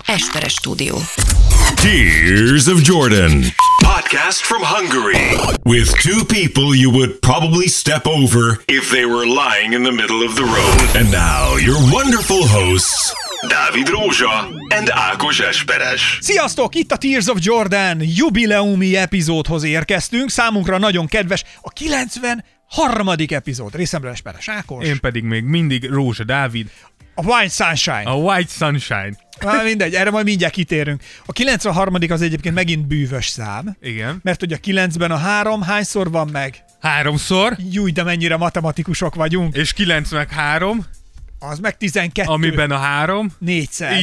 Esperes stúdió. Tears of Jordan. Podcast from Hungary. With two people you would probably step over if they were lying in the middle of the road. And now your wonderful hosts, Dávid Rózsa and Ákos Esperes. Sziasztok! Itt a Tears of Jordan jubileumi epizódhoz érkeztünk. Számunkra nagyon kedves a 93. epizód. Részemről Esperes Ákos. Én pedig még mindig Rózsa Dávid. A White Sunshine. A White Sunshine. Mindegy, erre majd mindjárt kitérünk. A 93. az egyébként megint bűvös szám. Igen. Mert hogy a 9-ben a 3 hányszor van meg? 3-szor. Júj, de mennyire matematikusok vagyunk. És 9 meg 3. Az meg 12. Amiben a 3. 4-szer.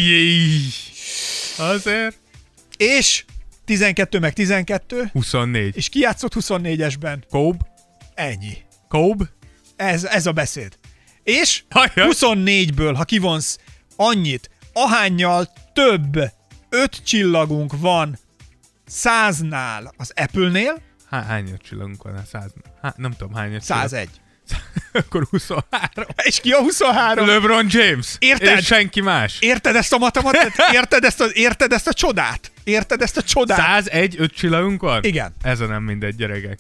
Azért. És 12 meg 12. 24. És ki játszott 24-esben? Cobb. Ennyi. Cobb. Ez a beszéd. És Ajaj. 24-ből, ha kivonsz annyit, ahánnyal több 5 csillagunk van 100-nál az Apple-nél. Hányat csillagunk van? 100. Nem tudom, hányat 101. Akkor 23. És ki a 23? LeBron James. Érted? És senki más. Érted ezt a matematikát? Érted ezt a csodát? Érted ezt a csodát? 101 5 csillagunk van? Igen. Ez a nem mindegy, gyerekek.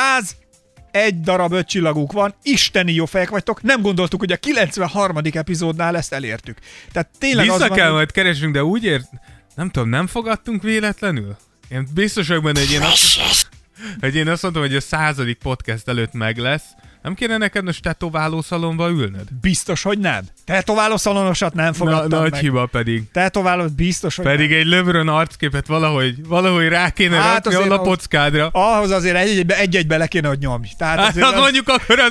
101 darab 5 csillagunk van, isteni jó fejek vagytok, nem gondoltuk, hogy a 93. epizódnál ezt elértük. Tehát tényleg Vissza az van, kell majd keresünk, de úgy nem tudom, nem fogadtunk véletlenül? Én biztos vagyok benne, hogy én azt mondtam, hogy a 100. podcast előtt meg lesz. Nem kéne neked most tetoválószalonba ülnöd? Biztos, hogy nem. Tetoválószalonosat nem fogadtam Nagy meg. hiba pedig. Tetoválót biztos, hogy Pedig nem. egy LeBron arcképet valahogy rá kéne rakni a lapockádra. Ahhoz azért egy-egybe le kéne, hogy nyomj. Tehát azért Hát mondjuk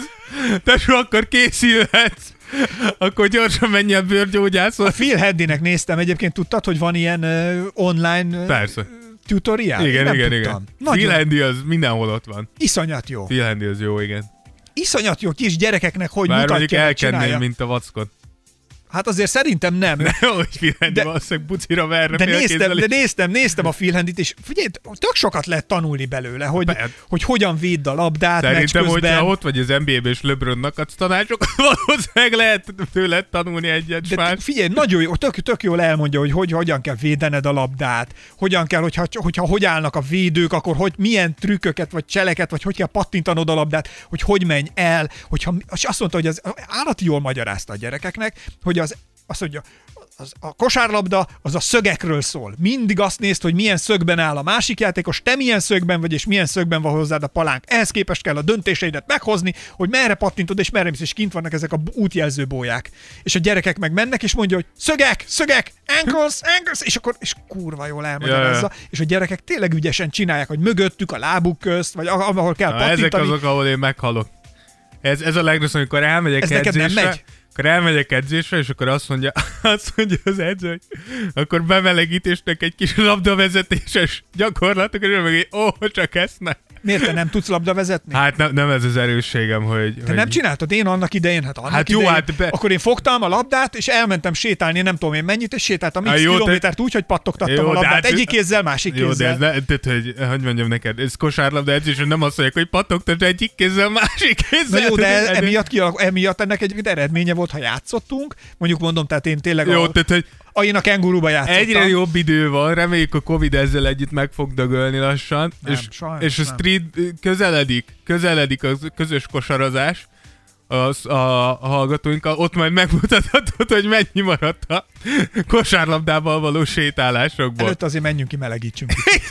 akkor készülhetsz. Akkor gyorsan menj el bőrgyógyászhoz. A Phil Haddynek néztem, egyébként tudtad, hogy van ilyen online Persze. tutoriál? Igen. Phil Haddy az mindenhol ott van. Iszonyat jó. Phil Haddy az jó, igen. Iszonyat jó kis gyerekeknek, hogy Bár mutatja, mondjuk hogy csinálja. elkenném, mint a vackot. Hát azért szerintem nem. Hogy Phil Haddy valószínűleg bucira verne. De néztem a Phil Haddyt, és figyelj, tök sokat lehet tanulni belőle, hogy hogyan védd a labdát meccs Szerintem, közben. hogyha ott vagy az NBA-ben és LeBronnak adsz tanácsokat, valószínűleg lehet tőle tanulni egyet De figyelj, nagyon jó, tök jól elmondja, hogy hogyan kell védened a labdát, hogyan kell, hogyha hogy állnak a védők, akkor milyen trükköket, vagy cseleket, vagy hogy kell pattintanod a labdát, hogy menj el, és azt mondta, hogy az állati jól magyarázta a gyerekeknek, hogy azt mondja, a kosárlabda az a szögekről szól. Mindig azt nézd, hogy milyen szögben áll a másik játékos, te milyen szögben vagy, és milyen szögben van hozzád a palánk. Ehhez képest kell a döntéseidet meghozni, hogy merre pattintod, és merre mész, és kint vannak ezek a útjelző bóják. És a gyerekek meg mennek, és mondja, hogy szögek, ankles, és kurva jól elmagyarázza. És a gyerekek tényleg ügyesen csinálják, hogy mögöttük, a lábuk közt, vagy ahol kell pattintani. Ezek azok, ahol én meghalok. Ez a legrosszabb, amikor elmegyek edzésre. Akkor elmegyek edzésre, és akkor azt mondja az edző, hogy akkor bemelegítésnek egy kis labdavezetéses gyakorlatok, és meg csak ezt nem. Miért te nem tudsz labdavezetni? Hát nem ez az erősségem, hogy... Te nem csináltad? Én annak idején, akkor én fogtam a labdát, és elmentem sétálni, nem tudom én mennyit, és sétáltam x kilométert úgy, hogy pattogtattam a labdát egyik kézzel, másik kézzel. Jó, de ez hogy mondjam neked, ez kosárlabda edzésre nem azt mondják, hogy pattogtat egyik kézzel, másik kézzel. Na jó, de emiatt ennek egyébként eredménye volt, ha játszottunk. Mondjuk mondom, tehát én tényleg én a kengurúba játszottam. Egyre jobb idő van, reméljük a Covid ezzel együtt meg fog dögölni lassan. És a street közeledik a közös kosarazás a hallgatóinkkal. Ott majd megmutathatod, hogy mennyi maradt a kosárlabdával való sétálásokból. Előtt azért menjünk ki, melegítsünk.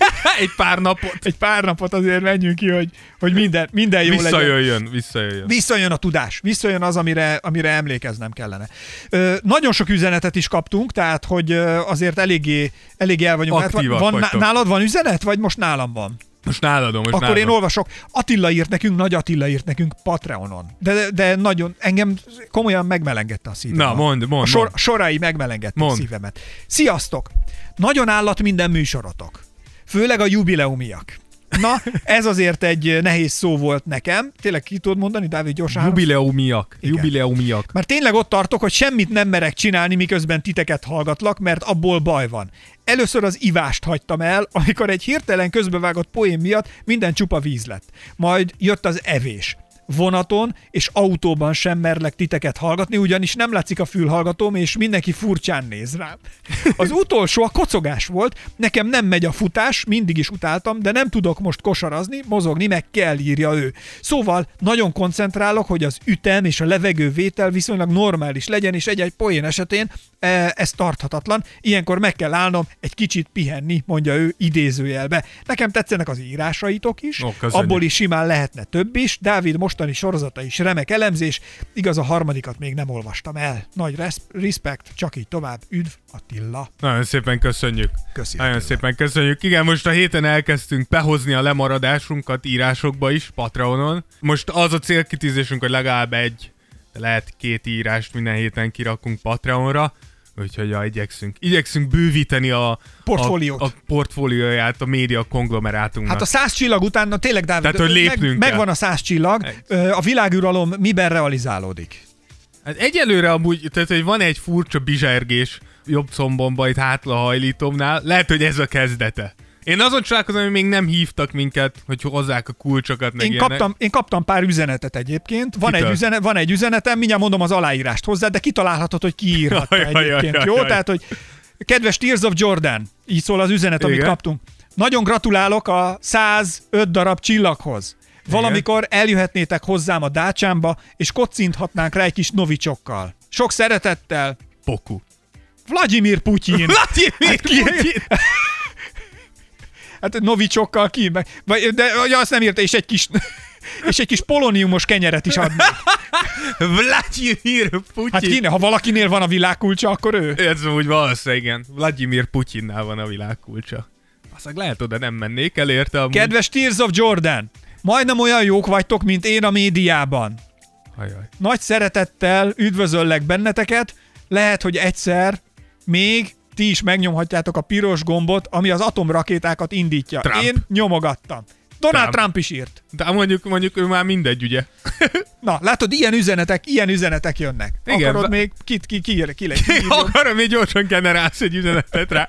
Egy pár napot azért menjünk ki, hogy minden jó legyen. Visszajön a tudás. Visszajön az, amire emlékeznem kellene. Nagyon sok üzenetet is kaptunk, tehát hogy azért eléggé el vagyunk. Aktívak nálad van üzenet, vagy most nálam van? Most náladom. Akkor én olvasok. Nagy Attila írt nekünk Patreonon. De nagyon, engem komolyan megmelengedte a szívemet. Na, mondd. Sorai megmelengedte a szívemet. Sziasztok! Nagyon állat minden műsorotok. Főleg a jubileumiak. Na, ez azért egy nehéz szó volt nekem. Tényleg ki tudod mondani, Dávid, gyorsan? Jubileumiak. Már tényleg ott tartok, hogy semmit nem merek csinálni, miközben titeket hallgatlak, mert abból baj van. Először az ivást hagytam el, amikor egy hirtelen közbevágott poén miatt minden csupa víz lett. Majd jött az evés. vonaton és autóban sem merlek titeket hallgatni, ugyanis nem látszik a fülhallgatóm, és mindenki furcsán néz rám. Az utolsó a kocogás volt, nekem nem megy a futás, mindig is utáltam, de nem tudok most kosarazni, mozogni, meg kell, írja ő. Szóval nagyon koncentrálok, hogy az ütem és a levegővétel viszonylag normális legyen, és egy-egy poén esetén ez tarthatatlan. Ilyenkor meg kell állnom egy kicsit pihenni, mondja ő idézőjelbe. Nekem tetszenek az írásaitok is, abból is simán lehetne több is. Dávid mostani sorozata is remek elemzés, igaz, a harmadikat még nem olvastam el. Nagy respekt, csak így tovább. Üdv, Attila. Nagyon szépen köszönjük. Nagyon szépen köszönjük. Igen, most a héten elkezdtünk behozni a lemaradásunkat írásokba is, Patreonon. Most az a célkitűzésünk, hogy legalább lehet 2 írást minden héten kirakunk Patreonra, úgyhogy igyekszünk bővíteni a portfólióját a média konglomerátunknak. Hát a 100 csillag után, tényleg, Dávid, tehát, hogy megvan a 100 csillag, a világuralom miben realizálódik? Hát egyelőre amúgy, tehát hogy van egy furcsa bizsergés jobb combomba itt hátlahajlítomnál, lehet, hogy ez a kezdete. Én azon csodálkozom, hogy még nem hívtak minket, hogy hozzák a kulcsokat, meg én kaptam pár üzenetet egyébként. Van egy üzenetem, mindjárt mondom az aláírást hozzá, de kitalálhatod, hogy ki írhatta egyébként. Jó? Tehát, hogy kedves Tears of Jordan, így szól az üzenet, amit kaptunk. Nagyon gratulálok a 105 darab csillaghoz. Valamikor eljöhetnétek hozzám a dácsámba, és kocinthatnánk rá egy kis novicsokkal. Sok szeretettel. Poku. Vladimir Putyin. Hát novicsokkal ki, de azt nem írta, és egy kis polóniumos kenyeret is adnék. Vladimir Putyin. Hát kéne, ha valakinél van a világkulcsa, akkor ő. Ez úgy valószínűleg, igen. Vladimir Putyinnál van a világkulcsa. Aztán lehet oda nem mennék el érte amúgy. Kedves Tears of Jordan, majdnem olyan jók vagytok, mint én a médiában. Ajaj. Nagy szeretettel üdvözöllek benneteket, lehet, hogy egyszer még ti is megnyomhatjátok a piros gombot, ami az atomrakétákat indítja. Trump. Én nyomogattam. Donald Trump is írt. De mondjuk ő már mindegy, ugye? Na, látod, ilyen üzenetek jönnek. Igen, akarod még ki akarom, még gyorsan generálsz egy üzenetet rá.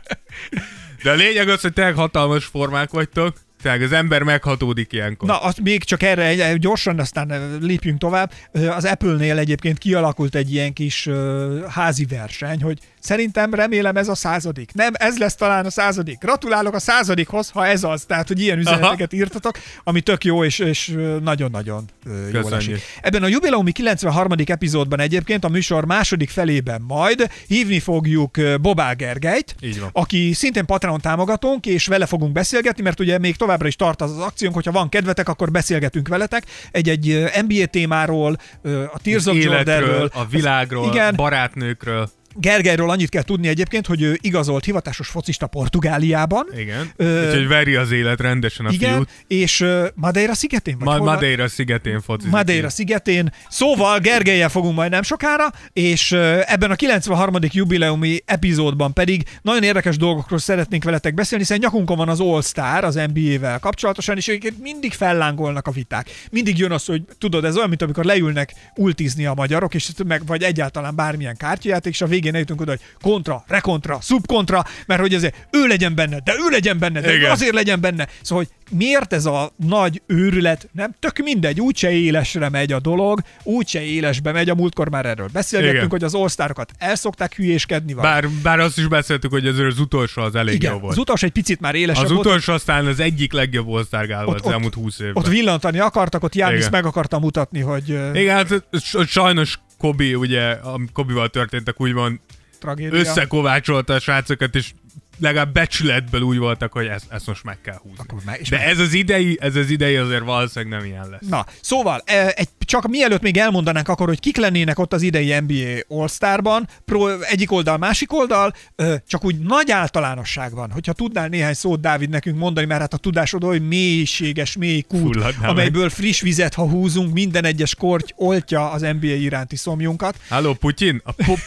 De a lényeg az, hogy tényleg hatalmas formák vagytok. Tehát az ember meghatódik ilyenkor. Na, azt még csak erre gyorsan, aztán lépjünk tovább. Az Apple-nél egyébként kialakult egy ilyen kis házi verseny, hogy szerintem, remélem ez a 100. Nem, ez lesz talán a 100. Gratulálok a 100-hoz, ha ez az. Tehát, hogy ilyen üzeneteket írtatok, ami tök jó, és nagyon-nagyon jól esik. Ebben a jubileumi 93. epizódban egyébként a műsor második felében majd hívni fogjuk Bobál Gergelyt, aki szintén Patreon támogatónk, és vele fogunk beszélgetni, mert ugye még továbbra is tart az akciónk, hogyha van kedvetek, akkor beszélgetünk veletek egy NBA témáról, a Tears of Jordanről, a világról, igen, barátnőkről. Gergelyről annyit kell tudni egyébként, hogy ő igazolt hivatásos focista Portugáliában. Igen, úgyhogy veri az élet rendesen a fiút. És Madeira szigetén? Madeira szigetén focizik. Madeira szigetén. Szóval Gergellyel fogunk majd nem sokára, és ebben a 93. jubileumi epizódban pedig nagyon érdekes dolgokról szeretnénk veletek beszélni, hiszen nyakunkon van az All-Star az NBA-vel kapcsolatosan, és egyébként mindig fellángolnak a viták. Mindig jön az, hogy tudod, ez olyan, mint amikor leülnek ultizni a magyarok, és vagy egyáltalán bármilyen kártyajáték, és a végén eljutunk oda, hogy kontra, rekontra, szubkontra, mert hogy azért ő legyen benne, de azért legyen benne. Szóval, hogy miért ez a nagy őrület, nem tök mindegy, úgyse élesre megy a dolog, úgyse élesbe megy, a múltkor már erről beszélgettünk, hogy az All-Starokat el szokták hülyéskedni. Bár azt is beszéltük, hogy az utolsó az elég jó volt. Az utolsó egy picit már élesebb volt. Az utolsó aztán az egyik legjobb All-Star volt az elmúlt 20 évben. Ott villantani akartak, ott Giannis meg akarta mutatni, hogy... Igen, hát sajnos Kobe, ugye, Kobe-val történtek, úgymond összekovácsolta a srácokat, és legalább becsületből úgy voltak, hogy ezt most meg kell húzni. De ez az idei azért valószínűleg nem ilyen lesz. Na, szóval, csak mielőtt még elmondanánk akkor, hogy kik lennének ott az idei NBA All-Starban, egyik oldal, másik oldal, csak úgy nagy általánosságban, hogyha tudnál néhány szót, Dávid, nekünk mondani, mert hát a tudásod olyan mélységes, mély kút, amelyből friss vizet, ha húzunk, minden egyes korty oltja az NBA iránti szomjunkat. Halló, Putyin?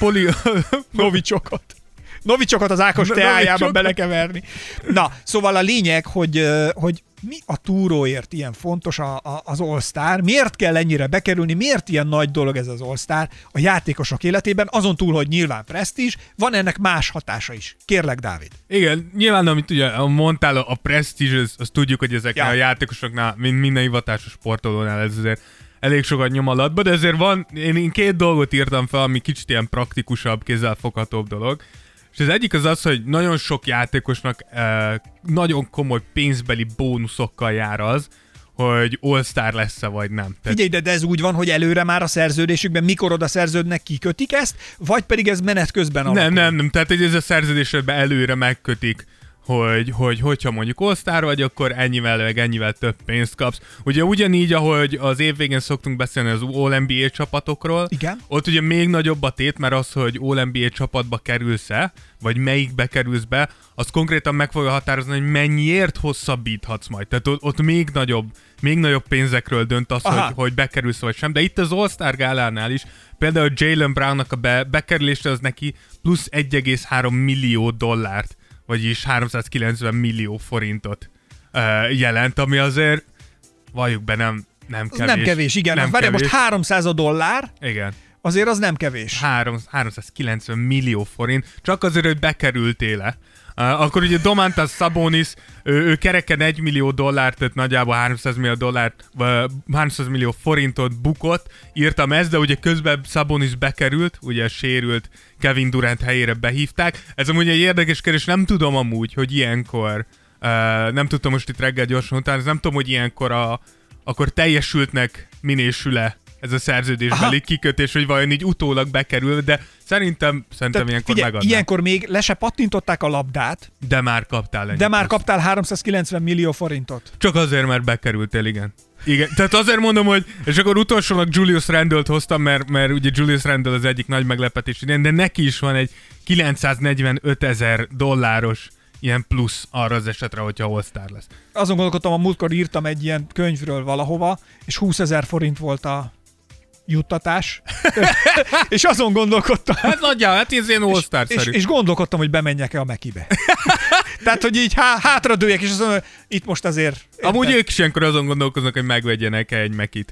Novicsokat az Ákos teájában belekeverni. Na, szóval a lényeg, hogy mi a túróért ilyen fontos az All-Star, miért kell ennyire bekerülni, miért ilyen nagy dolog ez az All-Star a játékosok életében, azon túl, hogy nyilván presztízs, van ennek más hatása is. Kérlek, Dávid. Igen, nyilván, amit ugye mondtál, a presztízs, azt tudjuk, hogy ezeknél a játékosoknál, mint minden hivatásos sportolónál ez azért elég sokat nyom alatba, de ezért van, én 2 dolgot írtam fel, ami kicsit ilyen praktikusabb, kézzelfoghatóbb dolog. És az egyik az, hogy nagyon sok játékosnak nagyon komoly pénzbeli bónuszokkal jár az, hogy All-Star lesz-e vagy nem. Figyelj, de ez úgy van, hogy előre már a szerződésükben, mikor oda szerződnek, kikötik ezt, vagy pedig ez menet közben alakul? Nem. Tehát ez a szerződésben előre megkötik, hogyha mondjuk All-Star vagy, akkor ennyivel több pénzt kapsz. Ugye ugyanígy, ahogy az év végén szoktunk beszélni az All-NBA csapatokról, igen. Ott ugye még nagyobb a tét, mert az, hogy All-NBA csapatba kerülsz-e, vagy melyikbe kerülsz be, az konkrétan meg fogja határozni, hogy mennyiért hosszabbíthatsz majd. Tehát ott még nagyobb pénzekről dönt az, hogy bekerülsz vagy sem. De itt az All-Star gálánál is, például Jaylen Brownnak a bekerülése az neki plusz 1,3 millió dollárt, vagyis 390 millió forintot jelent, ami azért valljuk be nem kevés. Nem kevés, igen. Várj, most $300, igen. Azért az nem kevés. 390 millió forint, csak azért, hogy bekerültél-e. Akkor ugye Domantas Sabonis, ő kereken $1 millió, tehát nagyjából 300 millió forintot bukott. Írtam ezt, de ugye közben Sabonis bekerült, ugye sérült, Kevin Durant helyére behívták. Ez amúgy egy érdekes kérdés, nem tudom amúgy, hogy ilyenkor, nem tudtam most itt reggel gyorsan utána, nem tudom, hogy ilyenkor akkor teljesültnek minősül-e ez a szerződésbeli kikötés, hogy vajon így utólag bekerül, de szerintem ilyenkor megadnák. Ilyenkor még le se pattintották a labdát. De már kaptál ennyit. De már kaptál 390 millió forintot. Csak azért, mert bekerültél, igen. Tehát azért mondom, hogy, és akkor utolsólag Julius Randle-t hoztam, mert ugye Julius Randle az egyik nagy meglepetés idén, de neki is van egy $945,000 ilyen plusz arra az esetre, hogyha All-Star lesz. Azon gondolkodtam, a múltkor írtam egy ilyen könyvről valahova, és 20,000 forint volt a juttatás. És azon gondolkodtam. Hát nagyjából, hát ez ilyen All-Star-szerű. És gondolkodtam, hogy bemenjek-e a Mekibe. Tehát, hogy így hátradőjek, és azt mondom, itt most azért... Amúgy ők is ilyenkor azon gondolkoznak, hogy megvegyenek-e egy Mekit.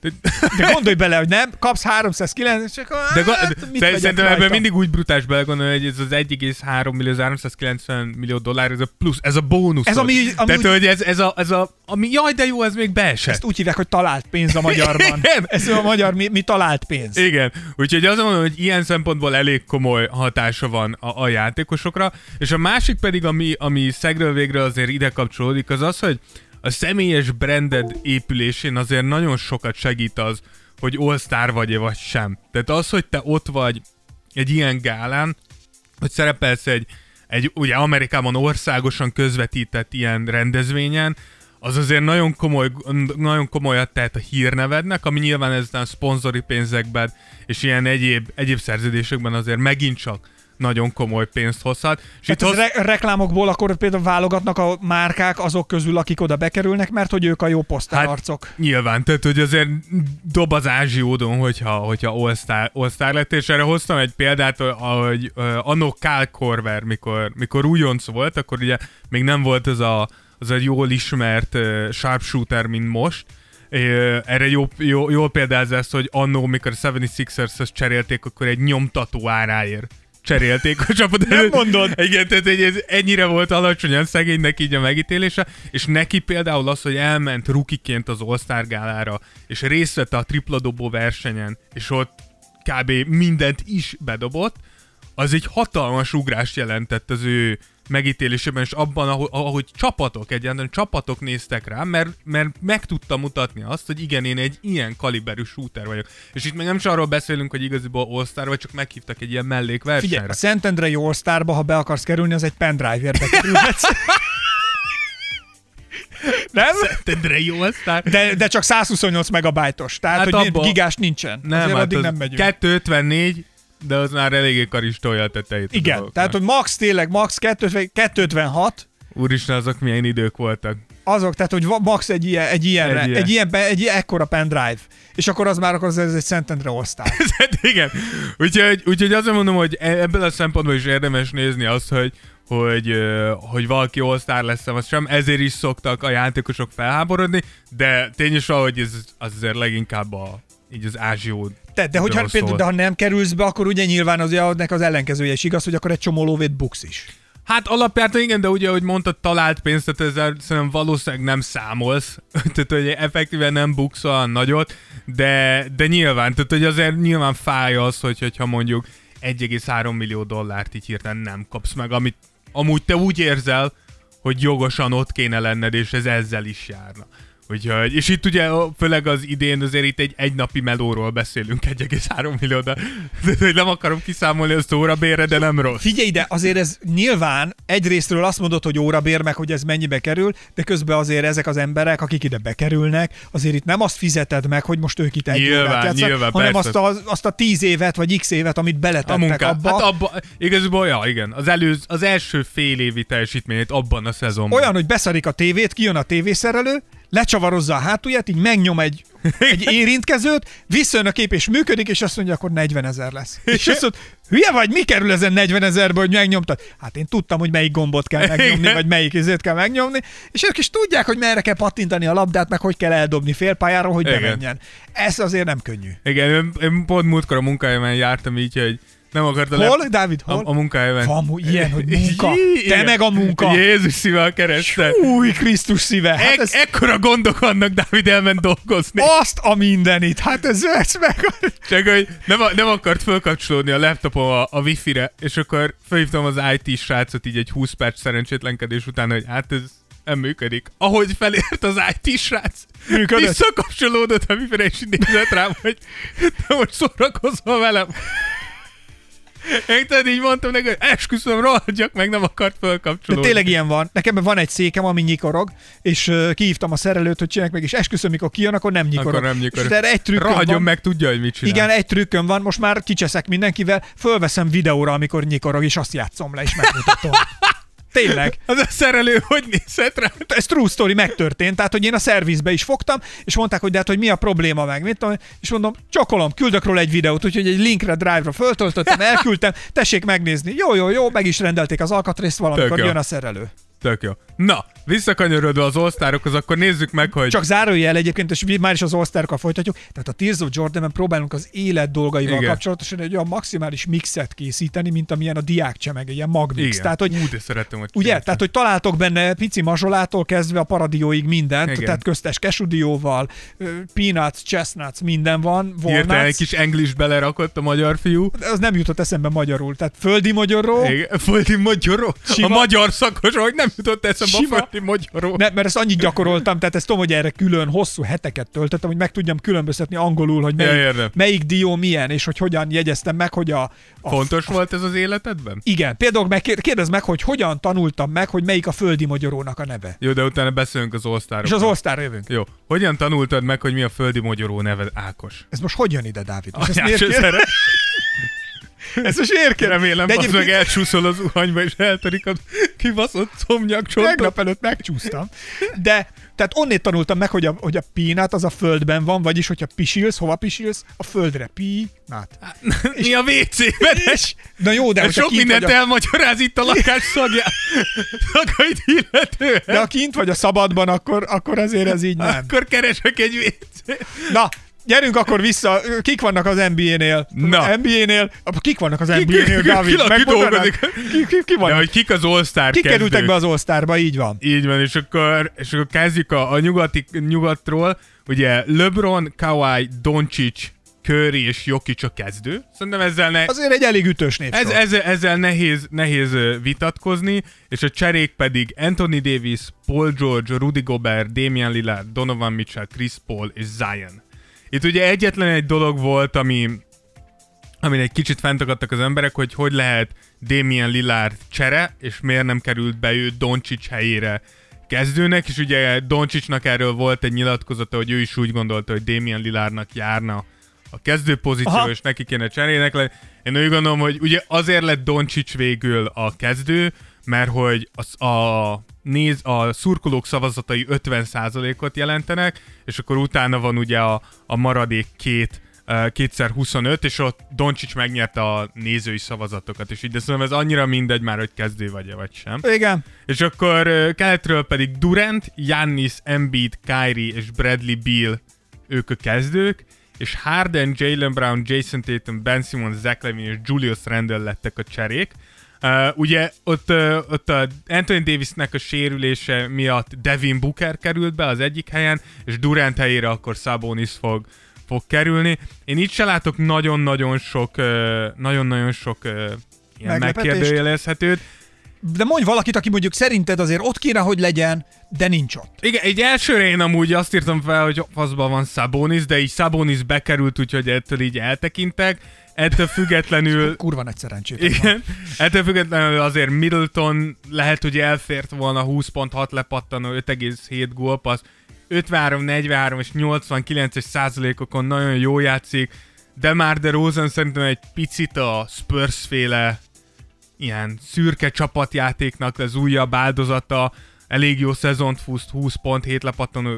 De gondolj bele, hogy nem, kapsz 309, csak szerintem ebben mindig úgy brutás belegondolni, hogy ez az 1,3 millió, 390 millió dollár, ez a plusz, ez a bónusz. Tehát, hogy ez a ami, jaj, de jó, ez még beesett. Ezt úgy hívják, hogy talált pénz a magyarban. Ez a magyar, mi talált pénz. Igen, úgyhogy azt mondom, hogy ilyen szempontból elég komoly hatása van a játékosokra, és a másik pedig, ami szegről végre azért ide kapcsolódik, az az, hogy a személyes branded épülésén azért nagyon sokat segít az, hogy All-Star vagy-e vagy sem. Tehát az, hogy te ott vagy egy ilyen gálán, hogy szerepelsz egy ugye Amerikában országosan közvetített ilyen rendezvényen, az azért nagyon komolyat tehet a hírnevednek, ami nyilván ezután szponzori pénzekben és ilyen egyéb szerződésekben azért megint csak nagyon komoly pénzt hozhat. Tehát reklámokból akkor például válogatnak a márkák azok közül, akik oda bekerülnek, mert hogy ők a jó posztárarcok. Hát, nyilván, tehát hogy azért dob az ázsiódon, hogyha All-Star lett, és erre hoztam egy példát, ahogy anno Kyle Korver, mikor újonc volt, akkor ugye még nem volt az a jól ismert sharpshooter, mint most. Erre jól példázza ezt, hogy annó, mikor a 76ers-höz cserélték, akkor egy nyomtató áráért cserélték a csapat. Nem mondod? Igen, tehát ez ennyire volt alacsonyan szegénynek így a megítélése, és neki például az, hogy elment rukiként az All-Star gálára, és részt vett a tripladobó versenyen, és ott kb. Mindent is bedobott, az egy hatalmas ugrást jelentett az ő megítélésében, és abban, ahogy csapatok néztek rá, mert meg tudta mutatni azt, hogy igen, én egy ilyen kaliberű shooter vagyok. És itt még nem is arról beszélünk, hogy igaziból All-Star vagy, csak meghívtak egy ilyen mellékversenyre. Figyelj, a Szentendrei All-Starba, ha be akarsz kerülni, az egy pendrive-ért bekerülhetsz. Nem? Szentendrei All-Star? De csak 128 megabájtos, tehát hát hogy gigás nincsen. Nem, azért hát addig nem megyünk. 254, de az már eléggé karistolja a tetejét. Igen, tehát hogy max 256. Úristen, azok milyen idők voltak. Azok, tehát hogy max egy ekkora pendrive. És akkor az egy Szentendre All-Star. Igen. Úgyhogy azt mondom, hogy ebből a szempontból is érdemes nézni azt, hogy valaki All-Star lesz, az sem. Ezért is szoktak a játékosok felháborodni, de tény is hogy ez azért leginkább így az ázsió. De ha nem kerülsz be, akkor ugye nyilván az ellenkezője is igaz, hogy akkor egy csomó lóvét buksz is. Hát alapjártan igen, de ugye, ahogy mondtad, talált pénzt, tehát ezzel szerintem valószínűleg nem számolsz, tehát hogy effektíven nem buksz olyan nagyot, de nyilván, tehát hogy azért nyilván fáj az, hogyha mondjuk 1,3 millió dollárt így hirtelen nem kapsz meg, amit amúgy te úgy érzel, hogy jogosan ott kéne lenned, és ez ezzel is járna. Úgyhogy, és itt ugye főleg az idén azért itt egy napi melóról beszélünk, 1,3 millió, de nem akarom kiszámolni azt órabérre, de nem rossz. Figyelj, de azért ez nyilván egyrésztről azt mondod, hogy órabér, meg hogy ez mennyibe kerül, de közben azért ezek az emberek, akik ide bekerülnek, azért itt nem azt fizeted meg, hogy most ők itt egy órát játszanak, hanem azt a 10 évet, vagy x évet, amit beletettek abba. Hát abba, igazából, ja, igen, az első fél évi teljesítményét abban a szezonban. Olyan, hogy beszarik a tévét, kijön a tévészerelő, lecsavarozza a hátulját, így megnyom egy érintkezőt, visszajön a kép és működik, és azt mondja, akkor 40 000 lesz. És azt mondja, hülye vagy, mi kerül ezen 40 000-ből, hogy megnyomtad? Hát én tudtam, hogy melyik gombot kell megnyomni, vagy melyik izét kell megnyomni, és ők is tudják, hogy merre kell pattintani a labdát, meg hogy kell eldobni félpályáról, hogy bemenjen. Ez azért nem könnyű. Igen, én pont múltkor a munkahelyemen jártam így, hogy nem akartam... Hol, Dávid, hol? A munkahelyemen. Van ilyen, hogy munka. Te meg a munka. Jézus szíve a kereszten. Új Krisztus szíve. Hát ekkora gondok vannak, Dávid elment dolgozni. Azt a mindenit. Hát ez meg. Csak, hogy nem akart fölkapcsolódni a laptopom a wifi-re, és akkor felhívtam az IT srácot így egy 20 perc szerencsétlenkedés után, hogy hát ez nem működik. Ahogy felért az IT srác, visszakapcsolódott a wifi-re, és nézett rám, hogy te most szórakozol velem. Én tehát így mondtam neki, hogy esküszöm, rohadjak meg, nem akart fölkapcsolódni. De tényleg ilyen van. Nekem van egy székem, ami nyikorog, és kihívtam a szerelőt, hogy csinálják meg, és esküszöm, mikor kijön, akkor nem nyikorog. Akkor nem nyikorog. És erre egy trükköm Rohadjon van. meg, tudja, hogy mit csinál. Igen, egy trükköm van, most már kicseszek mindenkivel, fölveszem videóra, amikor nyikorog, és azt játszom le, és megmutatom. Tényleg. Az a szerelő hogy nézett rá? Ez true story, megtörtént, tehát hogy én a szervizbe is fogtam, és mondták, hogy de hát, hogy mi a probléma meg, mit tudom, és mondom, csokolom, küldök róla egy videót, úgyhogy egy linkre, drive-ra föltöltöttem, elküldtem, tessék megnézni. Jó, meg is rendelték az alkatrészt, valamikor jön a szerelő. Tök jó. Na, visszakanyarodva az All-Starokhoz, akkor nézzük meg, hogy... Csak zárójel egyébként, és már is az All-Starokkal folytatjuk, tehát a Tears of Jordanben próbálunk az élet dolgaival kapcsolatosan egy olyan maximális mixet készíteni, mint amilyen a diákcsemeg, egy ilyen magmix. Igen. Tehát, hogy, de szeretem, hogy ugye, tehát, hogy találtok benne pici mazsolától kezdve a paradióig mindent, igen. Tehát köztes kesudióval, peanuts, chestnuts, minden van, walnuts. Egy kis English belerakott a magyar fiú. Az nem jutott eszembe magyarul, tehát földi magyaró. Igen, földi magyaró? A magyar szakos, hogy nem jutott eszembe a földi magyaró. Ne, mert ezt annyit gyakoroltam, tehát ezt tudom, hogy erre külön hosszú heteket töltöttem, hogy meg tudjam különböztetni angolul, hogy melyik dió milyen, és hogy hogyan jegyeztem meg, hogy Fontos volt ez az életedben? Igen. Például kérdezd meg, hogy hogyan tanultam meg, hogy melyik a földi magyarónak a neve. Jó, de utána beszélünk az All-Starokról. És az All-Starra jövünk. Jó. Hogyan tanultad meg, hogy mi a földi magyaró neve, Ákos? Ez most hogy jön ide, Dávid? Ez most miért remélem, hogy meg elcsúszol az uhanyba, és eltörik a kibaszott comnyakcsontot. Tegnap előtt megcsúsztam. De, tehát onnét tanultam meg, hogy a peanut az a földben van, vagyis, hogyha pisilsz, hova pisilsz? A földre. Peanut. Mi a WC-ben? Na jó, de sok mindent elmagyaráz itt a lakás szagait illetően. De ha kint vagy a szabadban, akkor azért ez így nem. Akkor keresek egy WC-t. Na, gyerünk akkor vissza. Kik vannak az NBA-nél? NBA-nél? Kik vannak az NBA-nél, Dávid? Ki van? De hogy kik az All-Star kezdők? Kerültek be az All-Starba, így van. Így van, és akkor kezdjük a nyugatról. Ugye LeBron, Kawhi, Doncic, Curry és Jokic a kezdő. Szerintem ezzel azért egy elég ütős népsor. Ezzel nehéz vitatkozni, és a cserék pedig Anthony Davis, Paul George, Rudy Gobert, Damian Lillard, Donovan Mitchell, Chris Paul és Zion. Itt ugye egyetlen egy dolog volt, amin egy kicsit fenntakadtak az emberek, hogy lehet Damian Lillard csere, és miért nem került be ő Doncic helyére kezdőnek, és ugye Doncicnak erről volt egy nyilatkozata, hogy ő is úgy gondolta, hogy Damian Lillardnak járna a kezdő pozíció, és neki kéne cserének lenni. Én úgy gondolom, hogy ugye azért lett Doncic végül a kezdő, mert hogy a szurkolók szavazatai 50%-ot jelentenek, és akkor utána van ugye a maradék 2x25, és ott Doncic megnyerte a nézői szavazatokat, és így de szerintem ez annyira mindegy már, hogy kezdő vagy sem. Igen. És akkor keletről pedig Durant, Giannis, Embiid, Kyrie és Bradley Beal, ők a kezdők, és Harden, Jaylen Brown, Jason Tatum, Ben Simmons, Zach LaVine és Julius Randle lettek a cserék. Ugye ott a Anthony Davisnek a sérülése miatt Devin Booker került be az egyik helyen, és Durant helyére akkor Sabonis fog kerülni. Én itt se látok nagyon-nagyon sok ilyen megkérdőjelezhetőt. De mondj valakit, aki mondjuk szerinted azért ott kéne, hogy legyen, de nincs ott. Igen, egy elsőre én amúgy azt írtam fel, hogy faszban van Sabonis, de így Sabonis bekerült, úgyhogy ettől így eltekintek. Ettől függetlenül... Kurva nagy szerencsét. Igen. Ettől függetlenül azért Middleton lehet, hogy elfért volna 20.6 lepattanó, 5,7 gólpassz, 53, 43 és 89-es százalékokon nagyon jól játszik, de már DeRozan szerintem egy picit a Spurs-féle ilyen szürke csapatjátéknak az újabb áldozata, elég jó szezont fuszt, 20 pont, 7 lepattanó,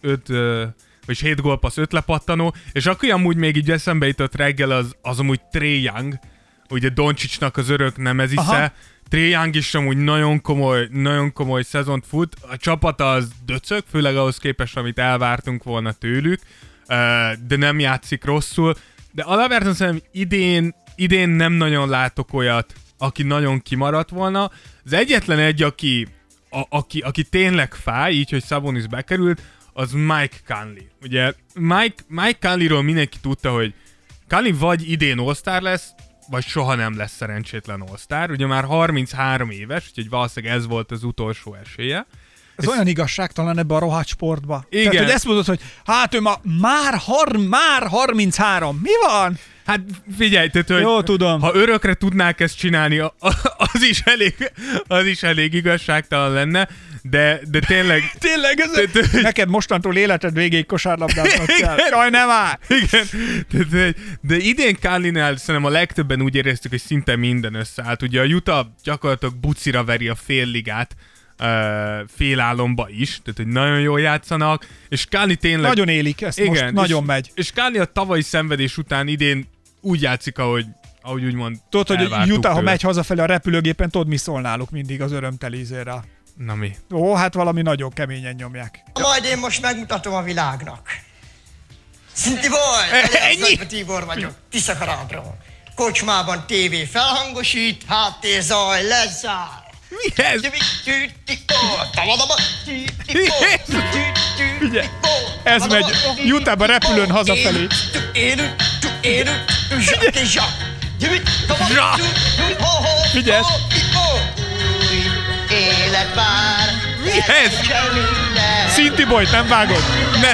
7 gólpassz, 5 lepattanó, és aki amúgy még így eszembe jutott reggel, az amúgy Trae Young, ugye Doncsicsnak az örök nemezisze. Trae Young is amúgy nagyon komoly szezont fut, a csapat az döcög, főleg ahhoz képest, amit elvártunk volna tőlük, de nem játszik rosszul, de alapvetően szerintem idén nem nagyon látok olyat, aki nagyon kimaradt volna. Az egyetlen egy, aki tényleg fáj, így, hogy Sabonis bekerült, az Mike Conley. Ugye Mike Conleyról mindenki tudta, hogy Conley vagy idén All-Star lesz, vagy soha nem lesz szerencsétlen All-Star. Ugye már 33 éves, úgyhogy valószínűleg ez volt az utolsó esélye. Ez olyan igazságtalan ebbe a rohadt sportba. Igen. Tehát, hogy ezt mondod, hogy hát ő már 33. Mi van? Hát figyelj, tehát, hogy jó, tudom. Ha örökre tudnák ezt csinálni, az is elég igazságtalan lenne, de tényleg... Tényleg, neked mostantól életed végéig kosárlabdázni kell. Jaj, nem áll! Igen, de idén Conley-nál szerintem a legtöbben úgy éreztük, hogy szinte minden összeállt. Ugye a Utah gyakorlatilag bucira veri a fél ligát, félálomba is, tehát hogy nagyon jól játszanak, és Conley tényleg... Nagyon élik, ezt igen, most nagyon megy. És Conley a tavalyi szenvedés után idén úgy játszik, ahogy úgymond tudod, hogy Utah, ha megy hazafelé a repülőgépen, tudod, mi szól náluk mindig az örömtelízére. Na mi? Ó, hát valami nagyon keményen nyomják. Majd én most megmutatom a világnak. Szinti boy! Ennyi! Tibor vagyok, Tiszakarádról. Kocsmában tévé felhangosít, háttérzaj, lezár. Mi ez? Ugye, ez megy Utahba repülőn hazafelé. Figyelj! Mi ez? Szinti bolyt, nem vágod? Nem.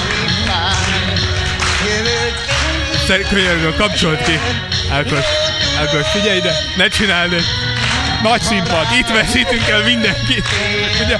Könyörgöm, kapcsolt ki. Ákos, figyelj ide. Ne csináld ezt. Nagy színpad. Itt veszítünk el mindenkit. Ugye?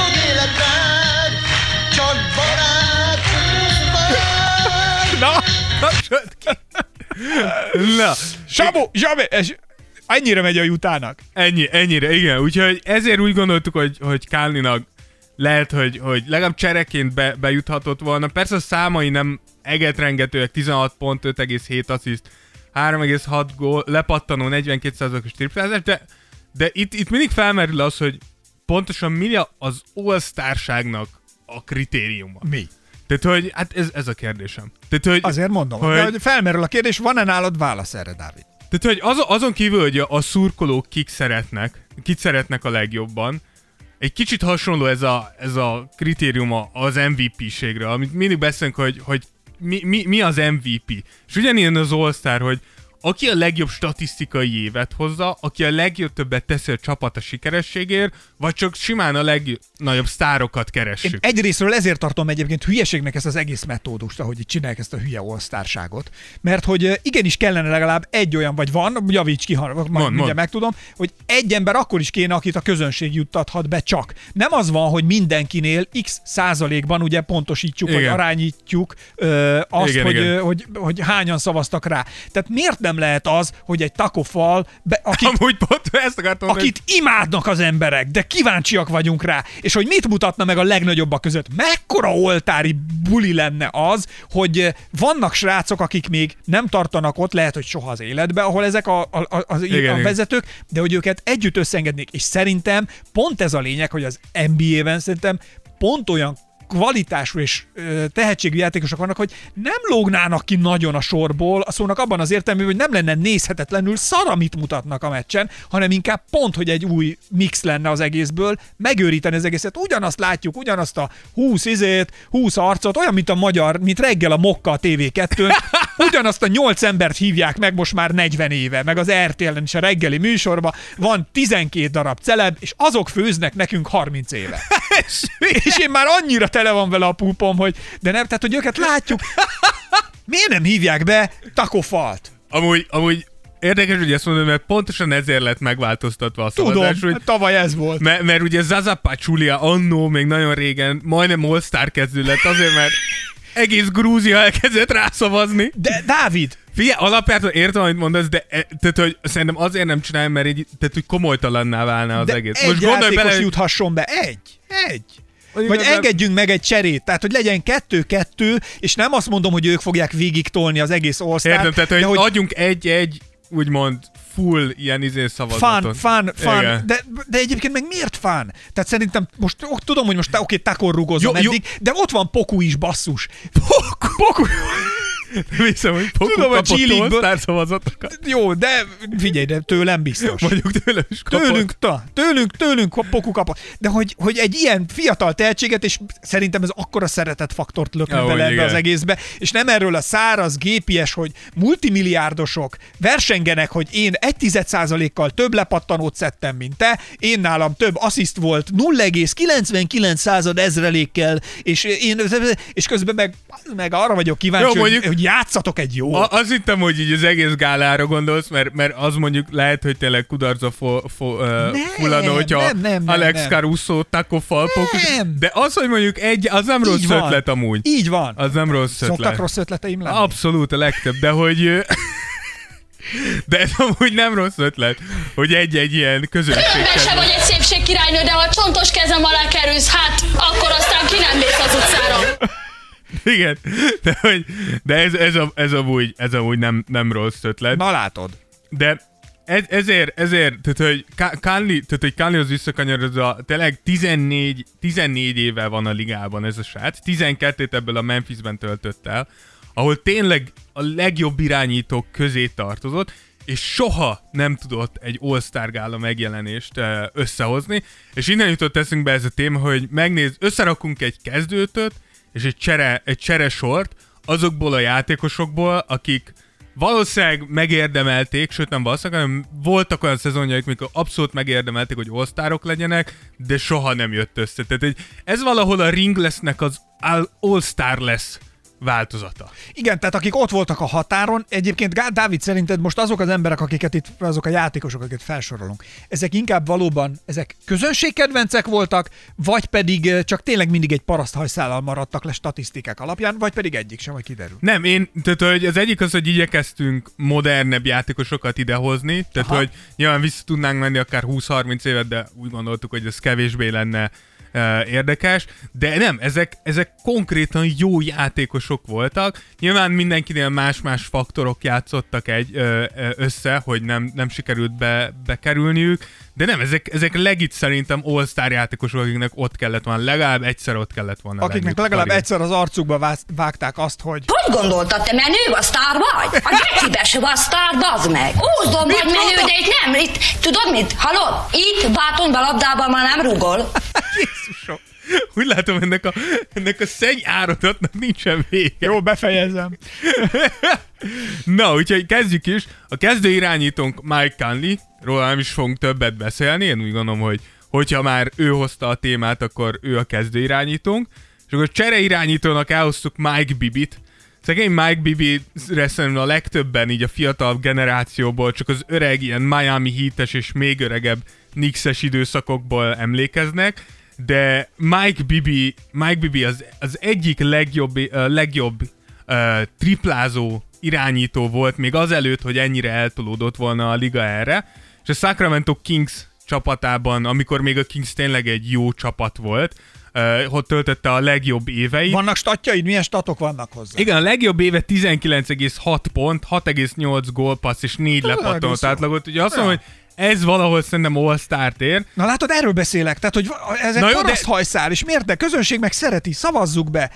Na, kapcsolt ki. Na. Zsabé, ennyire megy a Utahnak. Ennyire, igen. Úgyhogy ezért úgy gondoltuk, hogy Conleynak lehet, hogy legalább csereként bejuthatott volna. Persze a számai nem egetrengetőek, 16 pont, 5,7 assziszt, 3,6 gól, lepattanó, 42%-os triplázás, de itt mindig felmerül az, hogy pontosan mi az All-Starságnak a kritériuma. Mi? Tehát, hogy hát ez a kérdésem. Tehát, hogy, azért mondom, hogy felmerül a kérdés, van-e nálad válasz erre, Dávid? Tehát, hogy azon kívül, hogy a szurkolók kit szeretnek a legjobban, egy kicsit hasonló ez a kritériuma az MVP-ségre, amit mindig beszélünk, hogy mi az MVP. És ugyanilyen az All-Star, hogy aki a legjobb statisztikai évet hozza, aki a legtöbbet teszi a csapat a sikerességért, vagy csak simán a legnagyobb sztárokat keressük. Én egyrésztről ezért tartom egyébként hülyeségnek ezt az egész metódust, ahogy itt csinálják ezt a hülye all-sztárságot. Mert hogy igenis kellene legalább egy olyan, vagy van, javíts ki, mindjárt megtudom, hogy egy ember akkor is kéne, akit a közönség juttathat be csak. Nem az van, hogy mindenkinél x százalékban ugye pontosítjuk, igen, vagy arányítjuk azt, igen, hogy hányan szavaztak rá. Tehát miért nem lehet az, hogy egy takofal, akit imádnak az emberek, de kíváncsiak vagyunk rá, és hogy mit mutatna meg a legnagyobbak között. Mekkora oltári buli lenne az, hogy vannak srácok, akik még nem tartanak ott, lehet, hogy soha az életbe, ahol ezek a vezetők, de hogy őket együtt összeengednék. És szerintem pont ez a lényeg, hogy az NBA-ben szerintem pont olyan kvalitású és tehetségű játékosok vannak, hogy nem lógnának ki nagyon a sorból, a szónak abban az értelmében, hogy nem lenne nézhetetlenül szar, amit mutatnak a meccsen, hanem inkább pont, hogy egy új mix lenne az egészből, megőríteni az egészet. Ugyanazt látjuk, ugyanazt a 20 arcot, olyan, mint a magyar, mint reggel a Mokka a TV2-n, ugyanazt a 8 embert hívják meg most már 40 éve, meg az RTL-en is a reggeli műsorban van 12 darab celeb, és azok főznek nekünk 30 éve. És én már annyira tele van vele a púpom, hogy de nem, tehát hogy őket látjuk. Miért nem hívják be Takofalt? Amúgy érdekes, hogy ezt mondom, mert pontosan ezért lett megváltoztatva a szavazás. Tudom, tavaly ez volt. Mert ugye Zaza Pachulia annó még nagyon régen majdnem All-Star kezdő lett azért, mert egész Grúzia elkezdett rászavazni. De Dávid! Figyelj, alapjában értem, amit mondasz, de tehát, hogy szerintem azért nem csinálja, mert tehát, hogy komolytalanná válna az de egész. Most gondolj bele, hogy juthasson be. Egy. Vagy engedjünk meg egy cserét, tehát hogy legyen 2-2, és nem azt mondom, hogy ők fogják végig tolni az egész All-Start. Értem, tehát hogy adjunk egy úgymond full ilyen szavazatot. Fun. De egyébként meg miért fun? Tehát szerintem most tudom, hogy most Takor rugozom eddig, de ott van Poku is, basszus. Poku. Hiszem, hogy Poku tudom, kapott All-Star szavazatokat. Jó, de figyelj, de tőlem biztos. Mondjuk tőlem is kapott. Tőlünk Poku kapott. De hogy egy ilyen fiatal tehetséget, és szerintem ez akkora szeretetfaktort lökne bele ebbe az egészbe, és nem erről a száraz, gépies, hogy multimilliárdosok versengenek, hogy én 1,1%-kal több lepattanót szedtem, mint te, én nálam több assziszt volt 0,99%, és közben meg arra vagyok kíváncsi, hogy játszatok egy jó. Azt hittem, hogy így az egész gálára gondolsz, mert az mondjuk lehet, hogy tényleg kudarca fulladna, hogyha Alex Caruso, Takofal, de az, hogy mondjuk az nem rossz ötlet amúgy. Így van. Az nem rossz ötlet. Szoktak rossz ötleteim lenni? Abszolút, a legtöbb, de hogy... De ez amúgy nem rossz ötlet, hogy egy ilyen közösség. Különben sem vagy egy szépségkirálynő, de ha csontos kezem alá kerülsz, hát akkor aztán ki nem mész az utcára. Igen, de ez amúgy nem rossz ötlet. Na látod. De ezért tehát, hogy Conleyhoz visszakanyarodva, tényleg 14 éve van a ligában ez a srác, 12-t ebből a Memphisben töltött el, ahol tényleg a legjobb irányítók közé tartozott, és soha nem tudott egy All-Star gála megjelenést összehozni, és innen jutott eszünkbe ez a téma, hogy összerakunk egy kezdőtöt, és egy cseresort azokból a játékosokból, akik valószínűleg megérdemelték, sőt nem valószínűleg, hanem voltak olyan szezonjaik, mikor abszolút megérdemelték, hogy All-Starok legyenek, de soha nem jött össze. Tehát ez valahol a Ringlessnek az All-Star lesz változata. Igen, tehát akik ott voltak a határon, egyébként Dávid, szerinted most azok az emberek, azok a játékosok, akiket felsorolunk, ezek inkább valóban közönségkedvencek voltak, vagy pedig csak tényleg mindig egy paraszthajszállal maradtak le statisztikák alapján, vagy pedig egyik sem, hogy kiderül. Nem, tehát hogy az egyik az, hogy igyekeztünk modernebb játékosokat idehozni, tehát hogy nyilván vissza tudnánk menni akár 20-30 évet, de úgy gondoltuk, hogy ez kevésbé lenne érdekes, de nem, ezek konkrétan jó játékosok voltak. Nyilván mindenkinél más-más faktorok játszottak össze, hogy nem sikerült bekerülniük, de nem, ezek legit szerintem All-Star játékosok, akiknek ott kellett volna, legalább egyszer ott kellett volna. Akiknek legalább egyszer az arcukba vágták azt, hogy... Hogy gondoltad, te menő a sztár vagy? A gecibe se vagy sztár, bazd meg! Úzdom vagy menő, de itt nem, tudod mit? Hallod? Itt Bátonban labdában már nem rugol. Jézusom! Úgy látom, ennek a szenny áradatnak nincsen vége. Jó, befejezem. Na, úgyhogy kezdjük is. A kezdő irányítónk Mike Conley, róla nem is fogunk többet beszélni, én úgy gondolom, hogyha már ő hozta a témát, akkor ő a kezdő irányítónk. És akkor csere irányítónak elhoztuk Mike Bibbyt. Szegény Mike Bibbyre szerintem a legtöbben így a fiatal generációból csak az öreg, ilyen Miami Heat-es és még öregebb Knicks-es időszakokból emlékeznek, de Mike Bibby az egyik legjobb triplázó irányító volt még azelőtt, hogy ennyire eltolódott volna a liga erre, és a Sacramento Kings csapatában, amikor még a Kings tényleg egy jó csapat volt, ott töltötte a legjobb éveit. Vannak statjaid? Milyen statok vannak hozzá? Igen, a legjobb éve 19,6 pont, 6,8 gólpassz és 4 lepattanót átlagolt. Ugye azt mondom, hogy ez valahol szerintem All-Start ér. Na látod, erről beszélek, tehát hogy ezek paraszthajszál, és miért ne? Közönség meg szereti, szavazzuk be.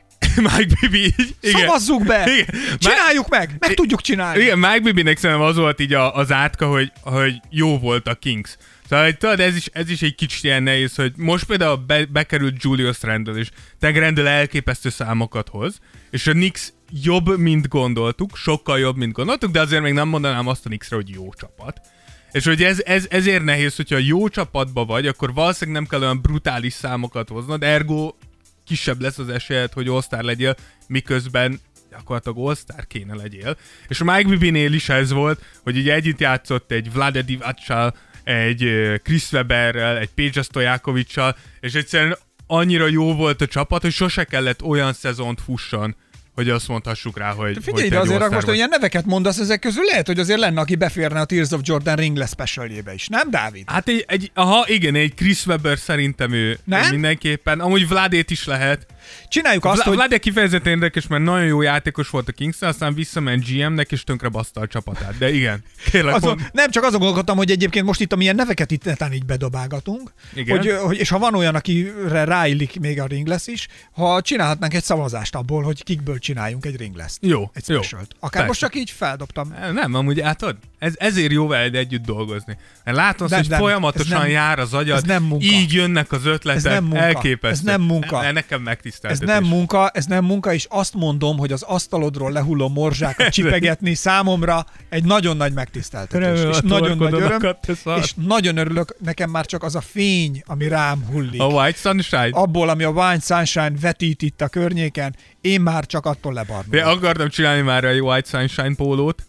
Mike Bibi így. Szavazzuk be! Igen. Csináljuk meg tudjuk csinálni. Igen, Mike Bibinek szerintem az volt így az átka, hogy jó volt a Kings. Szóval tudod, ez is egy kicsit ilyen nehéz, hogy most például bekerült Julius Randle, és Tag Randle elképesztő számokat hoz, és a Knicks jobb, mint gondoltuk, sokkal jobb, mint gondoltuk, de azért még nem mondanám azt a Knicksre, hogy jó csapat. És hogy ezért nehéz, hogyha jó csapatba vagy, akkor valószínűleg nem kell olyan brutális számokat hoznod, ergo kisebb lesz az esélyed, hogy All-Star legyél, miközben gyakorlatilag All-Star kéne legyél. És a Mike Bibinél is ez volt, hogy ugye együtt játszott egy Vlade Divac-sal, egy Chris Webberrel, egy Peja Stojakovic-sal, és egyszerűen annyira jó volt a csapat, hogy sose kellett olyan szezont fusson, hogy azt mondhassuk rá, hogy figyelj, de azért most ilyen neveket mondasz, ezek közül lehet, hogy azért lenne, aki beférne a Tears of Jordan Ringless specialjébe is, nem, Dávid? Hát igen, egy Chris Webber szerintem ő mindenképpen. Amúgy Vladét is lehet. Csináljuk azt, hogy... Vlade kifejezetten érdekes, mert nagyon jó játékos volt a Kings, aztán visszament GM-nek, és tönkre baszta a csapatát. De igen, kérlek nem, csak azon gondolkodtam, hogy egyébként most itt amilyen neveket itt netán így bedobálgatunk, hogy, és ha van olyan, akire ráillik még a Ringless is, ha csinálhatnánk egy szavazást abból, hogy kikből csináljunk egy Ringless-t. Jó, egy specialt. Akár persze. Most csak így feldobtam. Nem, amúgy átad. Ezért jó veled együtt dolgozni. Mert látom, hogy folyamatosan jár az agyad, így jönnek az ötletek, elképesztő. Ez nem munka. Nekem megtiszteltetés. Ez nem munka, és azt mondom, hogy az asztalodról lehulló morzsákat csipegetni számomra egy nagyon nagy megtiszteltetés. És nagyon nagy öröm, és nagyon örülök, nekem már csak az a fény, ami rám hullik. A White Sunshine? Abból, ami a White Sunshine vetít itt a környéken, én már csak attól lebarnulok. Akartam csinálni már a White Sunshine pólót,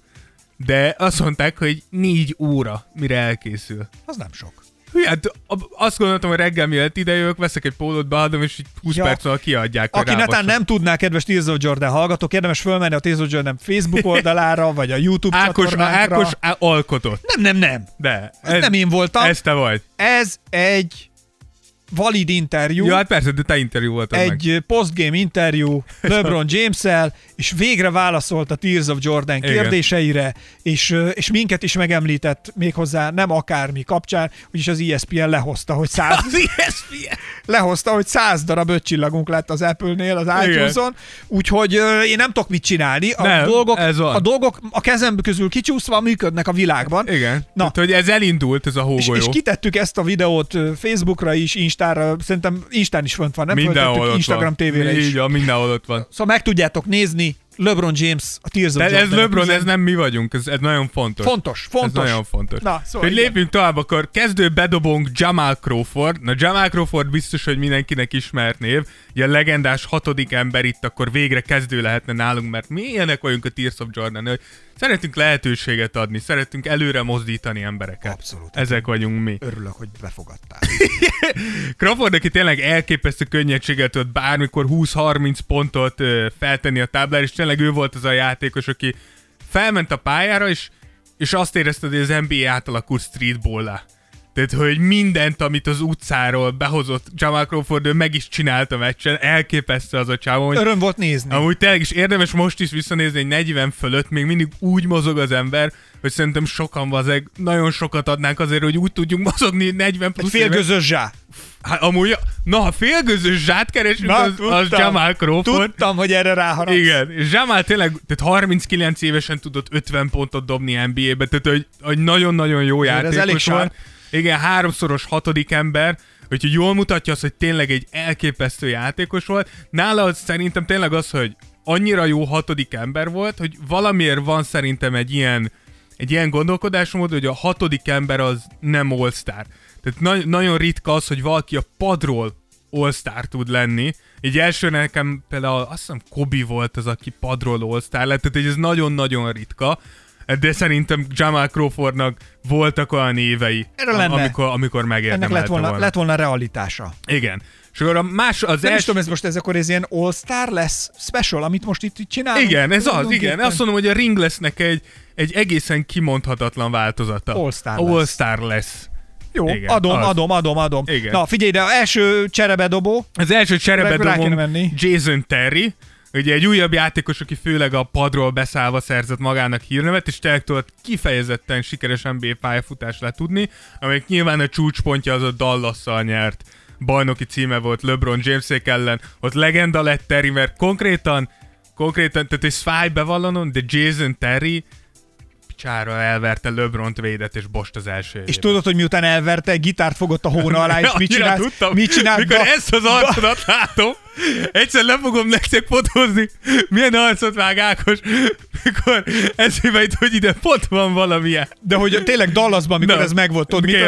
de azt mondták, hogy 4 óra, mire elkészül. Az nem sok. Hát azt gondoltam, hogy reggel mielőtt idejövök, veszek egy pólót, beadom, és 20 perc alatt kiadják. Aki netán nem tudná, kedves Tears of Jordan hallgatók, érdemes fölmenni a Tears of Jordan Facebook oldalára, vagy a YouTube csatornánkra. Ákos alkotott. Nem. De. Nem én voltam. Ez te vagy. Ez egy valid interjú. Ja, hát persze, de te interjú voltad egy postgame interjú LeBron James-el, és végre válaszolt a Tears of Jordan kérdéseire, és minket is megemlített méghozzá nem akármi kapcsán, úgyis az ESPN lehozta, hogy 100 darab 5 csillagunk lett az Apple-nél, az iTunes-on, úgyhogy én nem tudok mit csinálni. A dolgok a kezem közül kicsúszva működnek a világban. Igen. Na, tehát, hogy ez elindult, ez a hógolyó. És kitettük ezt a videót Facebookra is, Instára, szerintem Instán is fönt van, nem? Mindenhol Instagram TV-re is. Így van, mindenhol ott van. Szóval meg tudjátok nézni LeBron James, a Tears of Jordan. Ez LeBron, ez nem mi vagyunk, ez nagyon fontos. Fontos. Ez nagyon fontos. Na, szóval hogy lépjünk tovább, akkor kezdő bedobónk Jamal Crawford. Na, Jamal Crawford biztos, hogy mindenkinek ismert név. Ugye a legendás 6. ember itt akkor végre kezdő lehetne nálunk, mert mi ilyenek vagyunk a Tears of Jordan, hogy szeretünk lehetőséget adni, szeretünk előre mozdítani embereket. Abszolút. Ezek vagyunk mi. Örülök, hogy befogadtál. Crawford, aki tényleg elképesztő könnyedséggel tudott bármikor 20-30 pontot feltenni a táblára, és tényleg ő volt az a játékos, aki felment a pályára, és azt érezted, hogy az NBA átalakult streetball-lá. Tehát, hogy mindent, amit az utcáról behozott Jamal Crawford, ő meg is csinált a meccsen, elképesztő az a csávó. Öröm volt nézni. Amúgy tényleg is érdemes most is visszanézni, hogy 40 fölött még mindig úgy mozog az ember, hogy szerintem sokan vazeg, nagyon sokat adnánk azért, hogy úgy tudjunk mozogni 40 plusz éve. Félgözös zsá. Hát amúgy, ha félgözös zsát keresünk, az Jamal Crawford. Tudtam, hogy erre ráharapsz. Igen, és Jamal tényleg, tehát 39 évesen tudott 50 pontot dobni NBA-be, tehát hogy nagyon-nagyon jó játékos volt. Igen, 3-szoros 6. ember, úgyhogy jól mutatja azt, hogy tényleg egy elképesztő játékos volt. Nála szerintem tényleg az, hogy annyira jó 6. ember volt, hogy valamiért van szerintem egy ilyen gondolkodásmód, hogy a 6. ember az nem all-star. Tehát nagyon ritka az, hogy valaki a padról all-star tud lenni. Így első nekem például azt hiszem Kobe volt az, aki padról all-star lett, tehát ez nagyon-nagyon ritka. De szerintem Jamal Crawfordnak voltak olyan évei, amikor megérdemelte volna. Lett volna realitása. Igen. És akkor nem is tudom, ez akkor ez ilyen All-Star lesz special, amit most itt csinálunk? Igen, ez az, igen. Azt mondom, hogy a Ringlessnek egy egészen kimondhatatlan változata. All-Star lesz. Jó, igen, adom. Igen. Na figyelj, de az első cserebedobó. Az első cserebedobó Jason Terry. ugye egy újabb játékos, aki főleg a padról beszállva szerzett magának hírnevet, és tényleg tudott kifejezetten sikeres NBA pályafutást letudni, amelyik nyilván a csúcspontja az a Dallasszal nyert bajnoki címe volt LeBron Jamesék ellen, ott legenda lett Terry, mert konkrétan, tehát egy fáj bevallanom, de Jason Terry picsára elverte LeBront, védett és Bost az első évében. És tudod, hogy miután elverte, gitárt fogott a hóna alá, és mit csinált? Mikor ezt az arcodat látom, egyszer le fogom nektek fotózni, milyen arcot vág Ákos, mikor eszébe jut, hogy ide pont van valamilyen. De hogy tényleg Dallasban, mikor ez megvolt, tudod, mit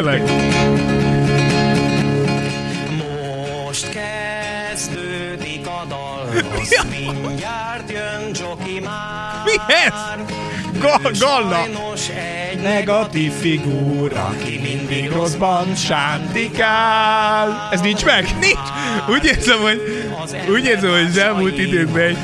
most kezdődik a Dallas, mindjárt jön Joki már. Mi ez? Galla! Egy negatív figúra, aki mindig rosszban sántikál. Ez nincs meg? Nincs! Úgy érzem, hogy az elmúlt időkben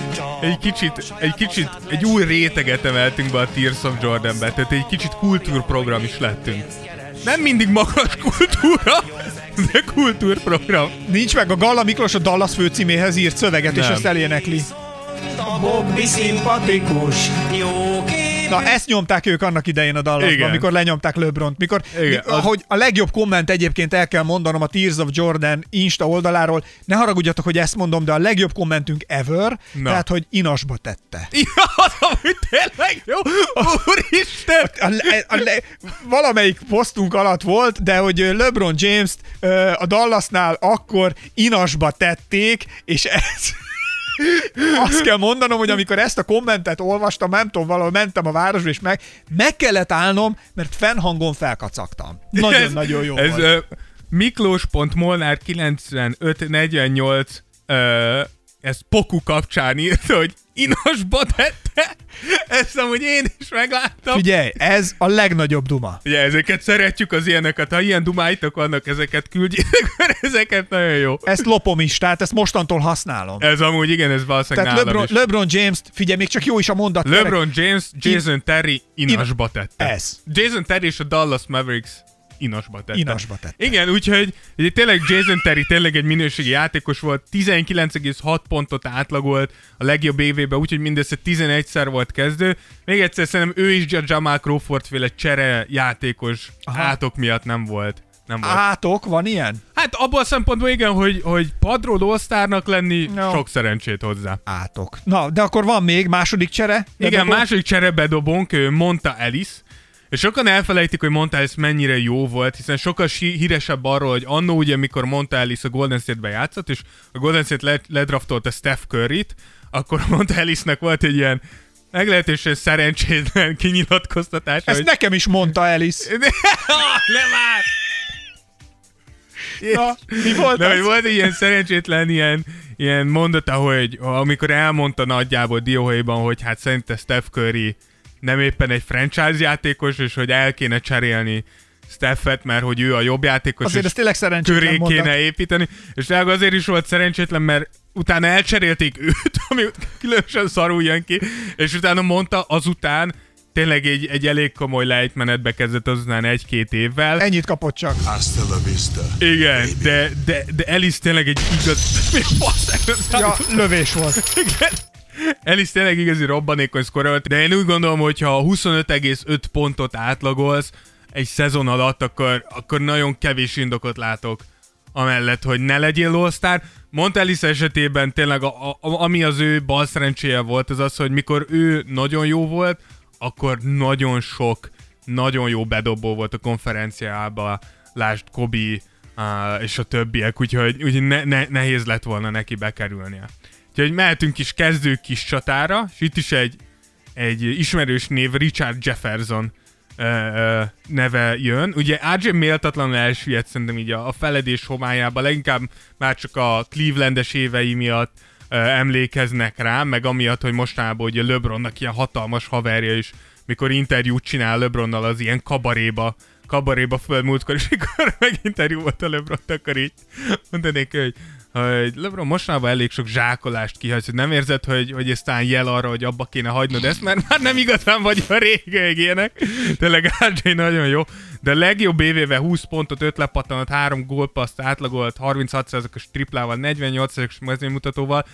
egy új réteget emeltünk be a Tears of Jordanbe, tehát egy kicsit kultúrprogram is lettünk. Nem mindig magas kultúra, de kultúrprogram. Nincs meg, a Galla Miklós a Dallas főcíméhez írt szöveget, és ezt elénekli. A Bobby szimpatikus, jó kép. Na, ezt nyomták ők annak idején a Dallasban, mikor lenyomták LeBront. Ahogy a legjobb komment egyébként el kell mondanom a Tears of Jordan Insta oldaláról, ne haragudjatok, hogy ezt mondom, de a legjobb kommentünk ever, tehát, hogy inasba tette. Ja, az amúgy tényleg jó, úristen! Valamelyik posztunk alatt volt, de hogy LeBron James-t a Dallasnál akkor inasba tették, és ez... Azt kell mondanom, hogy amikor ezt a kommentet olvastam, nem tudom, valahol mentem a városba, és meg kellett állnom, mert fennhangon felkacagtam. Nagyon-nagyon jó volt. Ez Miklós.molnár 9548 ez Poku kapcsán írta, hogy inasba tette. Ezt amúgy én is megláttam. Figyelj, ez a legnagyobb duma. Ugye, ezeket szeretjük, az ilyeneket. Ha ilyen dumáitok vannak, ezeket küldjétek, mert ezeket nagyon jó. Ezt lopom is, tehát ezt mostantól használom. Ez amúgy igen, ez valószínűleg tehát nálam is. LeBron James-t, figyelj, még csak jó is a mondat. LeBron James, Jason Terry inasba tette. Ez. Jason Terry és a Dallas Mavericks inasba tette. tette. Igen, úgyhogy tényleg Jason Terry tényleg egy minőségi játékos volt, 19,6 pontot átlagolt a legjobb évében, úgyhogy mindössze 11-szer volt kezdő. Még egyszer szerintem ő is Jamal Crawford féle csere játékos átok miatt nem volt. Átok? Van ilyen? Hát abban a szempontból igen, hogy padról all-starnak lenni, sok szerencsét hozzá. Átok. Na, de akkor van még második csere? Igen, második csere bedobónk, Monta Ellis. És sokan elfelejtik, hogy Monta Ellis mennyire jó volt, hiszen sokkal híresebb arról, hogy annó ugye, mikor Monta Ellis a Golden State-ben játszott, és a Golden State ledraftolta Steph Curryt, akkor Monta Ellisnek volt egy ilyen meglehetősen szerencsétlen kinyilatkoztatás. Ezt nekem is mondta Ellis. Nem már! Na, mi volt ez? Volt egy ilyen szerencsétlen ilyen mondata, hogy amikor elmondta nagyjából dióhéjban, hogy hát szerinte Steph Curry nem éppen egy franchise játékos, és hogy el kéne cserélni Stephet, mert hogy ő a jobb játékos, azért ez tényleg szerencsétlen köré kéne építeni. És azért is volt szerencsétlen, mert utána elcserélték őt, ami különösen szarul jön ki, és utána mondta azután, tényleg egy elég komoly lejtmenetbe kezdett azután 1-2 évvel. Ennyit kapott csak. Hasta la vista. Igen, de Ellis tényleg egy igaz... Ja, lövés volt. Igen. Ellis tényleg igazi robbanékony szkora volt, de én úgy gondolom, hogy ha 25,5 pontot átlagolsz egy szezon alatt, akkor nagyon kevés indokot látok amellett, hogy ne legyél all-star. Monta Ellis esetében tényleg ami az ő bal szerencséje volt, az az, hogy mikor ő nagyon jó volt, akkor nagyon sok, nagyon jó bedobó volt a konferenciában, lásd Kobe és a többiek, úgyhogy nehéz lett volna neki bekerülnie. Úgyhogy mehetünk is kezdő kis csatára, és itt is egy ismerős név, Richard Jefferson neve jön. Ugye RJ méltatlanul elsüllyedt szerintem így a feledés homályában, leginkább már csak a Clevelandes évei miatt emlékeznek rá, meg amiatt, hogy mostanában ugye LeBronnak ilyen hatalmas haverja is, mikor interjút csinál LeBronnal az ilyen kabaréba föl múltkor, és mikor meginterjú volt a LeBron, akkor így mondanék, hogy LeBron mostanában elég sok zsákolást kihagysz, hogy nem érzed, hogy ez talán jel arra, hogy abba kéne hagynod ezt, mert már nem igazán vagy a régének. Tényleg RJ nagyon jó, de legjobb évével 20 pontot, 5 lepattanat, 3 gólpasszt átlagolt, 36%-os triplával, 48%-os mezőnymutatóval.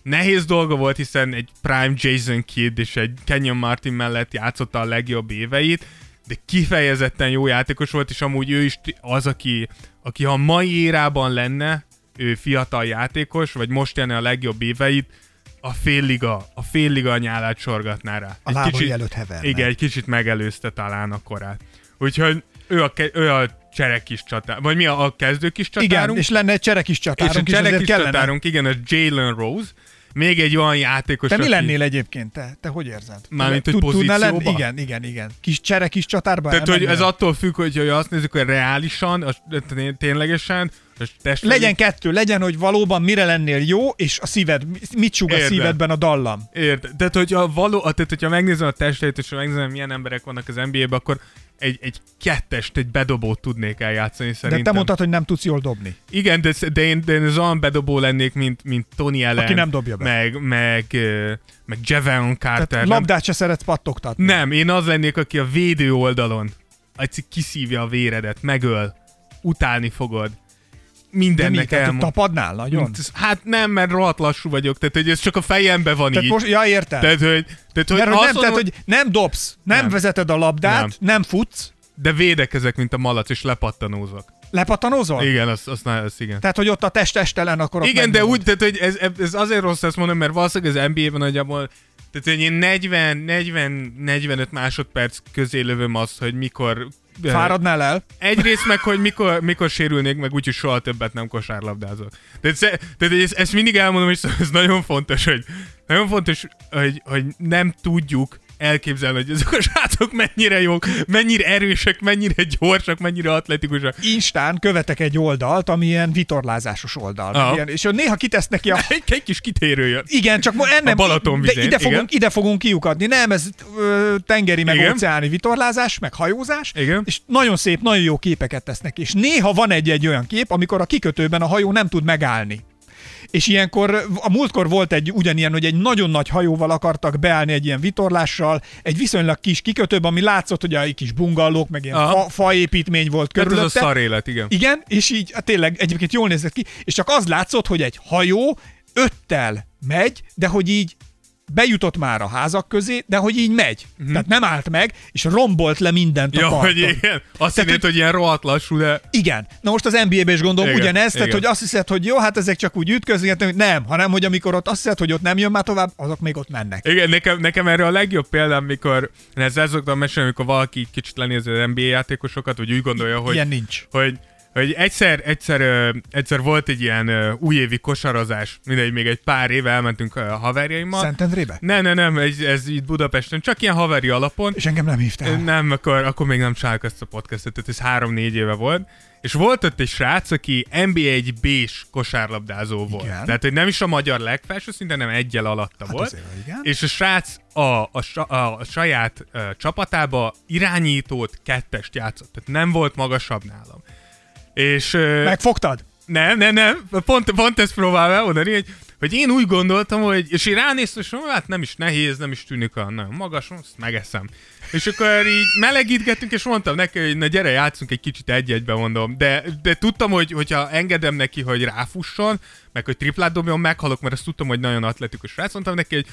nehéz dolga volt, hiszen egy prime Jason Kidd és egy Kenyon Martin mellett játszotta a legjobb éveit, de kifejezetten jó játékos volt, és amúgy ő is az, aki ha a mai érában lenne, ő fiatal játékos, vagy most jönne a legjobb éveit, a fél liga nyálát sorgatná rá. A lábai előtt heverne. Igen, egy kicsit megelőzte talán a korát. Úgyhogy ő a cserekis csatár, vagy mi a kezdőkis csatárunk? Igen, és lenne egy cserekis csatárunk. És a cserekis csatárunk, igen, a Jalen Rose. Még egy olyan játékos, te mi lennél egyébként? Te hogy érzed? Mármint, hogy pozícióban? Igen. Kis cserekis csatárban. Tehát, hogy ez attól függ, hogy azt nézzük, hogy reálisan, ténylegesen, legyen kettő, legyen, hogy valóban mire lennél jó, és a szíved, mit sug a szívedben a dallam. Érted. Tehát, hogyha megnézem a testét, és megnézem, milyen emberek vannak az NBA-ben, akkor egy kettest, egy bedobót tudnék eljátszani szerintem. De te mondtad, hogy nem tudsz jól dobni. Igen, de én az olyan bedobó lennék, mint Tony Allen. Aki nem dobja be. Meg Javon Carter. Tehát labdát se szeretsz pattogtatni. Nem, én az lennék, aki a védő oldalon kiszívja a véredet, megöl, utálni fogod. Mindennek elmond. Tapadnál nagyon? Hát nem, mert rohadt lassú vagyok, tehát hogy ez csak a fejemben van tehát így. Most, ja, értem. Hogy nem dobsz, nem vezeted a labdát, nem futsz. De védekezek, mint a malac, és lepattanózok. Lepattanózol? Igen, az igen. Tehát, hogy ott a testelen akkor ott igen, de úgy, tehát, hogy ez azért rossz ezt mondom, mert valószínűleg az NBA-ben nagyjából, tehát, hogy én 40-45 másodperc közé lövöm azt, hogy mikor fáradnál el? Egyrészt meg, hogy mikor sérülnék, meg úgyhogy soha többet nem kosárlabdázok. Tehát ezt mindig elmondom, és ez nagyon fontos, hogy nem tudjuk elképzelni, hogy ezek a srácok mennyire jók, mennyire erősek, mennyire gyorsak, mennyire atletikusak. Instán követek egy oldalt, ami ilyen vitorlázásos oldal. Ilyen, és néha kitesz neki egy kis kitérőjön. Igen, csak ennem, a Balatonvizén. De ide fogunk kiukadni. Nem, ez tengeri, meg óceáni vitorlázás, meg hajózás, igen. És nagyon szép, nagyon jó képeket tesznek. És néha van egy olyan kép, amikor a kikötőben a hajó nem tud megállni. És ilyenkor, a múltkor volt egy ugyanilyen, hogy egy nagyon nagy hajóval akartak beállni egy ilyen vitorlással, egy viszonylag kis kikötőben, ami látszott, hogy egy kis bungallók, meg ilyen faépítmény volt körülötte. Ez a szarélet, igen. Igen, és így tényleg egyébként jól nézett ki, és csak az látszott, hogy egy hajó 5-tel megy, de hogy így bejutott már a házak közé, de hogy így megy. Tehát nem állt meg, és rombolt le mindent a parton. Hogy igen. Azt hiszed, hogy ilyen rohadt lassú, de... Igen. Na most az NBA-ben is gondolom igen, ugyanezt, igen. Tehát hogy azt hiszed, hogy jó, hát ezek csak úgy ütköznek, nem, hanem hogy amikor ott azt hiszed, hogy ott nem jön már tovább, azok még ott mennek. Igen, nekem erre a legjobb példám, mikor ezzel szoktam mesélni, amikor valaki kicsit lenézi az NBA játékosokat, vagy úgy gondolja, hogy... Ilyen nincs. Hogy egyszer volt egy ilyen újévi kosarazás, mindegy, még egy pár éve elmentünk a haverjaimmal. Szentendrébe? Nem, ez itt Budapesten, csak ilyen haveri alapon. És engem nem hívtál. Nem, akkor még nem csináljuk ezt a podcastot, tehát ez 3-4 éve volt. És volt ott egy srác, aki NBA 1B-s kosárlabdázó volt. Igen. Tehát, hogy nem is a magyar legfelső szinten, nem egyel alatta volt. Azért, igen. És a srác a saját csapatába irányítót 2-est játszott. Tehát nem volt magasabb nálam. És, megfogtad? Nem. Pont ezt próbálom elmondani, hogy én úgy gondoltam, hogy... És én ránéztem, és hát nem is nehéz, nem is tűnik olyan nagyon magas, azt megeszem. És akkor így melegítgettünk, és mondtam neki, hogy na gyere, játszunk egy kicsit egy-egybe, mondom. De tudtam, hogyha engedem neki, hogy ráfusson, meg hogy triplát dobjon, meghalok, mert azt tudtam, hogy nagyon atletikus rá. Mondtam neki, hogy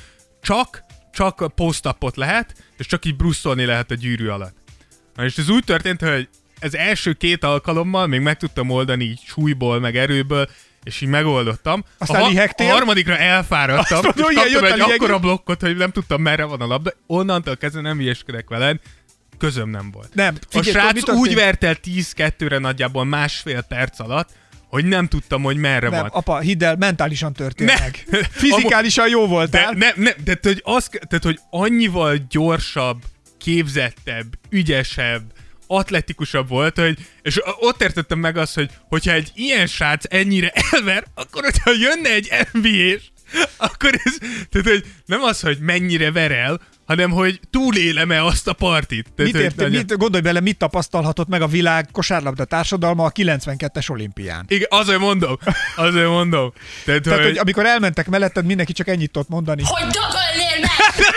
csak post-upot lehet, és csak így brusszolni lehet a gyűrű alatt. Na, és ez úgy történt, hogy az első 2 alkalommal még meg tudtam oldani így súlyból, meg erőből, és így megoldottam. Aztán a harmadikra elfáradtam, és kaptam egy akkora blokkot, hogy nem tudtam, merre van a labda. Onnantól kezdve nem ilyeskedek veled, közöm nem volt. Nem. Figyelj, a srác úgy vert el 10-2-re nagyjából 1,5 perc alatt, hogy nem tudtam, hogy merre van. Apa, hidd el, mentálisan történt meg. Fizikálisan jó voltál. De hogy annyival gyorsabb, képzettebb, ügyesebb, atletikusabb volt, és ott értettem meg azt, hogy hogyha egy ilyen srác ennyire elver, akkor hogyha jönne egy NBA-s, akkor ez, tehát hogy nem az, hogy mennyire ver el, hanem hogy túlélem-e azt a partit. Gondolj bele, mit tapasztalhatott meg a világ kosárlabda társadalma a 92-es olimpián. Igen, azért mondom. Tehát hogy amikor elmentek melletted, mindenki csak ennyit tudott mondani. Hogy dögölnél meg!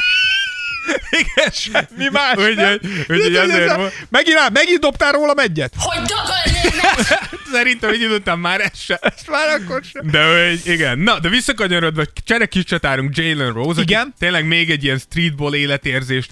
Igen, semmi más. Úgyhogy azért megint dobtál rólam egyet? Hogy dögölnél meg! Szerintem egy idő után már ez sem. Ezt már akkor sem. De igen. Na, de visszakanyarodva, kis csatárunk Jalen Rose, igen? Aki tényleg még egy ilyen streetball életérzést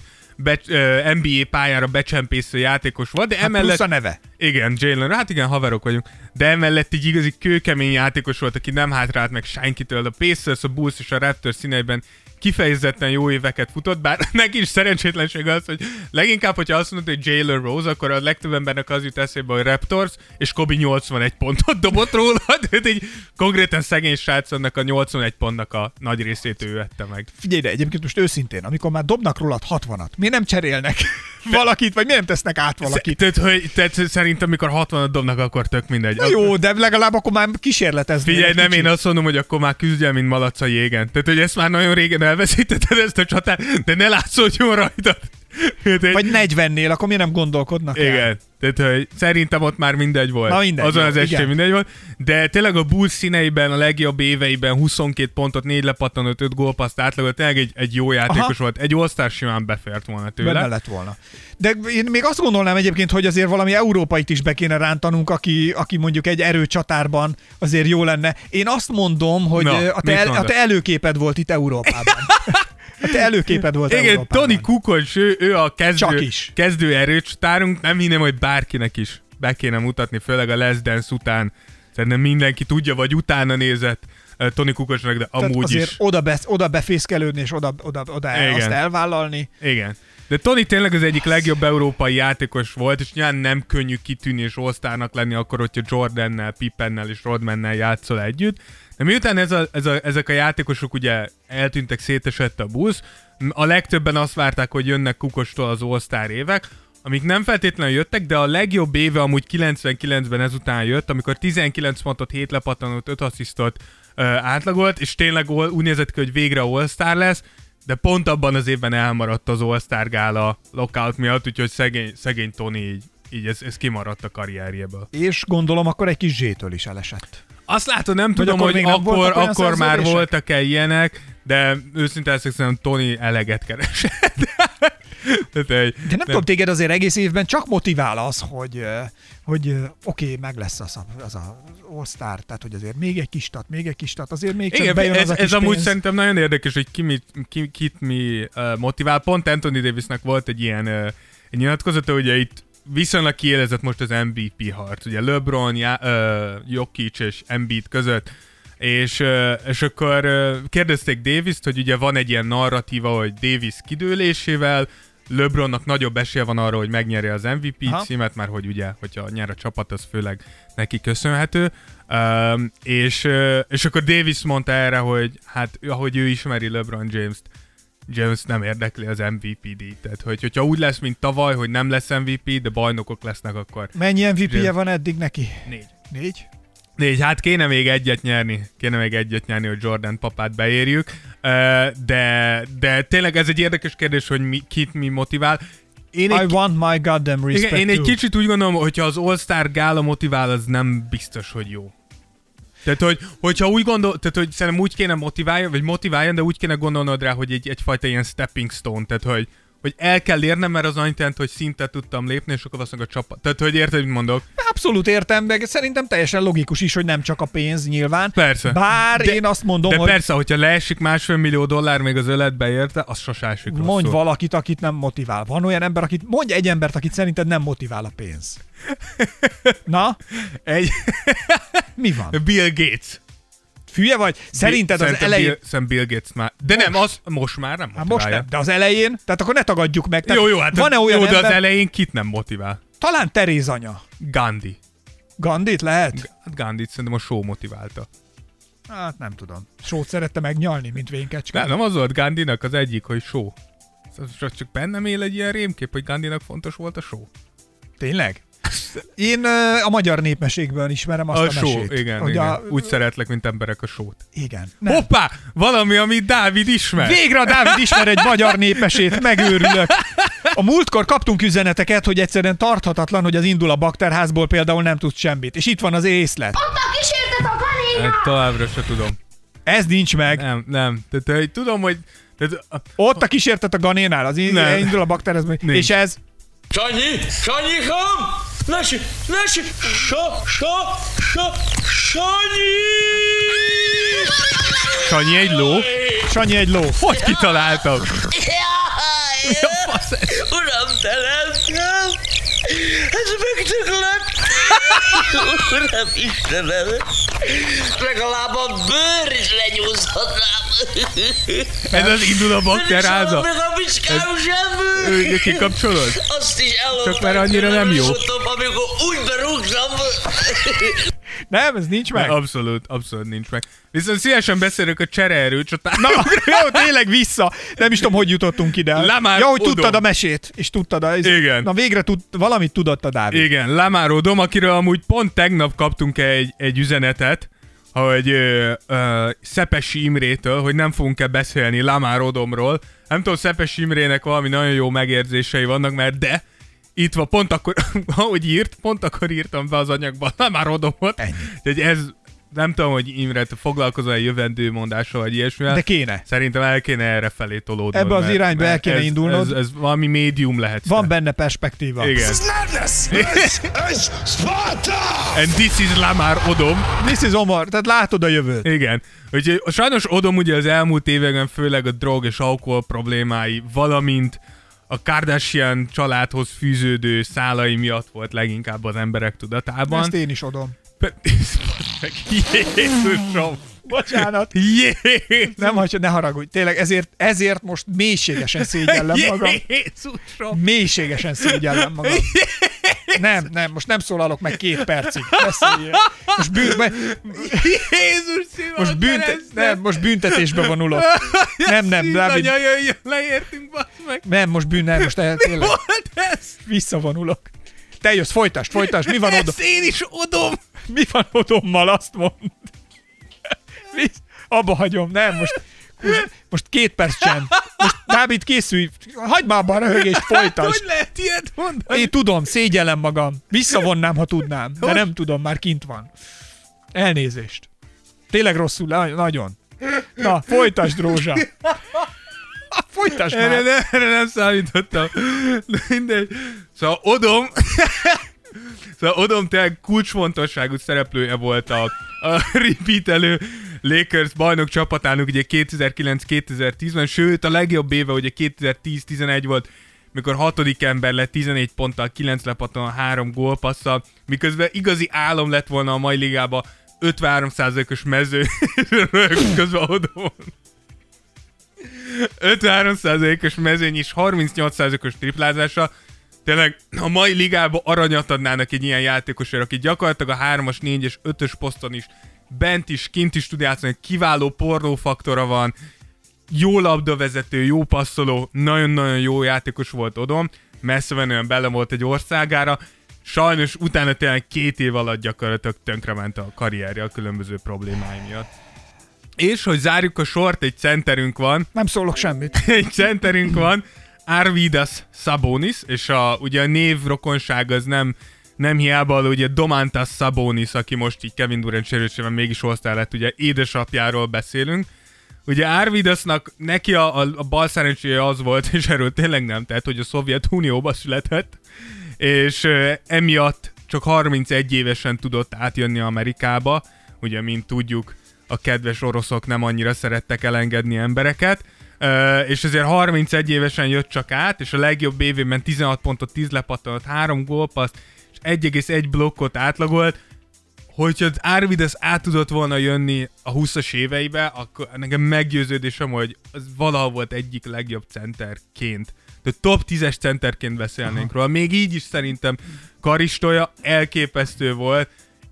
NBA pályára becsempésző játékos volt, de emellett... Plusz a neve. Igen, Jalen, hát igen, haverok vagyunk. De emellett egy igazi kőkemény játékos volt, aki nem hátrált meg senkitől. A Pacers, a Bulls és a Raptors színeiben kifejezetten jó éveket futott, bár neki is szerencsétlenség az, hogy leginkább, hogyha azt mondod, hogy Jalen Rose, akkor a legtöbb embernek az jut eszébe, hogy Raptors, és Kobe 81 pontot dobott róla, tehát egy konkrétan szegény srácnak a 81 pontnak a nagy részét ő vette meg. Figyelj, de egyébként most őszintén, amikor már dobnak rólad 60-at, miért nem cserélnek valakit, vagy miért nem tesznek át valakit? Tehát szerintem, amikor 60-at dobnak, akkor tök mindegy. Na jó, de legalább akkor már kísérletezni. Figyelj, nem én azt mondom, hogy akkor már küzdjél, mint malac a jégen. Tehát, hogy ezt már nagyon régen elveszítetted ezt a csatát, de ne látszódjon rajtad. Vagy 40-nél, akkor miért nem gondolkodnak igen. el? Tehát, hogy szerintem ott már mindegy volt. Na mindegy, azon az igen. mindegy volt. De tényleg a Bulls színeiben, a legjobb éveiben 22 pontot, 4 lepattanót, 5 gólpasszt átlagolt, tényleg egy jó játékos volt. Egy All-Star simán befért volna tőle. Benne lett volna. De én még azt gondolnám egyébként, hogy azért valami európait is be kéne rántanunk, aki mondjuk egy erőcsatárban azért jó lenne. Én azt mondom, hogy a te előképed volt itt Európában. A te előképed volt igen, Európában. Toni Kukoc, ő a kezdő erőcsatárunk, nem hinném, hogy bárkinek is be kéne mutatni, főleg a Last Dance után. Szerintem mindenki tudja, vagy utána nézett Toni Kukocnak, de amúgy azért is. oda befészkelődni, és oda azt elvállalni. Igen. De Toni tényleg az egyik legjobb európai játékos volt, és nyilván nem könnyű kitűnni és all-starnak lenni akkor, hogyha Jordannel, Pippennel és Rodmannel játszol együtt. De miután ezek a játékosok ugye eltűntek, szétesett a Bulls, a legtöbben azt várták, hogy jönnek Kukoctól az all-star évek, amik nem feltétlenül jöttek, de a legjobb éve amúgy 99-ben ezután jött, amikor 19 pontot, 7 lepattanót, 5 asszisztot átlagolt, és tényleg úgy nézett ki, hogy végre all-star lesz, de pont abban az évben elmaradt az All-Star gála lockout miatt, úgyhogy szegény Toni így ez kimaradt a karrierjéből. És gondolom akkor egy kis zsétől is elesett. Azt látod, nem tudom, hogy akkor már voltak-e ilyenek, de őszintén szerintem Toni eleget keresett. De nem tudom, téged azért egész évben csak motivál az, hogy oké, meg lesz az a All-Star, tehát hogy azért még egy kis stat, azért még csak bejön az a kis ez amúgy pénz. szerintem nagyon érdekes, hogy kit mi motivál. Pont Anthony Davisnek volt egy ilyen egy nyilatkozata, ugye itt viszonylag kiélezett most az MVP harc, ugye LeBron, Jokic és Embiid között, és akkor kérdezték Davist, hogy ugye van egy ilyen narratíva, hogy Davis kidőlésével LeBronnak nagyobb esélye van arra, hogy megnyerje az MVP címet, már hogy ugye, hogyha nyer a csapat, az főleg neki köszönhető. És akkor Davis mondta erre, hogy hát ahogy ő ismeri LeBron James nem érdekli az MVP díjt. Tehát, hogyha úgy lesz, mint tavaly, hogy nem lesz MVP, de bajnokok lesznek, akkor... Mennyi MVP-je van eddig neki? 4. Hát kéne még egyet nyerni, hogy Jordan papát beérjük, de tényleg ez egy érdekes kérdés, hogy kit mi motivál. I want my goddamn respect. Igen, én egy kicsit úgy gondolom, hogyha az All-Star gála motivál, az nem biztos, hogy jó. Tehát, hogyha úgy gondol, tehát, hogy szerintem úgy kéne motiváljon, de úgy kéne gondolnod rá, hogy egyfajta ilyen stepping stone, tehát, hogy el kell érnem, mert az annyit jelent, hogy szintet tudtam lépni, és akkor valószínűleg a csapat. Tehát, hogy érted, mit mondok? Abszolút értem, de szerintem teljesen logikus is, hogy nem csak a pénz nyilván. Persze. Bár én azt mondom, de hogy... De persze, hogyha leesik $1,5 millió még az öletbe érte, az sose esik rosszul. Mondj valakit, akit nem motivál. Van olyan ember, mondj egy embert, akit szerinted nem motivál a pénz. Na? Mi van? Bill Gates. Hülye vagy? Szerinted az elején... Bill Gates már. De most. Nem, az most már nem motiválja. Most nem, de az elején, tehát akkor ne tagadjuk meg. Jó, hát van-e olyan de ember... az elején kit nem motivál? Talán Teréz anya. Gandhi. Gandhit lehet? Gandhit szerintem a show motiválta. Hát nem tudom. Sót szerette megnyalni, mint vénkecske. Nem az volt Gandhinak az egyik, hogy show. Csak bennem él egy ilyen rémkép, hogy Gandhinak fontos volt a show. Tényleg? Én a magyar népmesékből ismerem azt a mesét. Show, igen. Úgy szeretlek, mint emberek a sót. Igen. Nem. Hoppá! Valami, amit Dávid ismer. Végre a Dávid ismer egy magyar népmesét, megőrülök. A múltkor kaptunk üzeneteket, hogy egyszerűen tarthatatlan, hogy az Indul a bakterházból például nem tud semmit. És itt van az észlet. Ott a kísértet a kanéna! Hát, továbbra se tudom. Ez nincs meg. Nem. Tehát tudom, hogy... Ott a kísértet a ganénál, az Indul a bakterházból. És ez... Sanyikám! Sanyi! Sanyi egy ló? Sanyi egy ló. Hogy kitaláltam? Mi a fasz ez? Uram, te lettem! Ez megdöglött! Uram, Istenem! Legalább a bőr is lenyúzhatnám! Ez az indul a bakteráza. Meg a bicskám sem! Ő kikapcsolod? Azt is ellopták. Csak mert annyira nem jó. Amikor úgy berúgtam. Nem, ez nincs meg. Abszolút nincs meg. Viszont szívesen beszélök a csereerőcsatáról. Na, jó, tényleg vissza. Nem is tudom, hogy jutottunk ide. Lamar ja, hogy Odom. tudtad a mesét, és tudtad Igen. Na végre valamit tudott a Dávid. Igen, Lamar Odom, akiről amúgy pont tegnap kaptunk egy üzenetet, hogy Szepesi Imrétől, hogy nem fogunk-e beszélni Lamar Odomról. Nem tudom, Szepesi Imrének valami nagyon jó megérzései vannak, mert de itt van, pont akkor, ahogy pont akkor írtam be az anyagban Lamar Odomot. Tehát ez, nem tudom, hogy Imre, te foglalkozol-e jövendő mondással, vagy ilyesmivel. De kéne. Szerintem el kéne erre felé tolódnod. Ebbe az irányba el kéne indulnod. Ez valami médium lehet. Van benne perspektíva. Igen. This is madness! This is Sparta! And this is Lamar Odom. This is Omar, tehát látod a jövőt. Igen. Úgyhogy sajnos Odom ugye az elmúlt években főleg a drog és alkohol problémái, valamint a Kardashian családhoz fűződő szálai miatt volt leginkább az emberek tudatában. Ezt én is adom. Jézusom! Bocsánat. Nem, ne haragudj. Tényleg ezért most mélységesen szégyellem magam. Jézusom! Mélységesen szégyellem magam. Nem, most nem szólalok meg 2 percig. Beszéljél. Most büntetésbe vonulok. Nem, Dávid. Leértünk, bassz meg. Nem, most tényleg. Mi volt ez? Visszavonulok. Te jössz, folytasd, mi van oda? Ezt én is Odom. Mi van Odommal, azt mondd. Abba hagyom, nem, most 2 perc csend. Most Dávid, készülj, hagyd már abba a röhögést, folytasd. Hogy lehet ilyet mondani? Én tudom, szégyellem magam. Visszavonnám, ha tudnám, de nem tudom, már kint van. Elnézést. Tényleg rosszul, nagyon. Na, folytasd, Rózsa. Folytasd már. Erre nem számítottam. Mindegy. Szóval Odom tényleg kulcsfontosságú szereplője volt a repeat-elő Lakers bajnok csapatának ugye 2009-2010-ben, sőt a legjobb éve ugye 2010-11 volt, mikor 6. ember lett 14 ponttal, 9 lepattal, 3 gólpasszal, miközben igazi álom lett volna a mai ligában 53%-os mező, közben Odom 53%-os mezőny és 38%-os triplázása. Tényleg a mai ligában aranyat adnának egy ilyen játékosra, aki gyakorlatilag a 3-as, 4-es, 5-ös poszton is bent is, kint is tud játszani, kiváló pornófaktora van, jó labdavezető, jó passzoló, nagyon-nagyon jó játékos volt Odom, messze menően bele volt egy országára, sajnos utána tényleg 2 év alatt gyakorlatilag tönkrement a karrierje a különböző problémái miatt. És hogy zárjuk a sort, egy centerünk van. Nem szólok semmit. Egy centerünk van, Arvydas Sabonis, és ugye a névrokonság az nem hiába, ugye Domantas Sabonis, aki most így Kevin Durant sérülésében mégis all-star lett, ugye édesapjáról beszélünk. Ugye Arvidasnak neki a bal szerencséje az volt, és erről tényleg nem, tehát hogy a Szovjetunióba született, és emiatt csak 31 évesen tudott átjönni Amerikába, ugye mint tudjuk, a kedves oroszok nem annyira szerettek elengedni embereket, és ezért 31 évesen jött csak át, és a legjobb évében 16 pontot, 10 lepattanott, 3 gólpaszt, és 1,1 blokkot átlagolt. Hogyha az Arvidas át tudott volna jönni a 20-as éveibe, akkor nekem meggyőződésem, hogy az valaha volt egyik legjobb centerként. Tehát top 10-es centerként beszélnénk róla. Még így is szerintem karistolja elképesztő volt.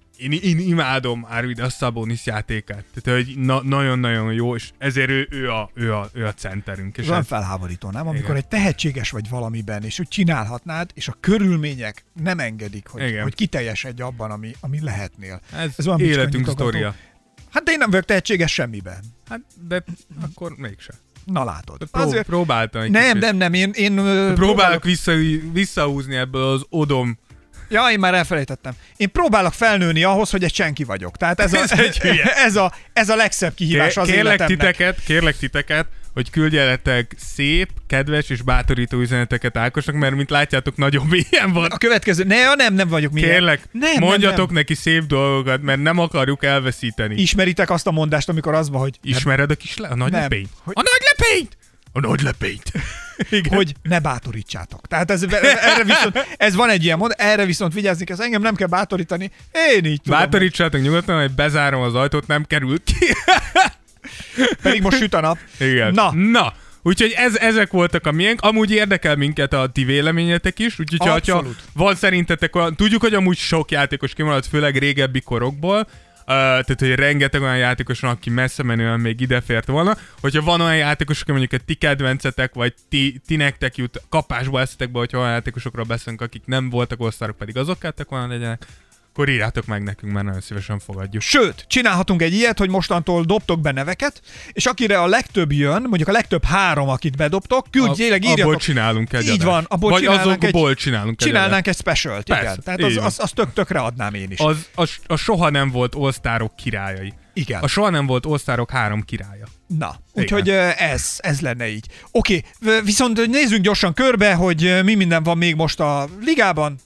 Én imádom Arvydas Sabonis játékát. Tehát, hogy nagyon-nagyon jó, és ezért ő a centerünk. És van felháborító, nem? Amikor egy tehetséges vagy valamiben, és úgy csinálhatnád, és a körülmények nem engedik, hogy kiteljesedj abban, ami lehetnél. Ez életünk sztoria. Hát de én nem vagyok tehetséges semmiben. Hát de akkor mégsem. Na látod. Próbáltam egy Nem, én próbálok visszahúzni ebből az Odom. Ja, én már elfelejtettem. Én próbálok felnőni ahhoz, hogy egy senki vagyok. Tehát ez a legszebb kihívás az életemnek. Kérlek titeket, hogy küldjetek szép, kedves és bátorító üzeneteket Ákosnak, mert mint látjátok, nagyon mélyen van. A következő, nem vagyok mélyen. Kérlek, mondjatok neki szép dolgokat, mert nem akarjuk elveszíteni. Ismeritek azt a mondást, amikor az van, hogy... Ismered a nagy lepényt? A nagy lepényt! A nagy lepényt! Hogy ne bátorítsátok. Tehát erre viszont, ez van egy ilyen mond, erre viszont vigyázni kell, engem nem kell bátorítani, én így tudom. Bátorítsátok nyugodtan, hogy bezárom az ajtót, nem kerül ki. Pedig most süt a nap. Igen. Na. Úgyhogy ezek voltak a miénk. Amúgy érdekel minket a ti véleményetek is, úgyhogy ha van szerintetek olyan, tudjuk, hogy amúgy sok játékos kimaradt, főleg régebbi korokból, tehát, hogy rengeteg olyan játékos van, aki messze menően még idefért volna. Hogyha van olyan játékos, aki mondjuk ti kedvencetek, vagy ti nektek jut kapásba eszetekbe, hogyha olyan játékosokról beszélünk, akik nem voltak osztárok, pedig azok kellettek volna legyenek, akkor írjátok meg nekünk, mert nagyon szívesen fogadjuk. Sőt, csinálhatunk egy ilyet, hogy mostantól dobtok be neveket, és akire a legtöbb jön, mondjuk a legtöbb 3, akit bedobtok, írjatok. Abból csinálunk egy Így van, abból csinálnánk egy specialt, igen. Tehát az tökre adnám én is. A soha nem volt All-Starok királyai. Igen. A soha nem volt All-Starok 3 királya. Na, úgyhogy ez lenne így. Oké, viszont nézzünk gyorsan körbe, hogy mi minden van még most a ligában.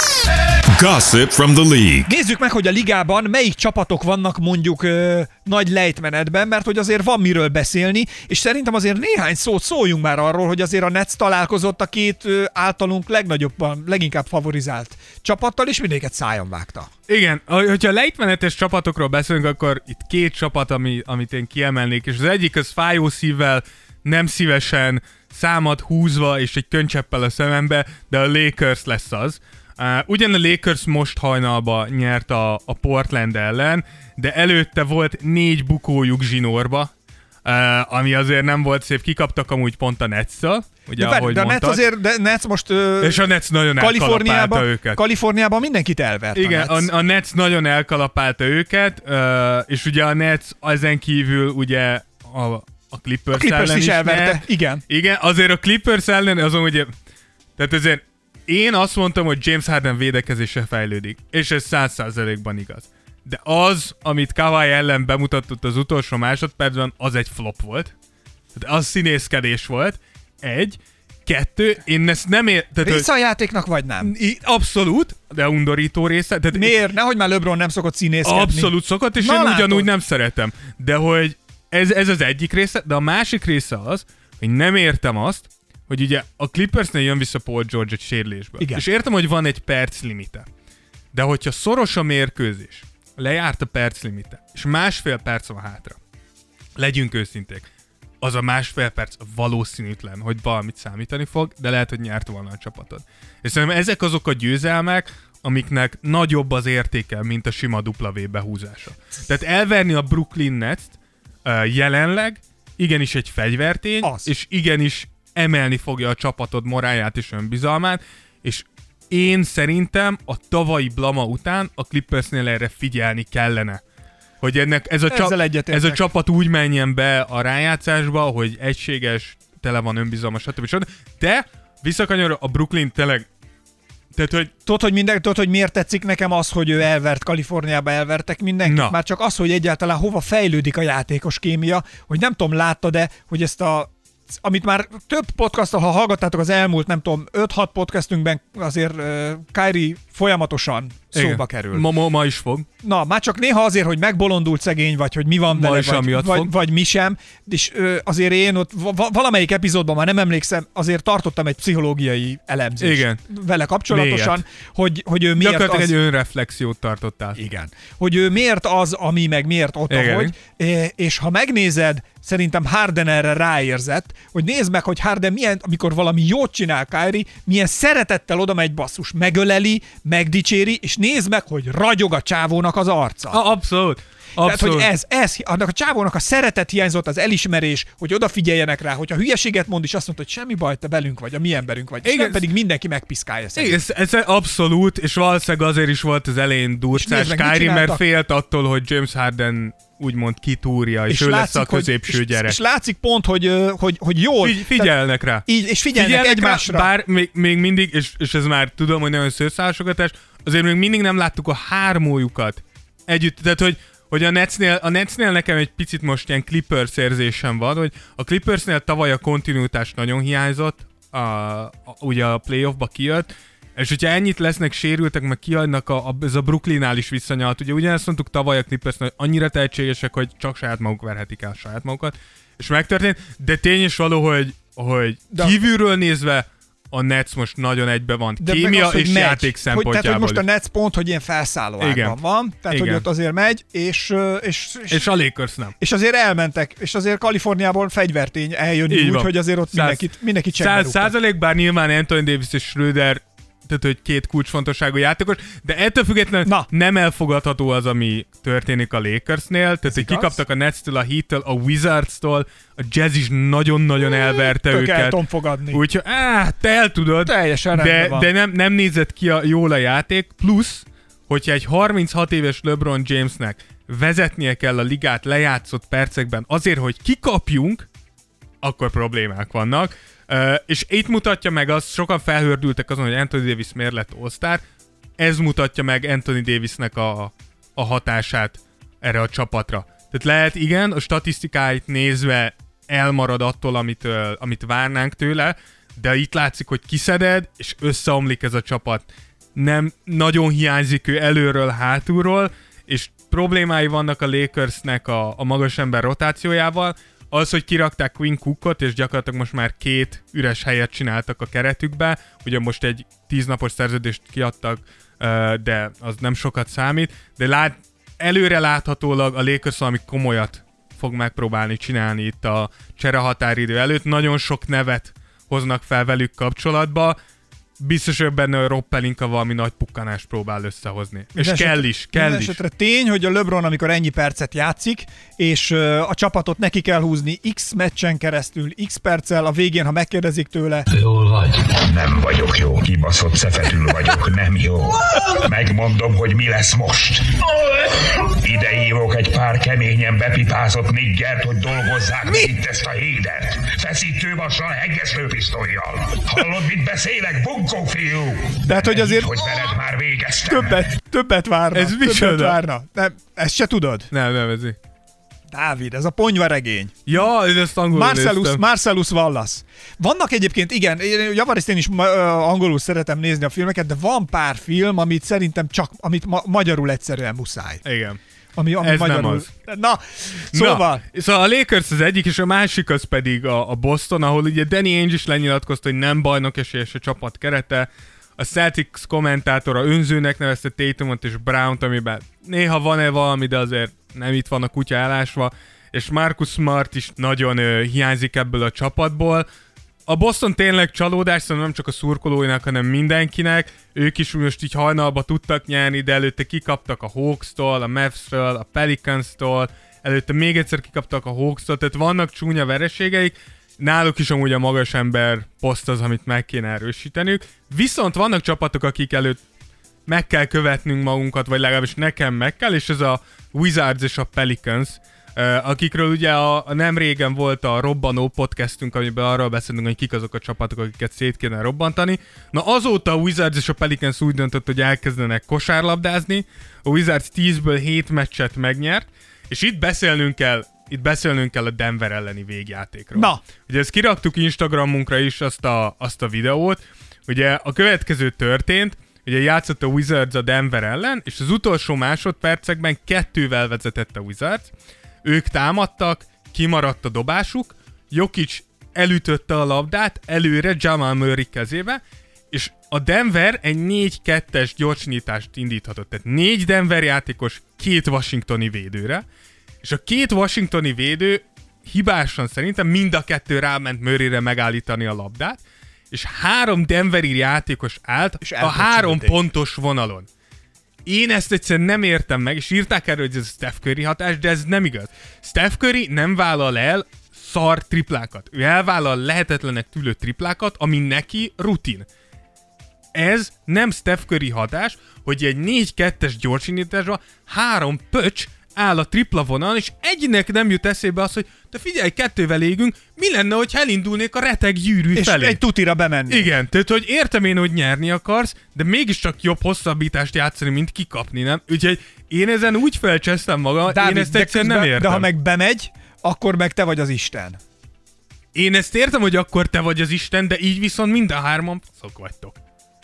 Gossip from the league. Nézzük meg, hogy a ligában melyik csapatok vannak mondjuk nagy lejtmenetben, mert hogy azért van miről beszélni, és szerintem azért néhány szót szóljunk már arról, hogy azért a Nets találkozott a két általunk leginkább favorizált csapattal, és mindegyiket szájon vágta. Igen, hogyha lejtmenetes csapatokról beszélünk, akkor itt 2 csapat, amit én kiemelnék, és az egyik az fájó szívvel, nem szívesen, számat húzva és egy könycseppel a szemembe, de a Lakers lesz az. Ugyan a Lakers most hajnalban nyert a Portland ellen, de előtte volt 4 bukójuk zsinórba, ami azért nem volt szép. Kikaptak amúgy pont a Nets-szal, ugye, ahogy de a Nets azért, Nets most és a Nets nagyon elkalapálta őket. Kaliforniában mindenkit elvert. Igen, a Nets nagyon elkalapálta őket, és ugye a Nets ezen kívül ugye a Clippers ellen is elverte. Igen, azért a Clippers ellen azon ugye, tehát azért én azt mondtam, hogy James Harden védekezése fejlődik, és ez 100%-ban igaz. De az, amit Kawhi ellen bemutatott az utolsó másodpercben, az egy flop volt. Tehát az színészkedés volt. 1. 2. Én ezt nem része a játéknak, vagy nem? Abszolút, de undorító része. Tehát miért? Nehogy már LeBron nem szokott színészkedni. Abszolút szokott, és én ugyanúgy nem szeretem. De hogy ez az egyik része, de a másik része az, hogy nem értem azt, hogy ugye a Clippersnél jön vissza Paul George egy sérülésből. Igen. És értem, hogy van egy perc limite. De hogyha szoros a mérkőzés, lejárt a perc limite, és 1,5 perc van hátra, legyünk őszinték, az a 1,5 perc valószínűtlen, hogy valamit számítani fog, de lehet, hogy nyert volna a csapatod. És szerintem ezek azok a győzelmek, amiknek nagyobb az értéke, mint a sima W behúzása. Tehát elverni a Brooklyn Nets-t jelenleg igenis egy fegyvertény, és igenis emelni fogja a csapatod morálját és önbizalmát, és én szerintem a tavalyi blama után a Clippersnél erre figyelni kellene. Hogy ez a csapat úgy menjen be a rájátszásba, hogy egységes, tele van önbizalmas, stb. De visszakanyar a Brooklyn tényleg. Tehát, hogy... Tudod, hogy miért tetszik nekem az, hogy ő elvert, Kaliforniába elvertek mindenkit? Na. Már csak az, hogy egyáltalán hova fejlődik a játékos kémia, hogy nem tudom, láttad-e, hogy ezt amit már több podcaston, ha hallgattátok az elmúlt, nem tudom, 5-6 podcastünkben azért Kyrie folyamatosan szóba kerül. Ma is fog. Na, már csak néha azért, hogy megbolondult szegény, vagy hogy mi van vele, vagy mi sem. És azért én ott valamelyik epizódban, már nem emlékszem, azért tartottam egy pszichológiai elemzést vele kapcsolatosan, hogy ő miért gyakorlatilag egy önreflexiót tartottál. Igen. Hogy ő miért az, ami meg miért ott, ahogy. És ha megnézed, szerintem Harden erre ráérzett, hogy nézd meg, hogy Harden milyen, amikor valami jót csinál Kyrie, milyen szeretettel oda megy basszus, megöleli, megdicséri, és nézd meg, hogy ragyog a csávónak az arca. Abszolút. Tehát, hogy ez, annak a csávónak a szeretet hiányzott, az elismerés, hogy odafigyeljenek rá, hogyha hülyeséget mond, és azt mondta, hogy semmi baj, te velünk vagy, a mi emberünk vagy, és nem pedig mindenki megpiszkálja. Ez abszolút, és valószínűleg azért is volt az elején durcás Kyrie, mert félt attól, hogy James Harden úgymond kitúrja, és ő lesz a középső gyerek. És látszik pont, hogy jól... Figyelnek rá. És figyelnek egymásra. Bár még mindig, és ez már tudom, hogy nagyon szőrszálasogatás, azért még mindig nem láttuk a hármójukat együtt. Tehát, hogy a Netsnél nekem egy picit most ilyen Clippers érzésem van, hogy a Clippersnél tavaly a kontinuitás nagyon hiányzott, ugye a playoffba kijött, és hogyha ennyit lesznek sérültek, meg kiadnak ez a Brooklynnál is visszanyalt. Ugye ugyanezt mondtuk tavaly a Clippersnél, hogy annyira tehetségesek, hogy csak saját maguk verhetik el saját magukat, és megtörtént, de tény is való, hogy kívülről nézve a Nets most nagyon egybe van. De kémia az, és megy. Játék szempontjából. Tehát, hogy most a Nets pont, hogy ilyen felszálló ágban van, tehát, hogy ott azért megy, és a Lakers nem. És azért elmentek, és azért Kaliforniából fegyvertény eljönni úgy, hogy azért ott mindenkit csekbe 100%, bár nyilván Anthony Davis és Schröder, tehát hogy két kulcsfontosságú játékos, de ettől függetlenül nem elfogadható az, ami történik a Lakersnél, tehát hogy kikaptak a Netstől, a Heattől, a Wizardstól, a Jazz is nagyon-nagyon elverte őket. El tudom fogadni. Úgyhogy, te el tudod, de nem nézett ki jól a játék, plusz, hogyha egy 36 éves LeBron Jamesnek vezetnie kell a ligát lejátszott percekben azért, hogy kikapjunk, akkor problémák vannak. És itt mutatja meg azt, sokan felhördültek azon, hogy Anthony Davis miért lett All-Star. Ez mutatja meg Anthony Davisnek a hatását erre a csapatra. Tehát lehet, igen, a statisztikáit nézve elmarad attól, amit várnánk tőle, de itt látszik, hogy kiszeded, és összeomlik ez a csapat. Nem nagyon hiányzik ő előről, hátulról, és problémái vannak a Lakersnek a magas ember rotációjával. Az, hogy kirakták Quinn Cookot, és gyakorlatilag most már 2 üres helyet csináltak a keretükbe. Ugye most egy 10 napos szerződést kiadtak, de az nem sokat számít. De előre láthatólag a Lakers valami komolyat fog megpróbálni csinálni itt a cserehatáridő előtt. Nagyon sok nevet hoznak fel velük kapcsolatba. Biztos, hogy benne a Rob Pelinka valami nagy pukkanást próbál összehozni. És kell is. Esetre tény, hogy a LeBron, amikor ennyi percet játszik, és a csapatot neki kell húzni X meccsen keresztül, X perccel, a végén, ha megkérdezik tőle. Jól vagy? Nem vagyok jó. Kibaszott szefetül vagyok, nem jó. Megmondom, hogy mi lesz most. Ide hívok egy pár keményen bepipázott niggert, hogy dolgozzák itt ezt a hédet. Feszítővassal, hegesztőpisztollyal. Hallod, mit beszélek, bunkó fiú? De hát, hogy azért hogy veled már végeztem. Többet várna. Ez micsoda? Várna. Nem, ezt se tudod? Nem, ez Dávid, ez a ponyvaregény. Ja, ezt angolul Marcellus Wallace. Vannak egyébként, igen, javarészt én is angolul szeretem nézni a filmeket, de van pár film, amit szerintem amit magyarul egyszerűen muszáj. Igen. Ami ez magyarul... nem az. Na, szóval. Szóval a Lakers az egyik, és a másik az pedig a Boston, ahol ugye Danny Ainge is lenyilatkozta, hogy nem bajnok esélyes a csapat kerete. A Celtics kommentátora önzőnek nevezte Tatumot és Brownt, amiben néha van-e valami, de azért nem itt van a kutya elásva, és Marcus Smart is nagyon hiányzik ebből a csapatból. A Boston tényleg csalódás, szóval nem csak a szurkolóinak, hanem mindenkinek. Ők is most így hajnalba tudtak nyerni, de előtte kikaptak a Hawks-tól, a Mavs-től, a Pelicans-tól, előtte még egyszer kikaptak a Hawks-tól, tehát vannak csúnya vereségeik. Náluk is amúgy a magas ember poszt az, amit meg kéne erősíteniük. Viszont vannak csapatok, akik előtt meg kell követnünk magunkat, vagy legalábbis nekem meg kell, és ez a Wizards és a Pelicans, akikről ugye a nem régen volt a Robbanó podcastünk, amiben arról beszélünk, hogy kik azok a csapatok, akiket szét kéne robbantani. Na azóta a Wizards és a Pelicans úgy döntött, hogy elkezdenek kosárlabdázni. A Wizards 10-ből 7 meccset megnyert, és itt beszélnünk kell a Denver elleni végjátékról. Na. Ugye ezt kiraktuk Instagramunkra is azt a videót. Ugye a következő történt, ugye játszott a Wizards a Denver ellen, és az utolsó másodpercekben 2-vel vezetett a Wizards. Ők támadtak, kimaradt a dobásuk, Jokic elütötte a labdát előre Jamal Murray kezébe, és a Denver egy 4-2-es gyorsnyitást indíthatott. Tehát 4 Denver játékos 2 washingtoni védőre, és a 2 washingtoni védő hibásan szerintem mind a 2 ráment Murrayre megállítani a labdát, és 3 denveri játékos állt a 3 pontos vonalon. Én ezt egyszerűen nem értem meg, és írták erről, hogy ez a Steph Curry hatás, de ez nem igaz. Steph Curry nem vállal el szar triplákat. Ő elvállal lehetetlenek tűlő triplákat, ami neki rutin. Ez nem Steph Curry hatás, hogy egy 4-2-es gyorsindításra 3 pöcs áll a tripla vonalon, és egynek nem jut eszébe az, hogy te figyelj, 2-vel égünk, mi lenne, hogy elindulnék a reteg gyűrű felé? És egy tutira bemenni. Igen, tehát hogy értem én, hogy nyerni akarsz, de mégiscsak jobb hosszabbítást játszani, mint kikapni, nem? Úgyhogy én ezen úgy felcsesztem magam, Dávid, én ezt egyszerűen nem értem. De ha meg bemegy, akkor meg te vagy az Isten. Én ezt értem, hogy akkor te vagy az Isten, de így viszont mind a hárman faszok vagytok.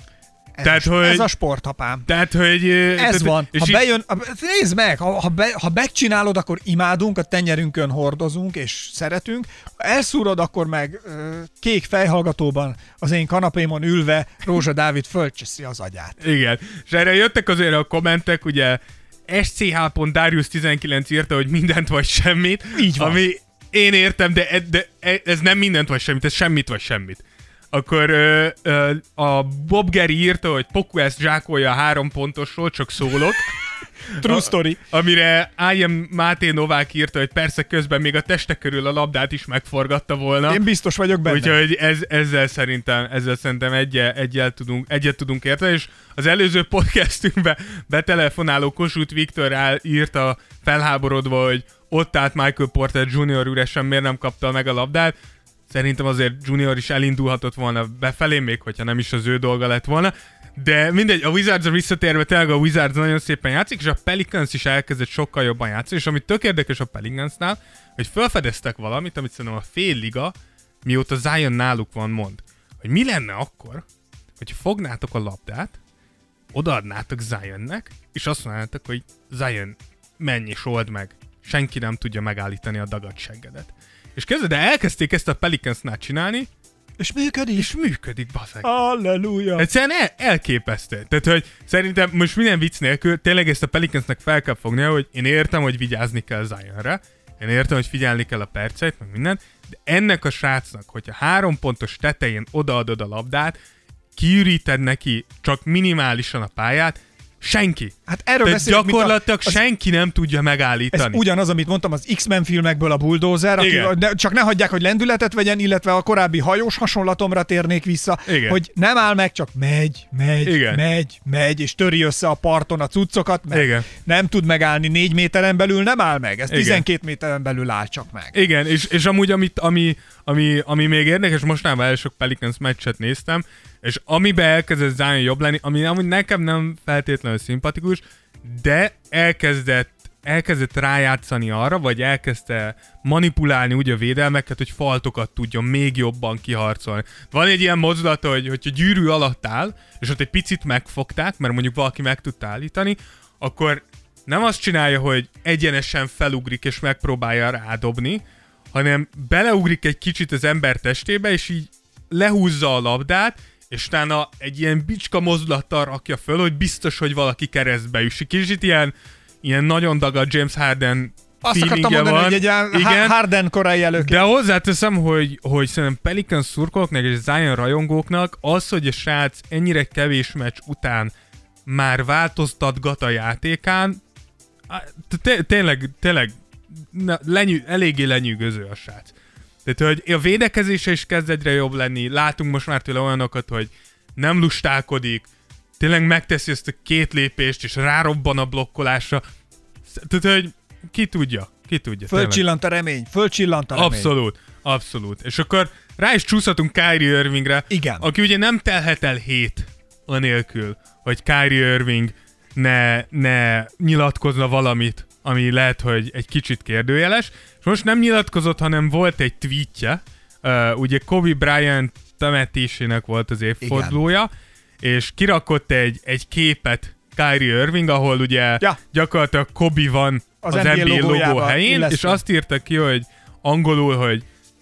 Ez a sport, apám. Tehát, hogy... Ez van. Ha bejön, nézd meg, ha megcsinálod, akkor imádunk, a tenyerünkön hordozunk és szeretünk. Ha elszúrod, akkor meg kék fejhallgatóban az én kanapémon ülve Rózsa Dávid fölcseszi az agyát. Igen. És erre jöttek azért a kommentek, ugye SCH.Darius19 írta, hogy mindent vagy semmit. Így van. Ami én értem, de ez nem mindent vagy semmit, ez semmit vagy semmit. Akkor a Bob Gary írta, hogy Poku ezt zsákolja a 3 pontosról, csak szólok. True story. Amire I.M. Máté Novák írta, hogy persze közben még a teste körül a labdát is megforgatta volna. Én biztos vagyok benne. Úgyhogy ezzel szerintem egyet tudunk érteni, és az előző podcastünkben betelefonáló Kossuth Viktor írta felháborodva, hogy ott állt Michael Porter Jr. üresen, miért nem kapta meg a labdát. Szerintem azért Junior is elindulhatott volna befelé, még hogyha nem is az ő dolga lett volna. De mindegy, a Wizards-ra visszatérve tényleg a Wizards nagyon szépen játszik, és a Pelicans is elkezdett sokkal jobban játszani, és ami tök érdekes a Pelicansnál, hogy felfedeztek valamit, amit szerintem a fél liga, mióta Zion náluk van, mond. Hogy mi lenne akkor, hogy fognátok a labdát, odaadnátok Zionnek, és azt mondnátok, hogy Zion, menj és old meg. Senki nem tudja megállítani a dagadséggedet. És kezdve, de elkezdték ezt a Pelicansnál csinálni, és működik. És működik, baszeg. Halleluja. Egyszerűen elképesztő. Tehát, hogy szerintem most minden vicc nélkül tényleg ezt a Pelicansnek fel kell fognia, hogy én értem, hogy vigyázni kell Zionre, én értem, hogy figyelni kell a perceit, meg minden, de ennek a srácnak, hogyha 3 pontos tetején odaadod a labdát, kiüríted neki csak minimálisan a pályát, senki. Hát erről beszélünk, gyakorlatilag senki nem tudja megállítani. Ez ugyanaz, amit mondtam az X-Men filmekből a bulldozer, aki csak ne hagyják, hogy lendületet vegyen, illetve a korábbi hajós hasonlatomra térnék vissza, hogy nem áll meg, csak megy, és töri össze a parton a cuccokat, mert nem tud megállni 4 méteren belül, nem áll meg. Ez 12 méteren belül áll csak meg. Igen, és amúgy ami még érdekes, mostanában el sok Pelicans meccset néztem, és amiben elkezdett Zion jobb lenni, ami amúgy nekem nem feltétlenül szimpatikus, de elkezdett rájátszani arra, vagy elkezdte manipulálni úgy a védelmeket, hogy faltokat tudjon még jobban kiharcolni. Van egy ilyen mozdulata, hogy hogyha gyűrű alatt áll, és ott egy picit megfogták, mert mondjuk valaki meg tudta állítani, akkor nem azt csinálja, hogy egyenesen felugrik és megpróbálja rádobni, hanem beleugrik egy kicsit az ember testébe, és így lehúzza a labdát, és utána egy ilyen bicska mozdulattal rakja föl, hogy biztos, hogy valaki keresztbe üssik. Kicsit ilyen nagyon dagad James Harden azt akartam mondani, hogy egy Harden korai előként. De hozzáteszem, hogy szerintem Pelicans szurkolóknak és Zion rajongóknak az, hogy a srác ennyire kevés meccs után már változtatgat a játékán, tényleg eléggé lenyűgöző a srác. Tehát, hogy a védekezése is kezd egyre jobb lenni, látunk most már tőle olyanokat, hogy nem lustálkodik, tényleg megteszi ezt a 2 lépést, és rárobban a blokkolásra. Tehát, hogy ki tudja. Fölcsillant a remény. Abszolút. És akkor rá is csúszhatunk Kyrie Irvingre, aki ugye nem telhet el 7 anélkül, hogy Kyrie Irving ne nyilatkozna valamit, ami lehet, hogy egy kicsit kérdőjeles. És most nem nyilatkozott, hanem volt egy tweetje. Ugye Kobe Bryant temetésének volt az évfordulója, és kirakott egy képet Kyrie Irving, ahol ugye gyakorlatilag Kobe van az NBA logó helyén, és azt írta ki, hogy angolul, hogy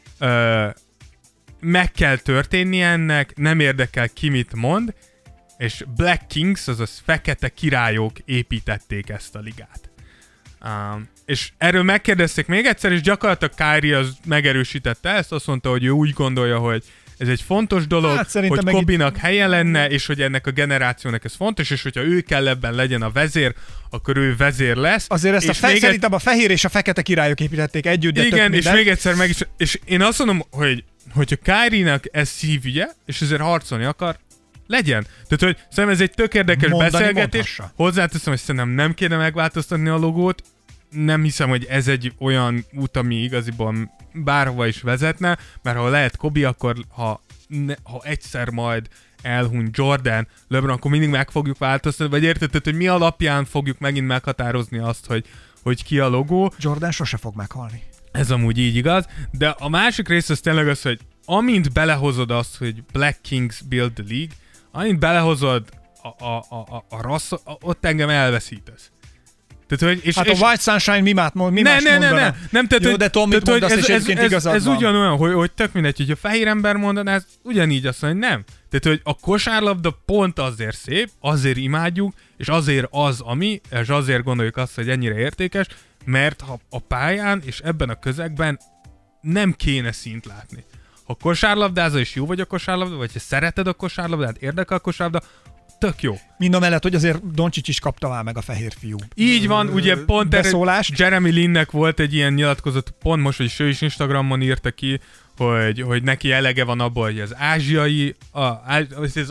meg kell történni ennek, nem érdekel ki mit mond, és Black Kings, azaz fekete királyok építették ezt a ligát. És erről megkérdezték még egyszer, és gyakorlatilag Kyrie az megerősítette ezt, azt mondta, hogy ő úgy gondolja, hogy ez egy fontos dolog, hogy Kobe-nak helye lenne, és hogy ennek a generációnak ez fontos, és hogyha ő kell ebben legyen a vezér, akkor ő vezér lesz. Azért ezt szerintem a fehér és a fekete királyok építették együtt, de igen, és még egyszer és én azt mondom, hogyha Kyrie-nak ez szívügye, és ezért harcolni akar, legyen. Tehát, hogy szerintem ez egy tök érdekes beszélgetés. Hozzáteszem, hogy szerintem nem kéne megváltoztatni a logót, nem hiszem, hogy ez egy olyan út, ami igaziból bárhova is vezetne, mert ha lehet Kobe, akkor ha egyszer majd elhuny Jordan, LeBron, akkor mindig meg fogjuk változtatni, vagy érted, hogy mi alapján fogjuk megint meghatározni azt, hogy ki a logó. Jordan sose fog meghalni. Ez amúgy így igaz, de a másik rész az tényleg az, hogy amint belehozod azt, hogy Black Kings build the league, amint belehozod a rassz, ott engem elveszítesz. Tehát, hogy, a White Sunshine mi más mondana? Nem, tehát, jó, de Tom, mit mondasz, és egyébként igazad ez van. ugyanolyan, hogy tök mindegy, hogy a fehér ember mondaná, ez ugyanígy azt mondja, hogy nem. Tehát, hogy a kosárlabda pont azért szép, azért imádjuk, és azért az, ami, és azért gondoljuk azt, hogy ennyire értékes, mert ha a pályán és ebben a közegben nem kéne szint látni. Ha kosárlabdázol és jó vagy a kosárlabda, vagy ha szereted a kosárlabdát, érdekel a kosárlabda, tök jó. Mindamellett, hogy azért Doncsics is kapta már meg a fehér fiú. Így van, ugye pont beszólás. Jeremy Linnek volt egy ilyen nyilatkozat, pont most, hogy ő is Instagramon írta ki, hogy neki elege van abból, hogy az ázsiai, az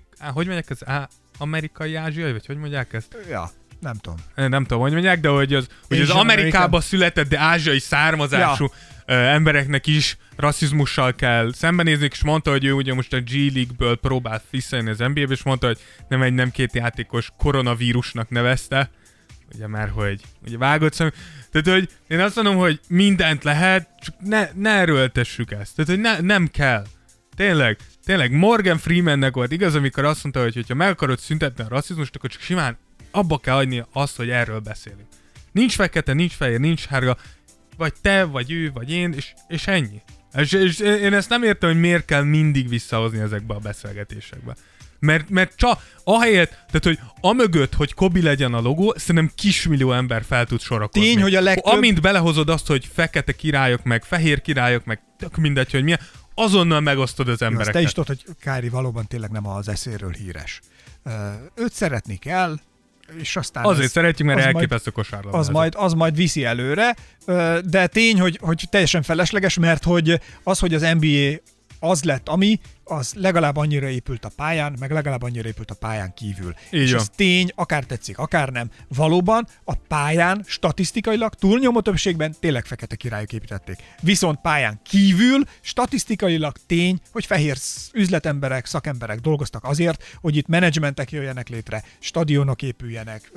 amerikai ázsiai, vagy hogy mondják ezt? Ja. Nem tudom. Nem tudom, hogy mondják, de hogy az Amerikában született, de ázsiai származású embereknek is rasszizmussal kell szembenézni, és mondta, hogy ő ugye most a G League-ből próbált visszajönni az NBA-be, és mondta, hogy nem két játékos koronavírusnak nevezte, ugye már, hogy ugye vágott szem. Tehát, hogy én azt mondom, hogy mindent lehet, csak ne erőltessük ezt. Tehát, hogy nem kell. Tényleg Morgan Freemannek volt igaz, amikor azt mondta, hogy ha meg akarod szüntetni a rasszizmust, akkor csak simán abba kell adni azt, hogy erről beszélünk. Nincs fekete, nincs fehér, nincs sárga, vagy te, vagy ő, vagy én, és ennyi. És én ezt nem értem, hogy miért kell mindig visszahozni ezekbe a beszélgetésekbe. Mert csak ahelyett, tehát hogy amögött, hogy Kobe legyen a logó, szerintem kismillió ember fel tud sorakozni. Tény, hogy a legtöbb... Amint belehozod azt, hogy fekete királyok, meg fehér királyok, meg tök mindegy, hogy milyen, azonnal megosztod az embereket. Te is tudod, hogy Kyrie valóban tényleg nem az eszéről híres. Őt szeretni kell, és aztán azért szeretjük, mert elképesztő kosárlabda. Az majd viszi előre, de tény, hogy teljesen felesleges, mert hogy az, hogy az NBA az lett, ami, az legalább annyira épült a pályán, meg legalább annyira épült a pályán kívül. Így és van. ez tény, akár tetszik, akár nem. Valóban a pályán statisztikailag túlnyomó többségben tényleg fekete királyok építették. Viszont pályán kívül statisztikailag tény, hogy fehér üzletemberek, szakemberek dolgoztak azért, hogy itt menedzsmentek jöjjenek létre, stadionok épüljenek,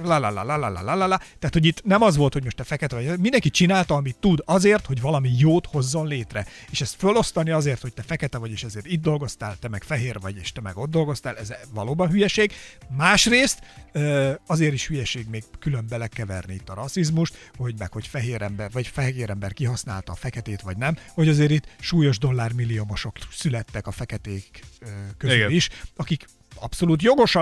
Tehát, hogy itt nem az volt, hogy most te fekete vagy, mindenki csinálta, amit tud azért, hogy valami jót hozzon létre. És ezt fölosztani azért, hogy te fekete vagy, és ezért itt dolgoztál, te meg fehér vagy, és te meg ott dolgoztál, ez valóban hülyeség. Másrészt azért is hülyeség még külön belekeverni itt a rasszizmust, hogy fehér ember kihasználta a feketét, vagy nem, hogy azért itt súlyos dollármilliómosok születtek a feketék közül igen. is, akik abszolút jogosan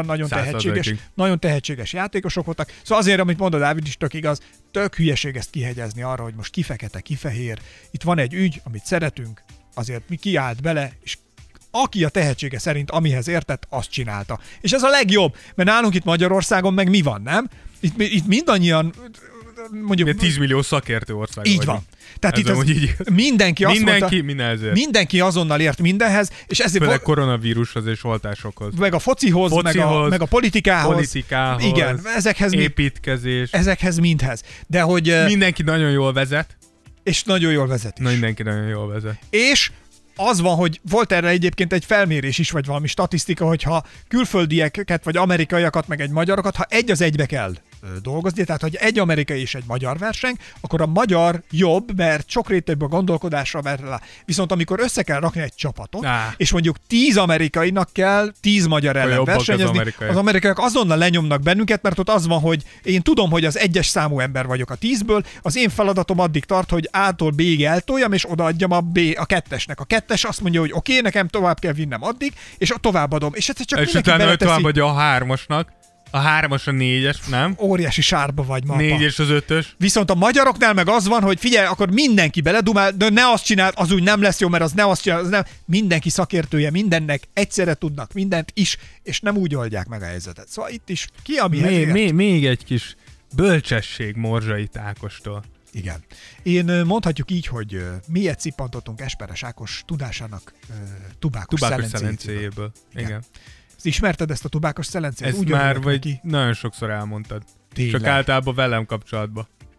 nagyon tehetséges játékosok voltak. Szóval azért, amit mondod, Dávid, is tök igaz, tök hülyeség ezt kihegyezni arra, hogy most ki fekete, ki fehér. Itt van egy ügy, amit szeretünk, azért mi kiállt bele, és aki a tehetsége szerint, amihez értett, azt csinálta. És ez a legjobb, mert nálunk itt Magyarországon meg mi van, nem? Itt mindannyian mondjuk... 10 millió szakértő ország. Így van. Tehát itt mindenki azt mondta, mindenki azonnal ért mindenhez, és ezért... Főleg koronavírushoz és oltásokhoz. Meg a focihoz, meg a politikához. Igen, ezekhez építkezés. Ezekhez mindhez. De hogy... Mindenki nagyon jól vezet. És nagyon jól vezet is. Mindenki nagyon jól vezet. És az van, hogy volt erre egyébként egy felmérés is, vagy valami statisztika, hogyha külföldieket, vagy amerikaiakat, meg egy magyarokat, ha egy az egybe kell dolgozni, tehát hogy egy amerikai és egy magyar verseny, akkor a magyar jobb, mert sokrétűbb a gondolkodásra, viszont amikor össze kell rakni egy csapatot, és mondjuk 10 amerikainak kell 10 magyar ellen versenyezni, az amerikaiak azonnal lenyomnak bennünket, mert ott az van, hogy én tudom, hogy az egyes számú ember vagyok a 10-ből, az én feladatom addig tart, hogy A-tól B-ig eltoljam, és odaadjam a kettesnek. A kettes azt mondja, hogy oké, nekem tovább kell vinnem addig, és továbbadom. És ez csak mindenki beleteszi. Tovább adja a 3-asnak. A 3-as, a 4-es, nem? Óriási sárba vagy, mapa. 4-es az 5-ös. Viszont a magyaroknál meg az van, hogy figyelj, akkor mindenki beledumál, de ne azt csinál, az úgy nem lesz jó, mert az ne azt csinál, az nem. Mindenki szakértője mindennek, egyszerre tudnak mindent is, és nem úgy oldják meg a helyzetet. Szóval itt is ki, amihez még egy kis bölcsesség Morzsai Ákostól. Igen. Én mondhatjuk így, hogy miért cippantottunk Esperes Ákos tudásának tubákos szelencéjéből. Igen. Ismerted ezt a tubákos szelencét? Ezt már vagy nagyon sokszor elmondtad. Tényleg. Csak általában velem kapcsolatban.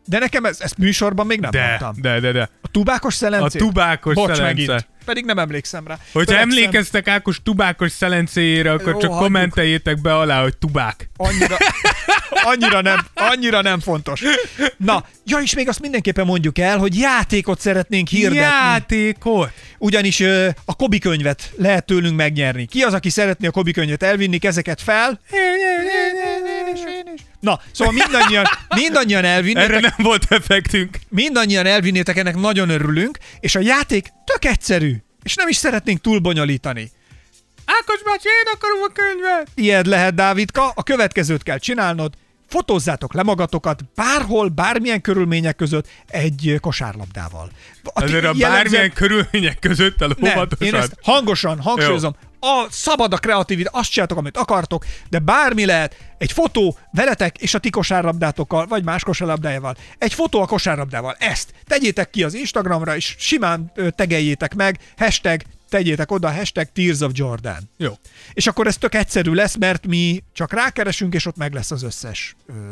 De nekem ezt műsorban még nem mondtam. De. A tubákos szelencé? A tubákos Bocs, szelence. megint. Pedig nem emlékszem rá. Hogyha emlékeztek Ákos tubákos szelencéjére, akkor Jó, csak hagyjuk. kommenteljétek be alá, hogy tubák. Annyira nem fontos. Na, ja, és még azt mindenképpen mondjuk el, hogy játékot szeretnénk hirdetni. Játékot? Ugyanis a Kobi könyvet lehet tőlünk megnyerni. Ki az, aki szeretné a Kobi könyvet elvinni, kezeket fel? Na, szóval mindannyian elvinnétek. Erre nem volt effektünk. Mindannyian elvinnétek, ennek nagyon örülünk, és a játék tök egyszerű, és nem is szeretnénk túl bonyolítani. Ákos bácsi, én akarom a könyvet! Ilyed lehet, Dávidka, a következőt kell csinálnod, fotózzátok le magatokat bárhol, bármilyen körülmények között egy kosárlabdával. Ezért a bármilyen körülmények között óvatosan. Én ezt hangosan hangsúlyozom. Szabad a kreativitás, azt csináltok, amit akartok, de bármi lehet, egy fotó veletek és a ti kosárlabdátokkal, vagy más kosárlabdájával. Egy fotó a kosárlabdával. Ezt tegyétek ki az Instagramra, és simán tegeljétek meg, tegyétek oda, #Tears of Jordan. Jó. És akkor ez tök egyszerű lesz, mert mi csak rákeresünk, és ott meg lesz az összes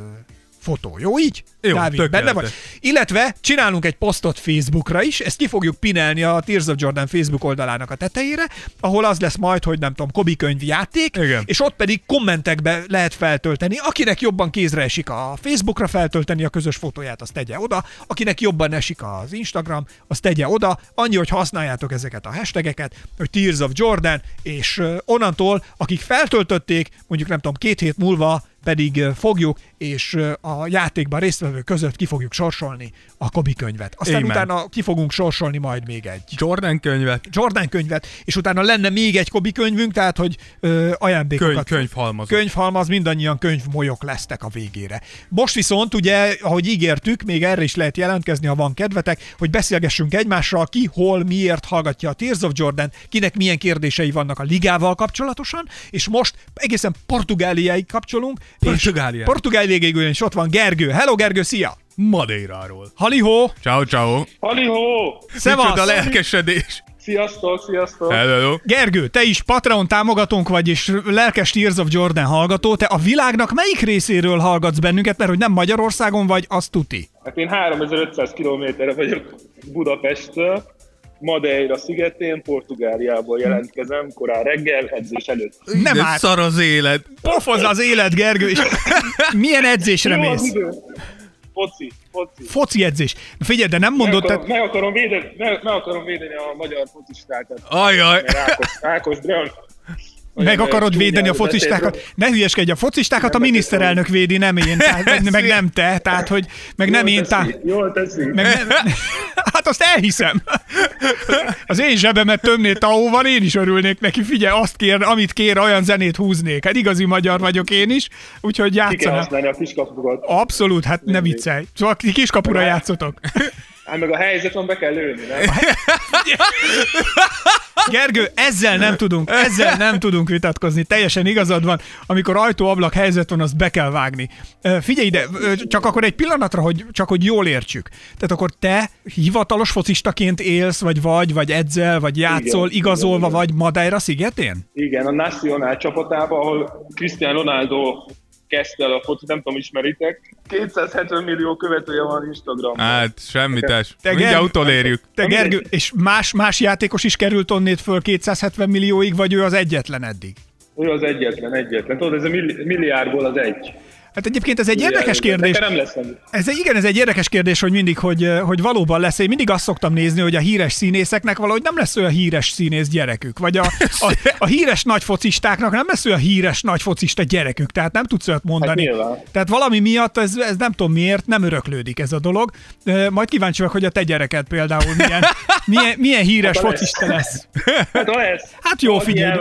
fotó. Jó így? Jó, Dávid, benne vagy? Illetve csinálunk egy posztot Facebookra is, ezt ki fogjuk pinelni a Tears of Jordan Facebook oldalának a tetejére, ahol az lesz majd, hogy nem tudom, Kobi könyv játék, igen. És ott pedig kommentekbe lehet feltölteni. Akinek jobban kézre esik a Facebookra feltölteni a közös fotóját, azt tegye oda. Akinek jobban esik az Instagram, azt tegye oda. Annyi, hogy használjátok ezeket a hashtageket, hogy Tears of Jordan, és onnantól, akik feltöltötték, mondjuk nem tudom, 2 hét múlva pedig fogjuk, és a játékban résztvevő között ki fogjuk sorsolni a Kobi könyvet. Aztán utána ki fogunk sorsolni majd még egy Jordan könyvet, és utána lenne még egy Kobi könyvünk, tehát, hogy ajándékokat. Könyvhalmaz, mindannyian könyvmolyok lesztek a végére. Most viszont, ugye, ahogy ígértük, még erre is lehet jelentkezni, ha van kedvetek, hogy beszélgessünk egymással, ki, hol, miért hallgatja a Tears of Jordan, kinek milyen kérdései vannak a ligával kapcsolatosan, és most egészen Portugáliáig kapcsolunk, Portugália végéig is ott van Gergő. Hello Gergő, szia! Madeiráról. Halihó! Ciao. Halihó! Szevasz! Micsoda lelkesedés! Sziasztok! Hello. Gergő, te is Patreon támogatónk vagy, és lelkes Tears of Jordan hallgató. Te a világnak melyik részéről hallgatsz bennünket, mert hogy nem Magyarországon vagy, azt tuti. Hát én 3500 kilométerre vagyok Budapesttől, Madeira szigetén, Portugáliából jelentkezem, korán reggel, edzés előtt. Nem árt. Szar az élet. Pofoz az élet, Gergő, és milyen edzésre mész? Foci edzés. Na figyelj, de nem mondod... Meg akarom védeni a magyar focistákat. Ajaj. Ákos Brown. Meg akarod védeni a focistákat? Ne hülyeskedj, a focistákat a miniszterelnök védi, nem én, tehát, meg nem te, tehát, hogy meg nem én, Jól teszi. Hát azt elhiszem. Az én zsebemet tömné Taóval, én is örülnék neki, figyelj, azt kér, amit kér, olyan zenét húznék. Hát igazi magyar vagyok én is, úgyhogy játszanám. Ki kell használni a kiskapukat. Abszolút, hát ne viccelj. Szóval kiskapura játszotok. Hát meg a helyzeton be kell lőni, nem? Gergő, ezzel nem tudunk vitatkozni, teljesen igazad van, amikor ajtó-ablak helyzet van, azt be kell vágni. Figyelj ide, csak akkor egy pillanatra, hogy jól értsük. Tehát akkor te hivatalos focistaként élsz, vagy edzel, vagy játszol, igen, igazolva igen. Vagy Madeira szigetén? Igen, a Nacional csapatában, ahol Cristiano Ronaldo kezdte el a focit, nem tudom, ismeritek. 270 millió követője van Instagramon. Hát, semmitás. Mindjárt utolérjük. Te Gergő, és más játékos is került onnét föl 270 millióig, vagy ő az egyetlen eddig? Ő az egyetlen. Tudod, ez a milliárdból az egy. Hát egyébként ez egy érdekes kérdés. Ez egy érdekes kérdés, hogy mindig, hogy valóban lesz. Én mindig azt szoktam nézni, hogy a híres színészeknek valahogy nem lesz olyan híres színész gyerekük. Vagy a híres nagy focistáknak nem lesz olyan híres nagy focista gyerekük. Tehát nem tudsz olyat mondani. Hát tehát valami miatt ez nem tudom miért, nem öröklődik ez a dolog. Majd kíváncsi vagyok, hogy a te gyereked például milyen híres hát focista lesz. Hát jó, figyelj.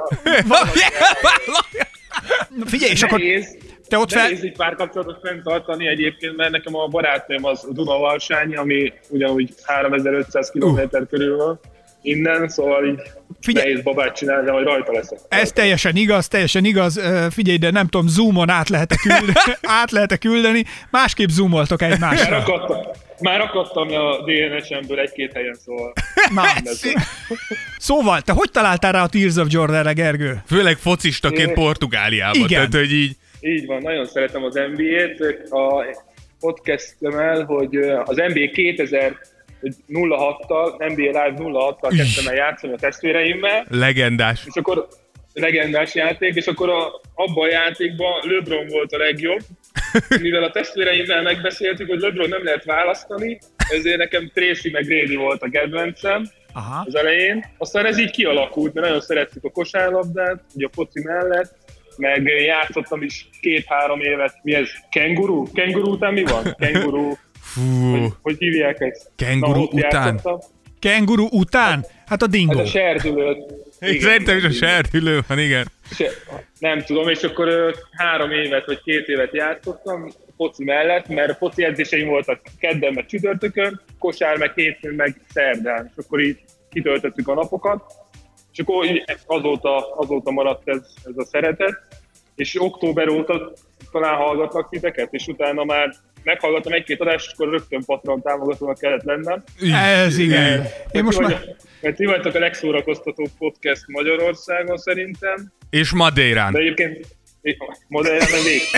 Figyelj, és akkor... Te ott nehéz így párkapcsolatot fenntartani egyébként, mert nekem a barátnőm az Dunavalsányi, ami ugyanúgy 3500 km körül van innen, szóval így nehéz babát csinálni, de majd rajta leszek. Ez teljesen igaz. Figyelj, de nem tudom, Zoomon át lehet-e küldeni, másképp zoomoltok egymásra. Már akadtam a DNS-emből egy-két helyen, szóval. Szóval, te hogy találtál rá a Tears of Jordanre, Gergő? Főleg focistaként Portugáliában. Igen. Tehát, hogy így... Így van, nagyon szeretem az NBA-t. podcastemmel, hogy az NBA 2006-tal, NBA Live 06-tal kezdtem el játszani a testvéreimmel. Legendás. És akkor legendás játék, és akkor abban a játékban LeBron volt a legjobb. Mivel a testvéreimmel megbeszéltük, hogy LeBron nem lehet választani, ezért nekem Tracy meg Grady volt a kedvencem az elején. Aztán ez így kialakult, mert nagyon szerettük a kosárlabdát, ugye a foci mellett, meg játszottam is 2-3 évet. Mi ez? Kenguru? Kenguru után mi van? Kenguru. Hogy hívják ezt? Kenguru után? Kenguru után? Hát a dingo. Hát a serdülő. Szerintem is a serdülő van, igen. Nem tudom, és akkor 3 évet vagy 2 évet játszottam foci mellett, mert foci edzéseim voltak kedden meg csütörtökön, kosár meg hétfőn meg szerdán, és akkor így kitöltöttük a napokat, és akkor azóta maradt ez a szeretet, és október óta talán hallgatlak titeket, és utána már meghallgattam 1-2 adást, és akkor rögtön Patreon támogatónak kellett lennem. Ez igen. Mert ti vagytok a legszórakoztatóbb podcast Magyarországon szerintem. És Madeirán. De egyébként Madeirán nem végül.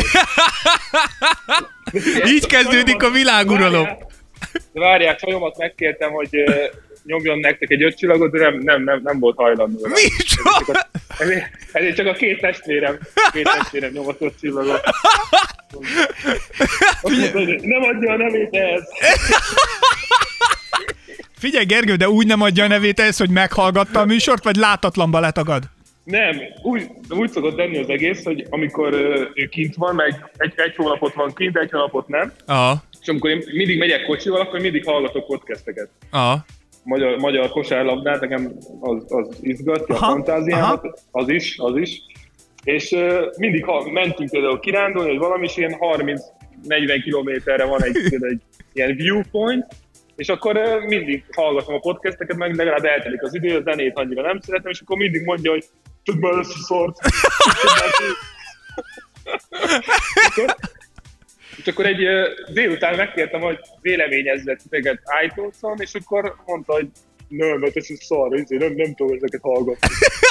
Így kezdődik a világuralom. Várják, Csajomat megkértem, hogy nyomjon nektek egy 5 csillagot, de nem volt hajlandó. Micsoda? Ezért csak a 2 testvérem nyomott 5 csillagot. Nem adja a nevét ehhez. Figyelj, Gergő, de úgy nem adja a nevét ehhez, hogy meghallgatta a műsort, vagy látatlanba letagad? Nem, úgy szokott lenni az egész, hogy amikor ő kint van, meg egy hónapot van kint, 1 hónapot nem. És amikor én mindig megyek kocsival, akkor mindig hallgatok podcasteket. Magyar kosárlabdát, nekem az izgatja a fantáziámat, az is. És mindig mentünk például kirándulni, hogy valami is ilyen 30-40 kilométerre van egy ilyen viewpoint, és akkor mindig hallgatom a podcasteket, meg legalább eltelik az idő, a zenét annyira nem szeretem, és akkor mindig mondja, hogy tudd már összeszort. És akkor egy délután megkértem, hogy véleményezzet titeket iTunes-on, és akkor mondta, hogy nem, mert ez szar, nem tudom ezeket hallgatni.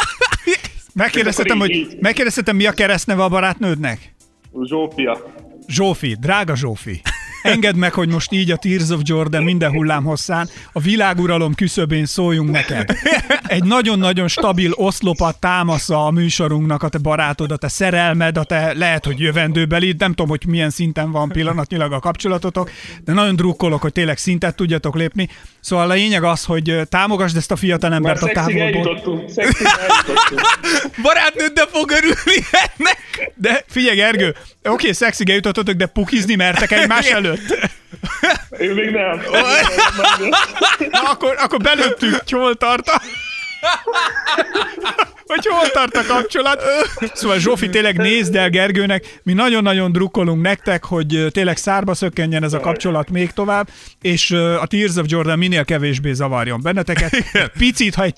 Megkérdeztetem, mi a keresztneve a barátnődnek? Zsófi, drága Zsófi. Engedd meg, hogy most így a Tears of Jordan minden hullámhosszán a világuralom küszöbén szóljunk neked. Egy nagyon-nagyon stabil oszlopat támasza a műsorunknak a te barátod, a te szerelmed, a te lehet, hogy jövendőbeli, nem tudom, hogy milyen szinten van pillanatnyilag a kapcsolatotok, de nagyon drukkolok, hogy tényleg szintet tudjatok lépni. Szóval a lényeg az, hogy támogasd ezt a fiatalembert a távolból. Barátnőddel fog örülni ennek. De figyelj, Gergő, oké, szexig eljutottatok, de pukizni mertek egymás előtt? Én még nem. Na, akkor belőttük, hogy hol tart a kapcsolat. Szóval Zsófi, tényleg nézd el Gergőnek, mi nagyon-nagyon drukkolunk nektek, hogy tényleg szárba szökkenjen ez a kapcsolat még tovább, és a Tears of Jordan minél kevésbé zavarjon benneteket. Picit, ha egy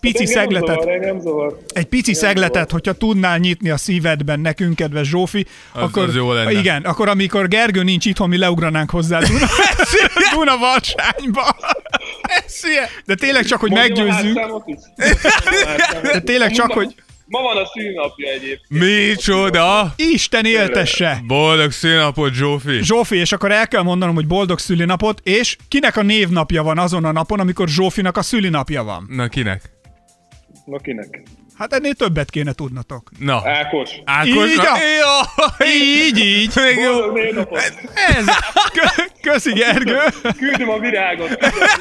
pici szegletet, hogyha tudnál nyitni a szívedben nekünk, kedves Zsófi, akkor jó lenne. Igen, akkor amikor Gergő nincs itthon, mi leugranánk hozzá Dunavalsányba. De tényleg csak, hogy meggyőzzünk. De tényleg csak, hogy... Ma van a szülinapja egyébként. Micsoda? Isten éltesse! Boldog szülinapot, Zsófi! Zsófi, és akkor el kell mondanom, hogy boldog szülinapot, és kinek a névnapja van azon a napon, amikor Zsófinak a szülinapja van? Na kinek? Hát ennél többet kéne tudnatok. Na. Ákos. Így. Boldog névnapot. Ez. Köszi, Gergő. Küldöm a virágot.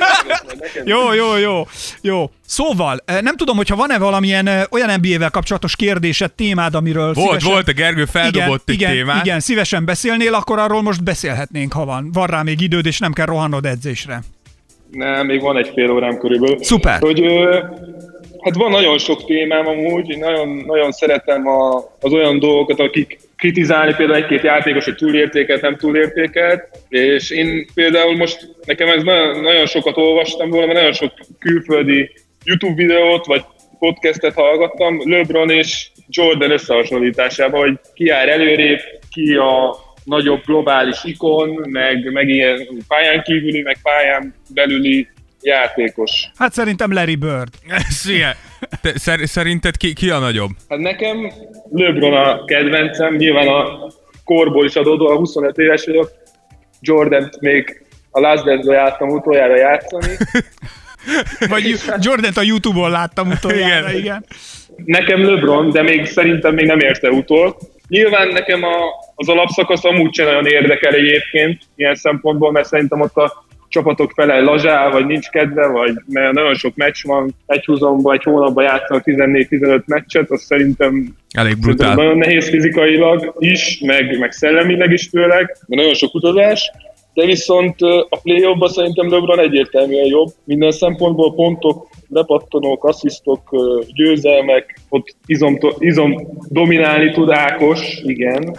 Jó. Szóval, nem tudom, hogyha van-e valamilyen olyan NBA-vel kapcsolatos kérdésed, témád, amiről szívesen... Volt, a Gergő feldobott egy témát. Igen, szívesen beszélnél, akkor arról most beszélhetnénk, ha van. Van rá még időd, és nem kell rohannod edzésre. Nem, még van 1,5 órám körülbelül. Szuper. Hát van nagyon sok témám amúgy, nagyon szeretem az olyan dolgokat, akik kritizálni például 1-2 játékos, hogy túlértékelt, nem túlértékelt, és én például most, nekem ez nagyon sokat olvastam róla, mert nagyon sok külföldi YouTube videót, vagy podcastet hallgattam, LeBron és Jordan összehasonlításában, hogy ki jár előrébb, ki a nagyobb globális ikon, meg ilyen pályán kívüli, meg pályán belüli játékos. Hát szerintem Larry Bird. Szerinted ki a nagyobb? Hát nekem LeBron a kedvencem, nyilván a korból is adódó, a 25 éves vagyok, Jordant még a Last Dance-ből jártam utoljára játszani. Vagy Jordant a YouTube-on láttam utoljára, igen. Nekem LeBron, de szerintem még nem érte utol. Nyilván nekem az alapszakasz amúgy sem nagyon érdekel egyébként ilyen szempontból, mert szerintem ott a csapatok fele lazsál, vagy nincs kedve, vagy mert nagyon sok meccs van, egy húzomban, egy hónapban játszanak 14-15 meccset, az szerintem elég brutál. Nagyon nehéz fizikailag is, meg szellemileg is főleg, de nagyon sok utazás. De viszont a play-offban szerintem LeBron egyértelműen jobb. Minden szempontból pontok, lepattanók, asszisztok, győzelmek, ott izom dominálni tud Ákos. Igen.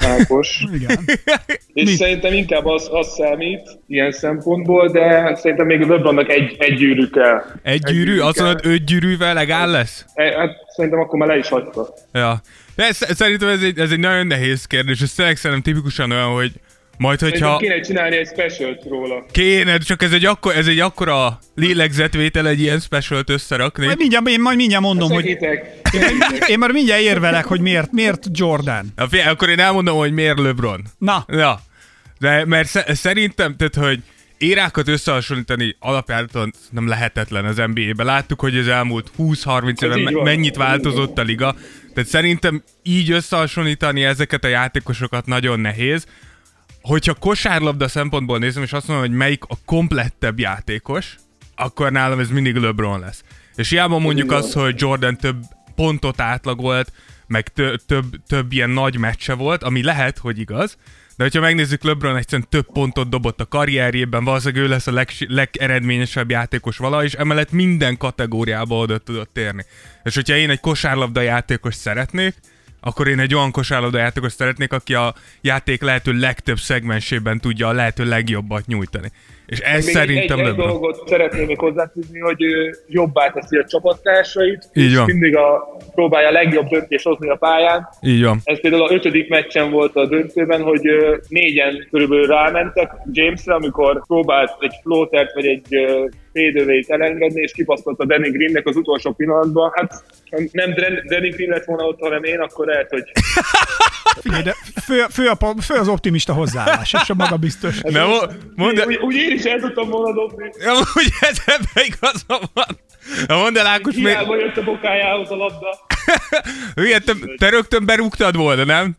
És szerintem inkább az számít ilyen szempontból, de szerintem még LeBronnak egy gyűrű kell. Egy gyűrű? Azt mondod, 5 gyűrűvel legál lesz? Hát szerintem akkor már le is hagyta. Ja. De szerintem ez egy nagyon nehéz kérdés, és szerintem tipikusan olyan, hogy majd, hogyha... Kéne csinálni egy specialt róla. Kéne, csak ez egy akkora lélegzetvétel egy ilyen specialt összerakni. Én majd mindjárt mondom, hogy... Én már mindjárt érvelek, hogy miért Jordan. Akkor én elmondom, hogy miért LeBron. Na. Ja. De mert szerintem, tehát, hogy érákat összehasonlítani alapjáraton nem lehetetlen az NBA-ben. Láttuk, hogy az elmúlt 20-30 évben mennyit változott a liga. Tehát szerintem így összehasonlítani ezeket a játékosokat nagyon nehéz. Hogyha kosárlabda szempontból nézem, és azt mondom, hogy melyik a komplettebb játékos, akkor nálam ez mindig LeBron lesz. És hiába mondjuk azt, hogy Jordan több pontot átlagolt, meg több ilyen nagy meccse volt, ami lehet, hogy igaz, de hogyha megnézzük, LeBron egyszerűen több pontot dobott a karrierjében, valószínűleg ő lesz a legeredményesebb játékos valaha, és emellett minden kategóriába oda tudott érni. És hogyha én egy kosárlabda játékos szeretnék, akkor én egy olyan kosárlabda játékos szeretnék, aki a játék lehető legtöbb szegmensében tudja a lehető legjobbat nyújtani. És ez szerintem egy dolgot szeretném még hozzáfűzni, hogy jobbá teszi a csapattársait, és mindig próbálja a legjobb döntést hozni a pályán. Így van. Ez például a 5. meccsen volt a döntőben, hogy 4-en körülbelül rámentek Jamesre, amikor próbált egy floatert vagy egy fade-away-t elengedni, és kipasztotta Danny Greennek az utolsó pillanatban. Hát nem Danny Green lett volna ott, hanem én, akkor lehet, hogy... Figyelj, de fő az optimista hozzáállás, és a magabiztos. Úgy én is el tudtam volna dobni. Ja, úgy ez ebben igazam van. Na mondd el, Ákos, hiába jött a bokájához a labda. Ugye, te rögtön berúgtad volna, nem?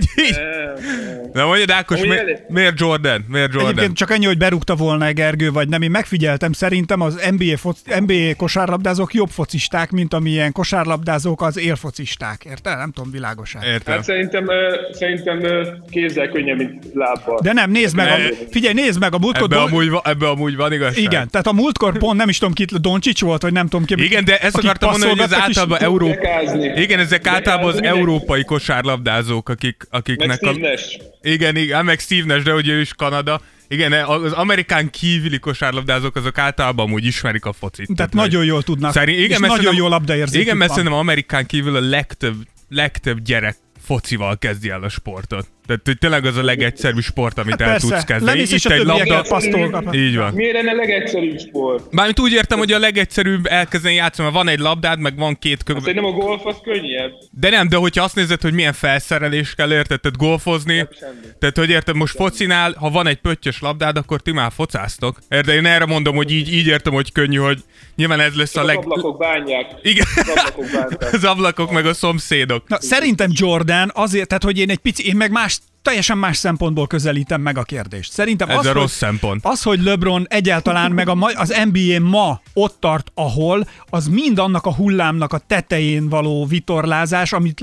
Na mondjad, Ákos, miért Jordan? Egyébként csak ennyi, hogy berúgta volna Gergő, vagy nem. Én megfigyeltem, szerintem az NBA kosárlabdázók jobb focisták, mint amilyen kosárlabdázók az élfocisták. Érted? Nem tudom, világosan. Értem. Hát szerintem kézzel könnyebb, mint lábbal. De nem, nézd meg a múltkor... Ebbe amúgy van igazság. Igen, tehát a múltkor pont nem is tudom ki, Doncsics volt, vagy nem tudom ki. Igen, de ezt akartam mondani, hogy ez általában igen, ezek általában az európai kosárlabdázók, akiknek Igen, meg Steve Nash, de ugye ő is Kanada. Igen, az amerikán kívüli kosárlabdázók azok általában amúgy ismerik a focit. Tehát nagyon jól tudnak, és nagyon jó labdaérzékük van. Igen, mert szerintem Amerikán kívül a legtöbb gyerek focival kezdi el a sportot. Tehát hogy tényleg az a legegyszerűbb sport, amit el tudsz kezdeni. Itt egy labda. Így van. Miért lenne legegyszerűbb sport? Mármint úgy értem, hogy a legegyszerűbb elkezdeni játszani, mert van egy labdád, meg van 2 Szerintem a golf az könnyebb. De hogyha azt nézed, hogy milyen felszerelés kell érted, tehát golfozni, tehát hogy érted, most focinál, ha van egy pöttyös labdád, akkor ti már focáztok. Érted, én erre mondom, hogy így értem, hogy könnyű, hogy nyilván ez lesz az ablakok bánják. Igen. Az ablakok meg a szomszédok. Na, szerintem Jordan azért, tehát hogy én meg teljesen más szempontból közelítem meg a kérdést. Szerintem ez rossz szempont. Az, hogy LeBron egyáltalán meg az NBA ma ott tart, ahol, az mind annak a hullámnak a tetején való vitorlázás, amit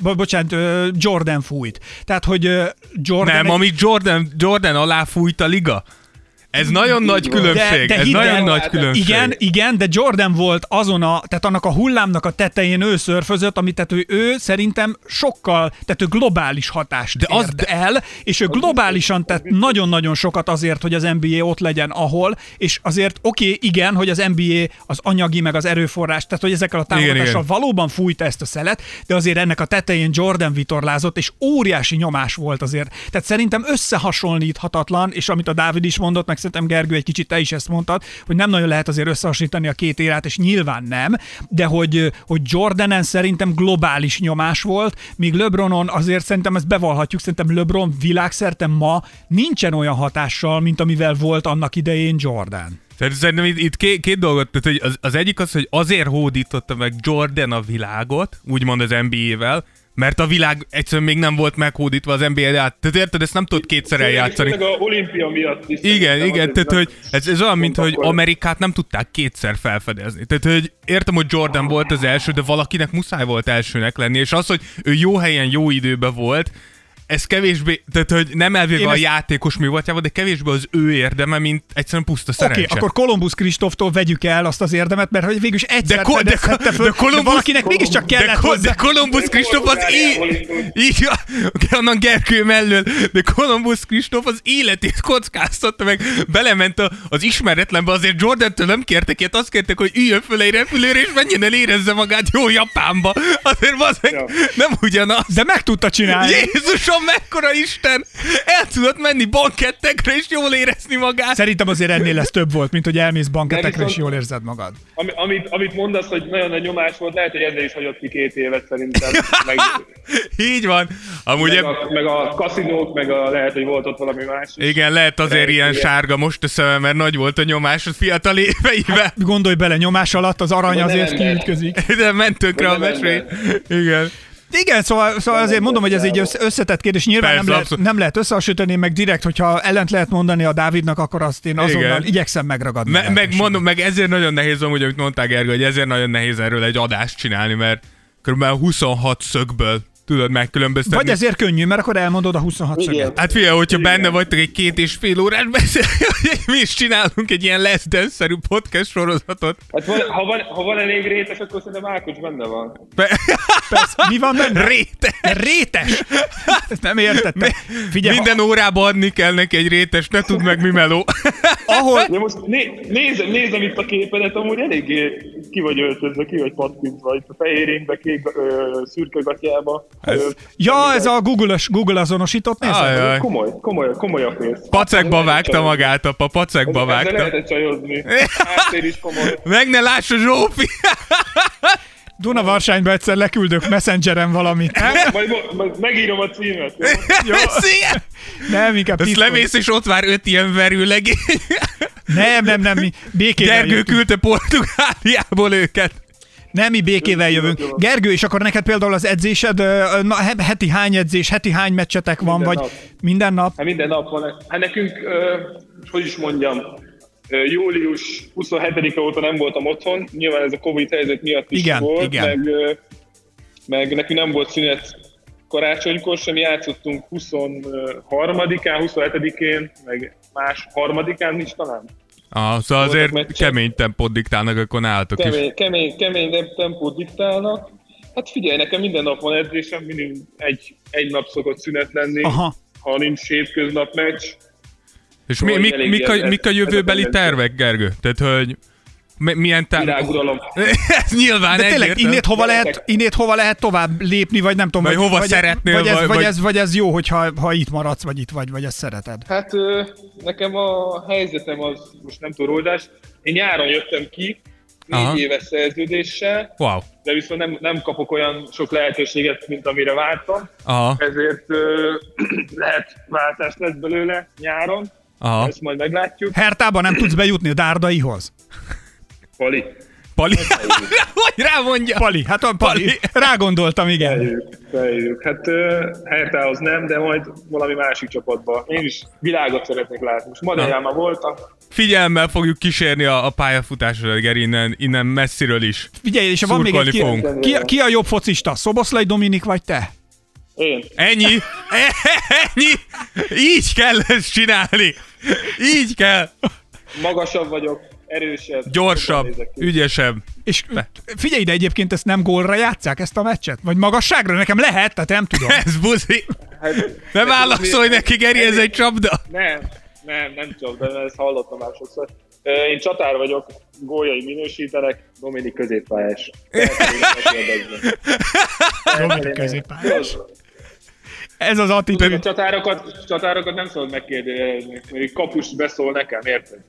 Jordan fújt. Tehát, hogy Jordan... Nem, amit Jordan alá fújt a liga. Ez nagyon nagy különbség. Nagy különbség. Igen, de Jordan volt tehát annak a hullámnak a tetején ő szörfözött, amit tehát ő szerintem sokkal, tehát ő globális hatást ért el, és ő globálisan tett nagyon-nagyon sokat azért, hogy az NBA ott legyen, ahol, és azért igen, hogy az NBA az anyagi, meg az erőforrás, tehát hogy ezekkel a támogatással valóban fújta ezt a szelet, de azért ennek a tetején Jordan vitorlázott, és óriási nyomás volt azért. Tehát szerintem összehasonlíthatatlan, és amit a Dávid is mondott, meg szerintem Gergő egy kicsit te is ezt mondtad, hogy nem nagyon lehet azért összehasonlítani a két érát, és nyilván nem, de hogy Jordanen szerintem globális nyomás volt, míg LeBronon azért szerintem ezt bevallhatjuk, szerintem LeBron világszerte ma nincsen olyan hatással, mint amivel volt annak idején Jordan. Szerintem itt két dolgot, tehát hogy az egyik az, hogy azért hódította meg Jordan a világot, úgymond az NBA-vel, mert a világ egyszerűen még nem volt meghódítva az NBA-re. Tehát érted, ezt nem tudod kétszer eljátszani. Meg a olimpia miatt is. Igen, tehát hogy ez olyan, mint hogy Amerikát nem tudták kétszer felfedezni. Tehát, hogy értem, hogy Jordan volt az első, de valakinek muszáj volt elsőnek lenni, és az, hogy ő jó helyen, jó időben volt, ez kevésbé, tehát hogy nem elvéve a játékos művoltjával, de kevésbé az ő érdeme, mint egyszerűen puszta szerencse. Oké, akkor Columbus Kristóftól vegyük el azt az érdemet, mert hogy végülis egyszer fedezhette föl, de valakinek mégiscsak kellett hozzá. De Columbus Kristóf az így, onnan Gergő mellől, de Columbus Kristóf az életét kockáztatta meg, belement az ismeretlenbe, azért Jordantől nem kértek ilyet, azt kértek, hogy üljön föl egy repülőre, és menjen el érezze magát jó Japánba. Azért nem ugyanaz. De meg tudta csinálni. Jézusom, mekkora Isten! El tudott menni bankettekre és jól érezni magát. Szerintem azért ennél lesz több volt, mint hogy elmész bankettekre és jól érzed magad. Amit mondasz, hogy nagyon nagy nyomás volt, lehet, hogy ezzel is hagyott ki 2 évet szerintem. Így van. Amúgy meg a kaszinók, meg lehet, hogy volt ott valami más. Igen, lehet azért ilyen sárga most a szemem, mert nagy volt a nyomás a fiatal éveiben. Gondolj bele, nyomás alatt az arany azért kiütközik. De ment tönkre a mesé. Igen. Igen, szóval azért mondom, hogy ez egy összetett kérdés. Nyilván nem lehet összehasonlítani, meg direkt, hogyha ellent lehet mondani a Dávidnak, akkor azt én azonnal igyekszem megragadni. Meg ezért nagyon nehéz, amúgy, amit mondták Gergő, hogy ezért nagyon nehéz erről egy adást csinálni, mert kb. 26 szögből tudod megkülönböztetni. Vagy ezért könnyű, mert akkor elmondod a 26 szöget. Hát figyelj, hogyha benne vagytok egy 2,5 órás beszélgetés, mi is csinálunk egy ilyen Last Dance-szerű podcast sorozatot. Hát ha van elég rétes, akkor szerintem Ákos benne van. Persze, mi van benne? Rétes! Ezt nem értettem. Figyelj, minden órában adni kell neki egy rétes, ne tudd meg mi meló. De most nézem itt a képedet, amúgy eléggé ki vagy öltözve, ki vagy pattintva, itt a fehérénybe, kék szürke gatyába. Ez a Google azonosított nézd? Komoly a pénz. Pacekba vágta magát, apa, pacekba vágta. Ezzel lehetett csajozni. Háttér is komoly. Meg ne lássa Zsófi! Dunavarsányba egyszer leküldök Messengeren valamit. Majd megírom a címet. Jó? Szia! Nem, inkább tisztol. Ezt lemész és ott vár 5 ilyen verőlegény. Nem, mi békével Gergő küldte Portugáliából őket. Nem, mi békével jövünk. Gergő, és akkor neked például az edzésed, heti hány edzés, heti hány meccsetek van, minden vagy nap. Minden nap? Hát minden nap van. Hát nekünk, hogy is mondjam, július 27-e óta nem voltam otthon, nyilván ez a Covid helyzet miatt is volt, igen. Meg nekünk nem volt szünet karácsonykor sem, játszottunk 23-án, 27-én, meg más 3-án is talán. Szóval azért kemény tempót diktálnak, akkor nálatok is. Kemény tempót diktálnak. Hát figyelj, nekem minden nap van edzésem, mindig egy nap szokott szünet lenni, ha nincs hétköznap meccs. És mik a jövőbeli tervek, Gergő? Tehát, hogy milyen Viráguralom. Ez nyilván de tényleg innét hova lehet tovább lépni, vagy nem tudom. Vagy hova szeretnél, vagy ez jó, hogyha itt maradsz, vagy itt vagy ezt szereted? Hát nekem a helyzetem az most nem túloldás. Én nyáron jöttem ki, 4 éves szerződéssel, wow. De viszont nem kapok olyan sok lehetőséget, mint amire vártam. Ezért lehet váltás lesz belőle nyáron. Ezt majd meglátjuk. Hertában nem tudsz bejutni a Dárdaihoz? Pali. Hogy rámondja? Pali. Rágondoltam, igen. Feljük. Hát Hertához nem, de majd valami másik csapatba. Én is világot szeretnék látni. Most Madejában voltam. Figyelemmel fogjuk kísérni a pályafutásodat, Geri, innen messziről is. Figyelj, és van még egy ki a jobb focista? Szoboszlai Dominik vagy te? Én. Ennyi. Így kell ezt csinálni. Így kell. Magasabb vagyok. Erősebb. Gyorsabb, ügyesebb. És figyelj ide, egyébként ezt nem gólra játsszák, ezt a meccset? Vagy magasságra? Nekem lehet, tehát nem tudom. Ez buzi. Ne válaszolj neki, Geri, ez egy csapda. Nem csapda, ezt hallottam már sokszor. Én csatár vagyok, góljai minősítenek, Dominik középpályás. Dominik középpályás. Ez az attitűd. A csatárokat nem szabad megkérdőjelezni, mert kapust beszól nekem, érted?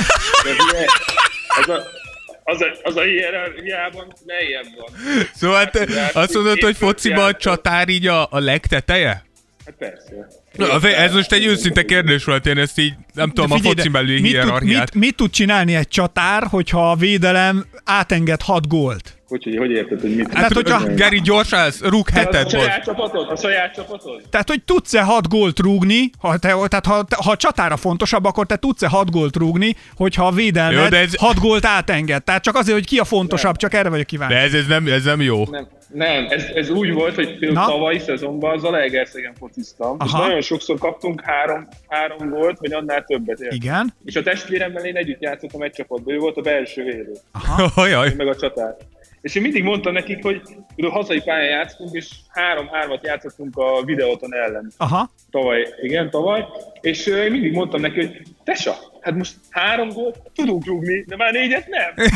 Az a hierarchiában lejjebb van. Szóval te azt mondod, hogy fociban a csatár így a legteteje? Hát persze. Na, ez most egy őszinte kérdés volt, én ezt így nem tudom, a focin belüli hierarchiát. Mit tud csinálni egy csatár, hogyha a védelem átenged 6 gólt? Hogy érted, hogy mit? Hát, hogyha Geri gyorsász, rúg 7-et volt. A saját csapatod? Tehát, hogy tudsz-e 6 gólt rúgni, ha a csatára fontosabb, akkor te tudsz-e 6 gólt rúgni, hogyha a védelmed 6 gólt átenged. Tehát csak azért, hogy ki a fontosabb, csak erre vagyok kíváncsi. De ez nem jó. Nem, ez úgy volt, hogy például tavalyi szezonban Zalaegerszegen fociztam, és nagyon sokszor kaptunk 3 gólt, vagy annál többet. Igen. És a testvéremmel én együtt játszottam egy csapatban, ő volt a belső védő. Meg a csatár. És én mindig mondtam nekik, hogy hazai pályán játszottunk, és 3-3-at játszottunk a Videóton ellen. Tavaly. És én mindig mondtam neki, hogy Tesa, hát most 3 gólt tudunk rúgni, de már 4-et nem.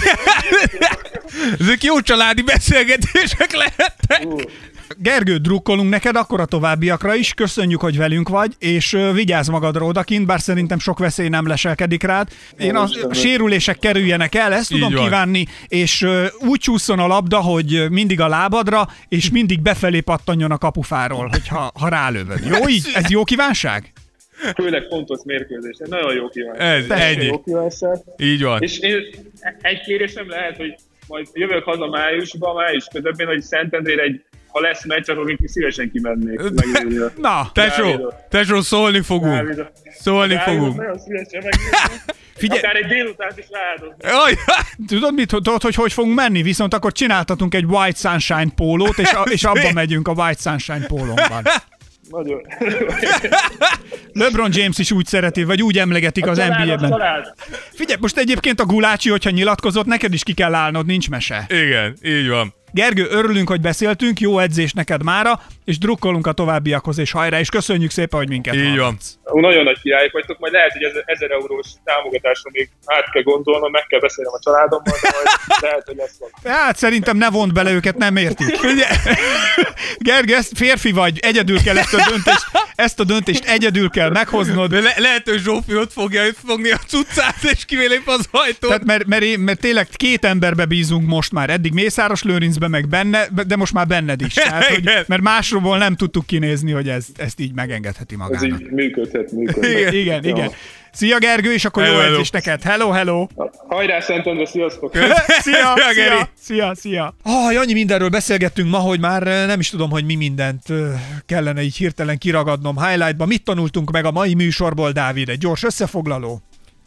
Ezek jó családi beszélgetések lehettek. Gergő, drukkolunk neked akkor a továbbiakra is, köszönjük, hogy velünk vagy, és vigyázz magadra odakint, bár szerintem sok veszély nem leselkedik rád. Én a sérülések kerüljenek el, ezt tudom kívánni, és úgy csúszson a labda, hogy mindig a lábadra, és mindig befelé pattanjon a kapufáról, ha rálövöd. Jó így? Ez jó kívánság? Főleg fontos mérkőzés. Nagyon jó kívánság. Ez egy. Jó kívánság. Így van. És egy kérésem lehet, hogy majd jövök haza május közepén, hogy Szentendrére ha lesz meccs, akkor én szívesen kimennék. Na, tesó, szólni fogunk. Nagyon szívesen megnézni. Akár egy délutánt is rááldozni. Tudod, hogy fogunk menni? Viszont akkor csináltatunk egy White Sunshine pólót, és abba megyünk a White Sunshine pólónkban. Nagyon. LeBron James is úgy szereti, vagy úgy emlegetik az NBA-ben. Figyelj, most egyébként a Gulácsi, hogyha nyilatkozott, neked is ki kell állnod, nincs mese. Igen, így van. Gergő, örülünk, hogy beszéltünk, jó edzés neked mára, és drukkolunk a továbbiakhoz, és hajrá, és köszönjük szépen, hogy minket hallgatsz. Nagyon nagy királyok vagytok, majd lehet, hogy 1000 eurós támogatásra még át kell gondolnom, meg kell beszélnem a családommal, de majd lehet, hogy lesz valami. Hát szerintem ne vond bele őket, nem értik. Gergő, férfi vagy, egyedül kell ezt a döntést egyedül kell meghoznod. De lehet, hogy Zsófi ott fogja fogni a cuccát, és kivélép az ajtót. Tehát mert tényleg 2 emberbe bízunk most már, eddig Mészáros Lőrincbe, meg benne, de most már benned is. Tehát, mert másról nem tudtuk kinézni, hogy ezt így megengedheti magának. Ez így működhet. Igen. Szia Gergő, és akkor jó edzés neked. Hello. Hajrá Szentendre, sziasztok! Szia! Annyi mindenről beszélgettünk ma, hogy már nem is tudom, hogy mi mindent kellene így hirtelen kiragadnom highlightba. Mit tanultunk meg a mai műsorból, Dávid? Egy gyors összefoglaló?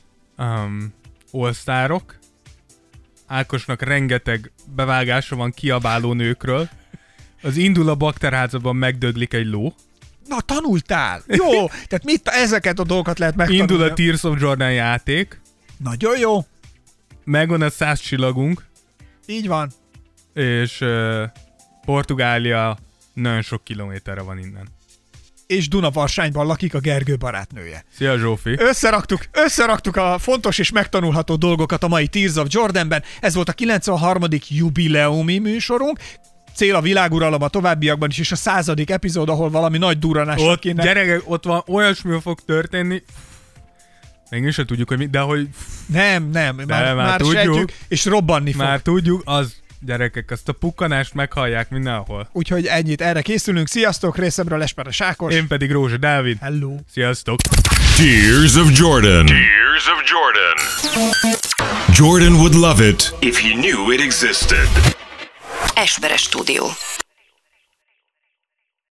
All-Starok. Ákosnak rengeteg bevágása van kiabáló nőkről. Az indul a bakterházában megdöglik egy ló. Na, tanultál! Jó! Tehát ezeket a dolgokat lehet megtanulni. Indul a Tears of Jordan játék. Nagyon jó! Megvan a 100 csillagunk. Így van. És Portugália nagyon sok kilométerre van innen. És Dunavarsányban lakik a Gergő barátnője. Szia Zsófi! Összeraktuk a fontos és megtanulható dolgokat a mai Tears of Jordanben. Ez volt a 93. jubileumi műsorunk. Cél a világuralom a továbbiakban is, és a 100. epizód, ahol valami nagy durranásra kéne. Gyerekek, ott van, olyasmi fog történni, még mi sem tudjuk, hogy mi, de hogy... Nem, már tudjuk, sejtjük, és robbanni fog. Már tudjuk, az gyerekek, azt a pukkanást meghallják mindenhol. Úgyhogy ennyit, erre készülünk. Sziasztok, részemről Esperes Ákos. Én pedig Rózsa Dávid. Hello. Sziasztok. Tears of Jordan. Jordan would love it if he knew it existed. Esperes Stúdió.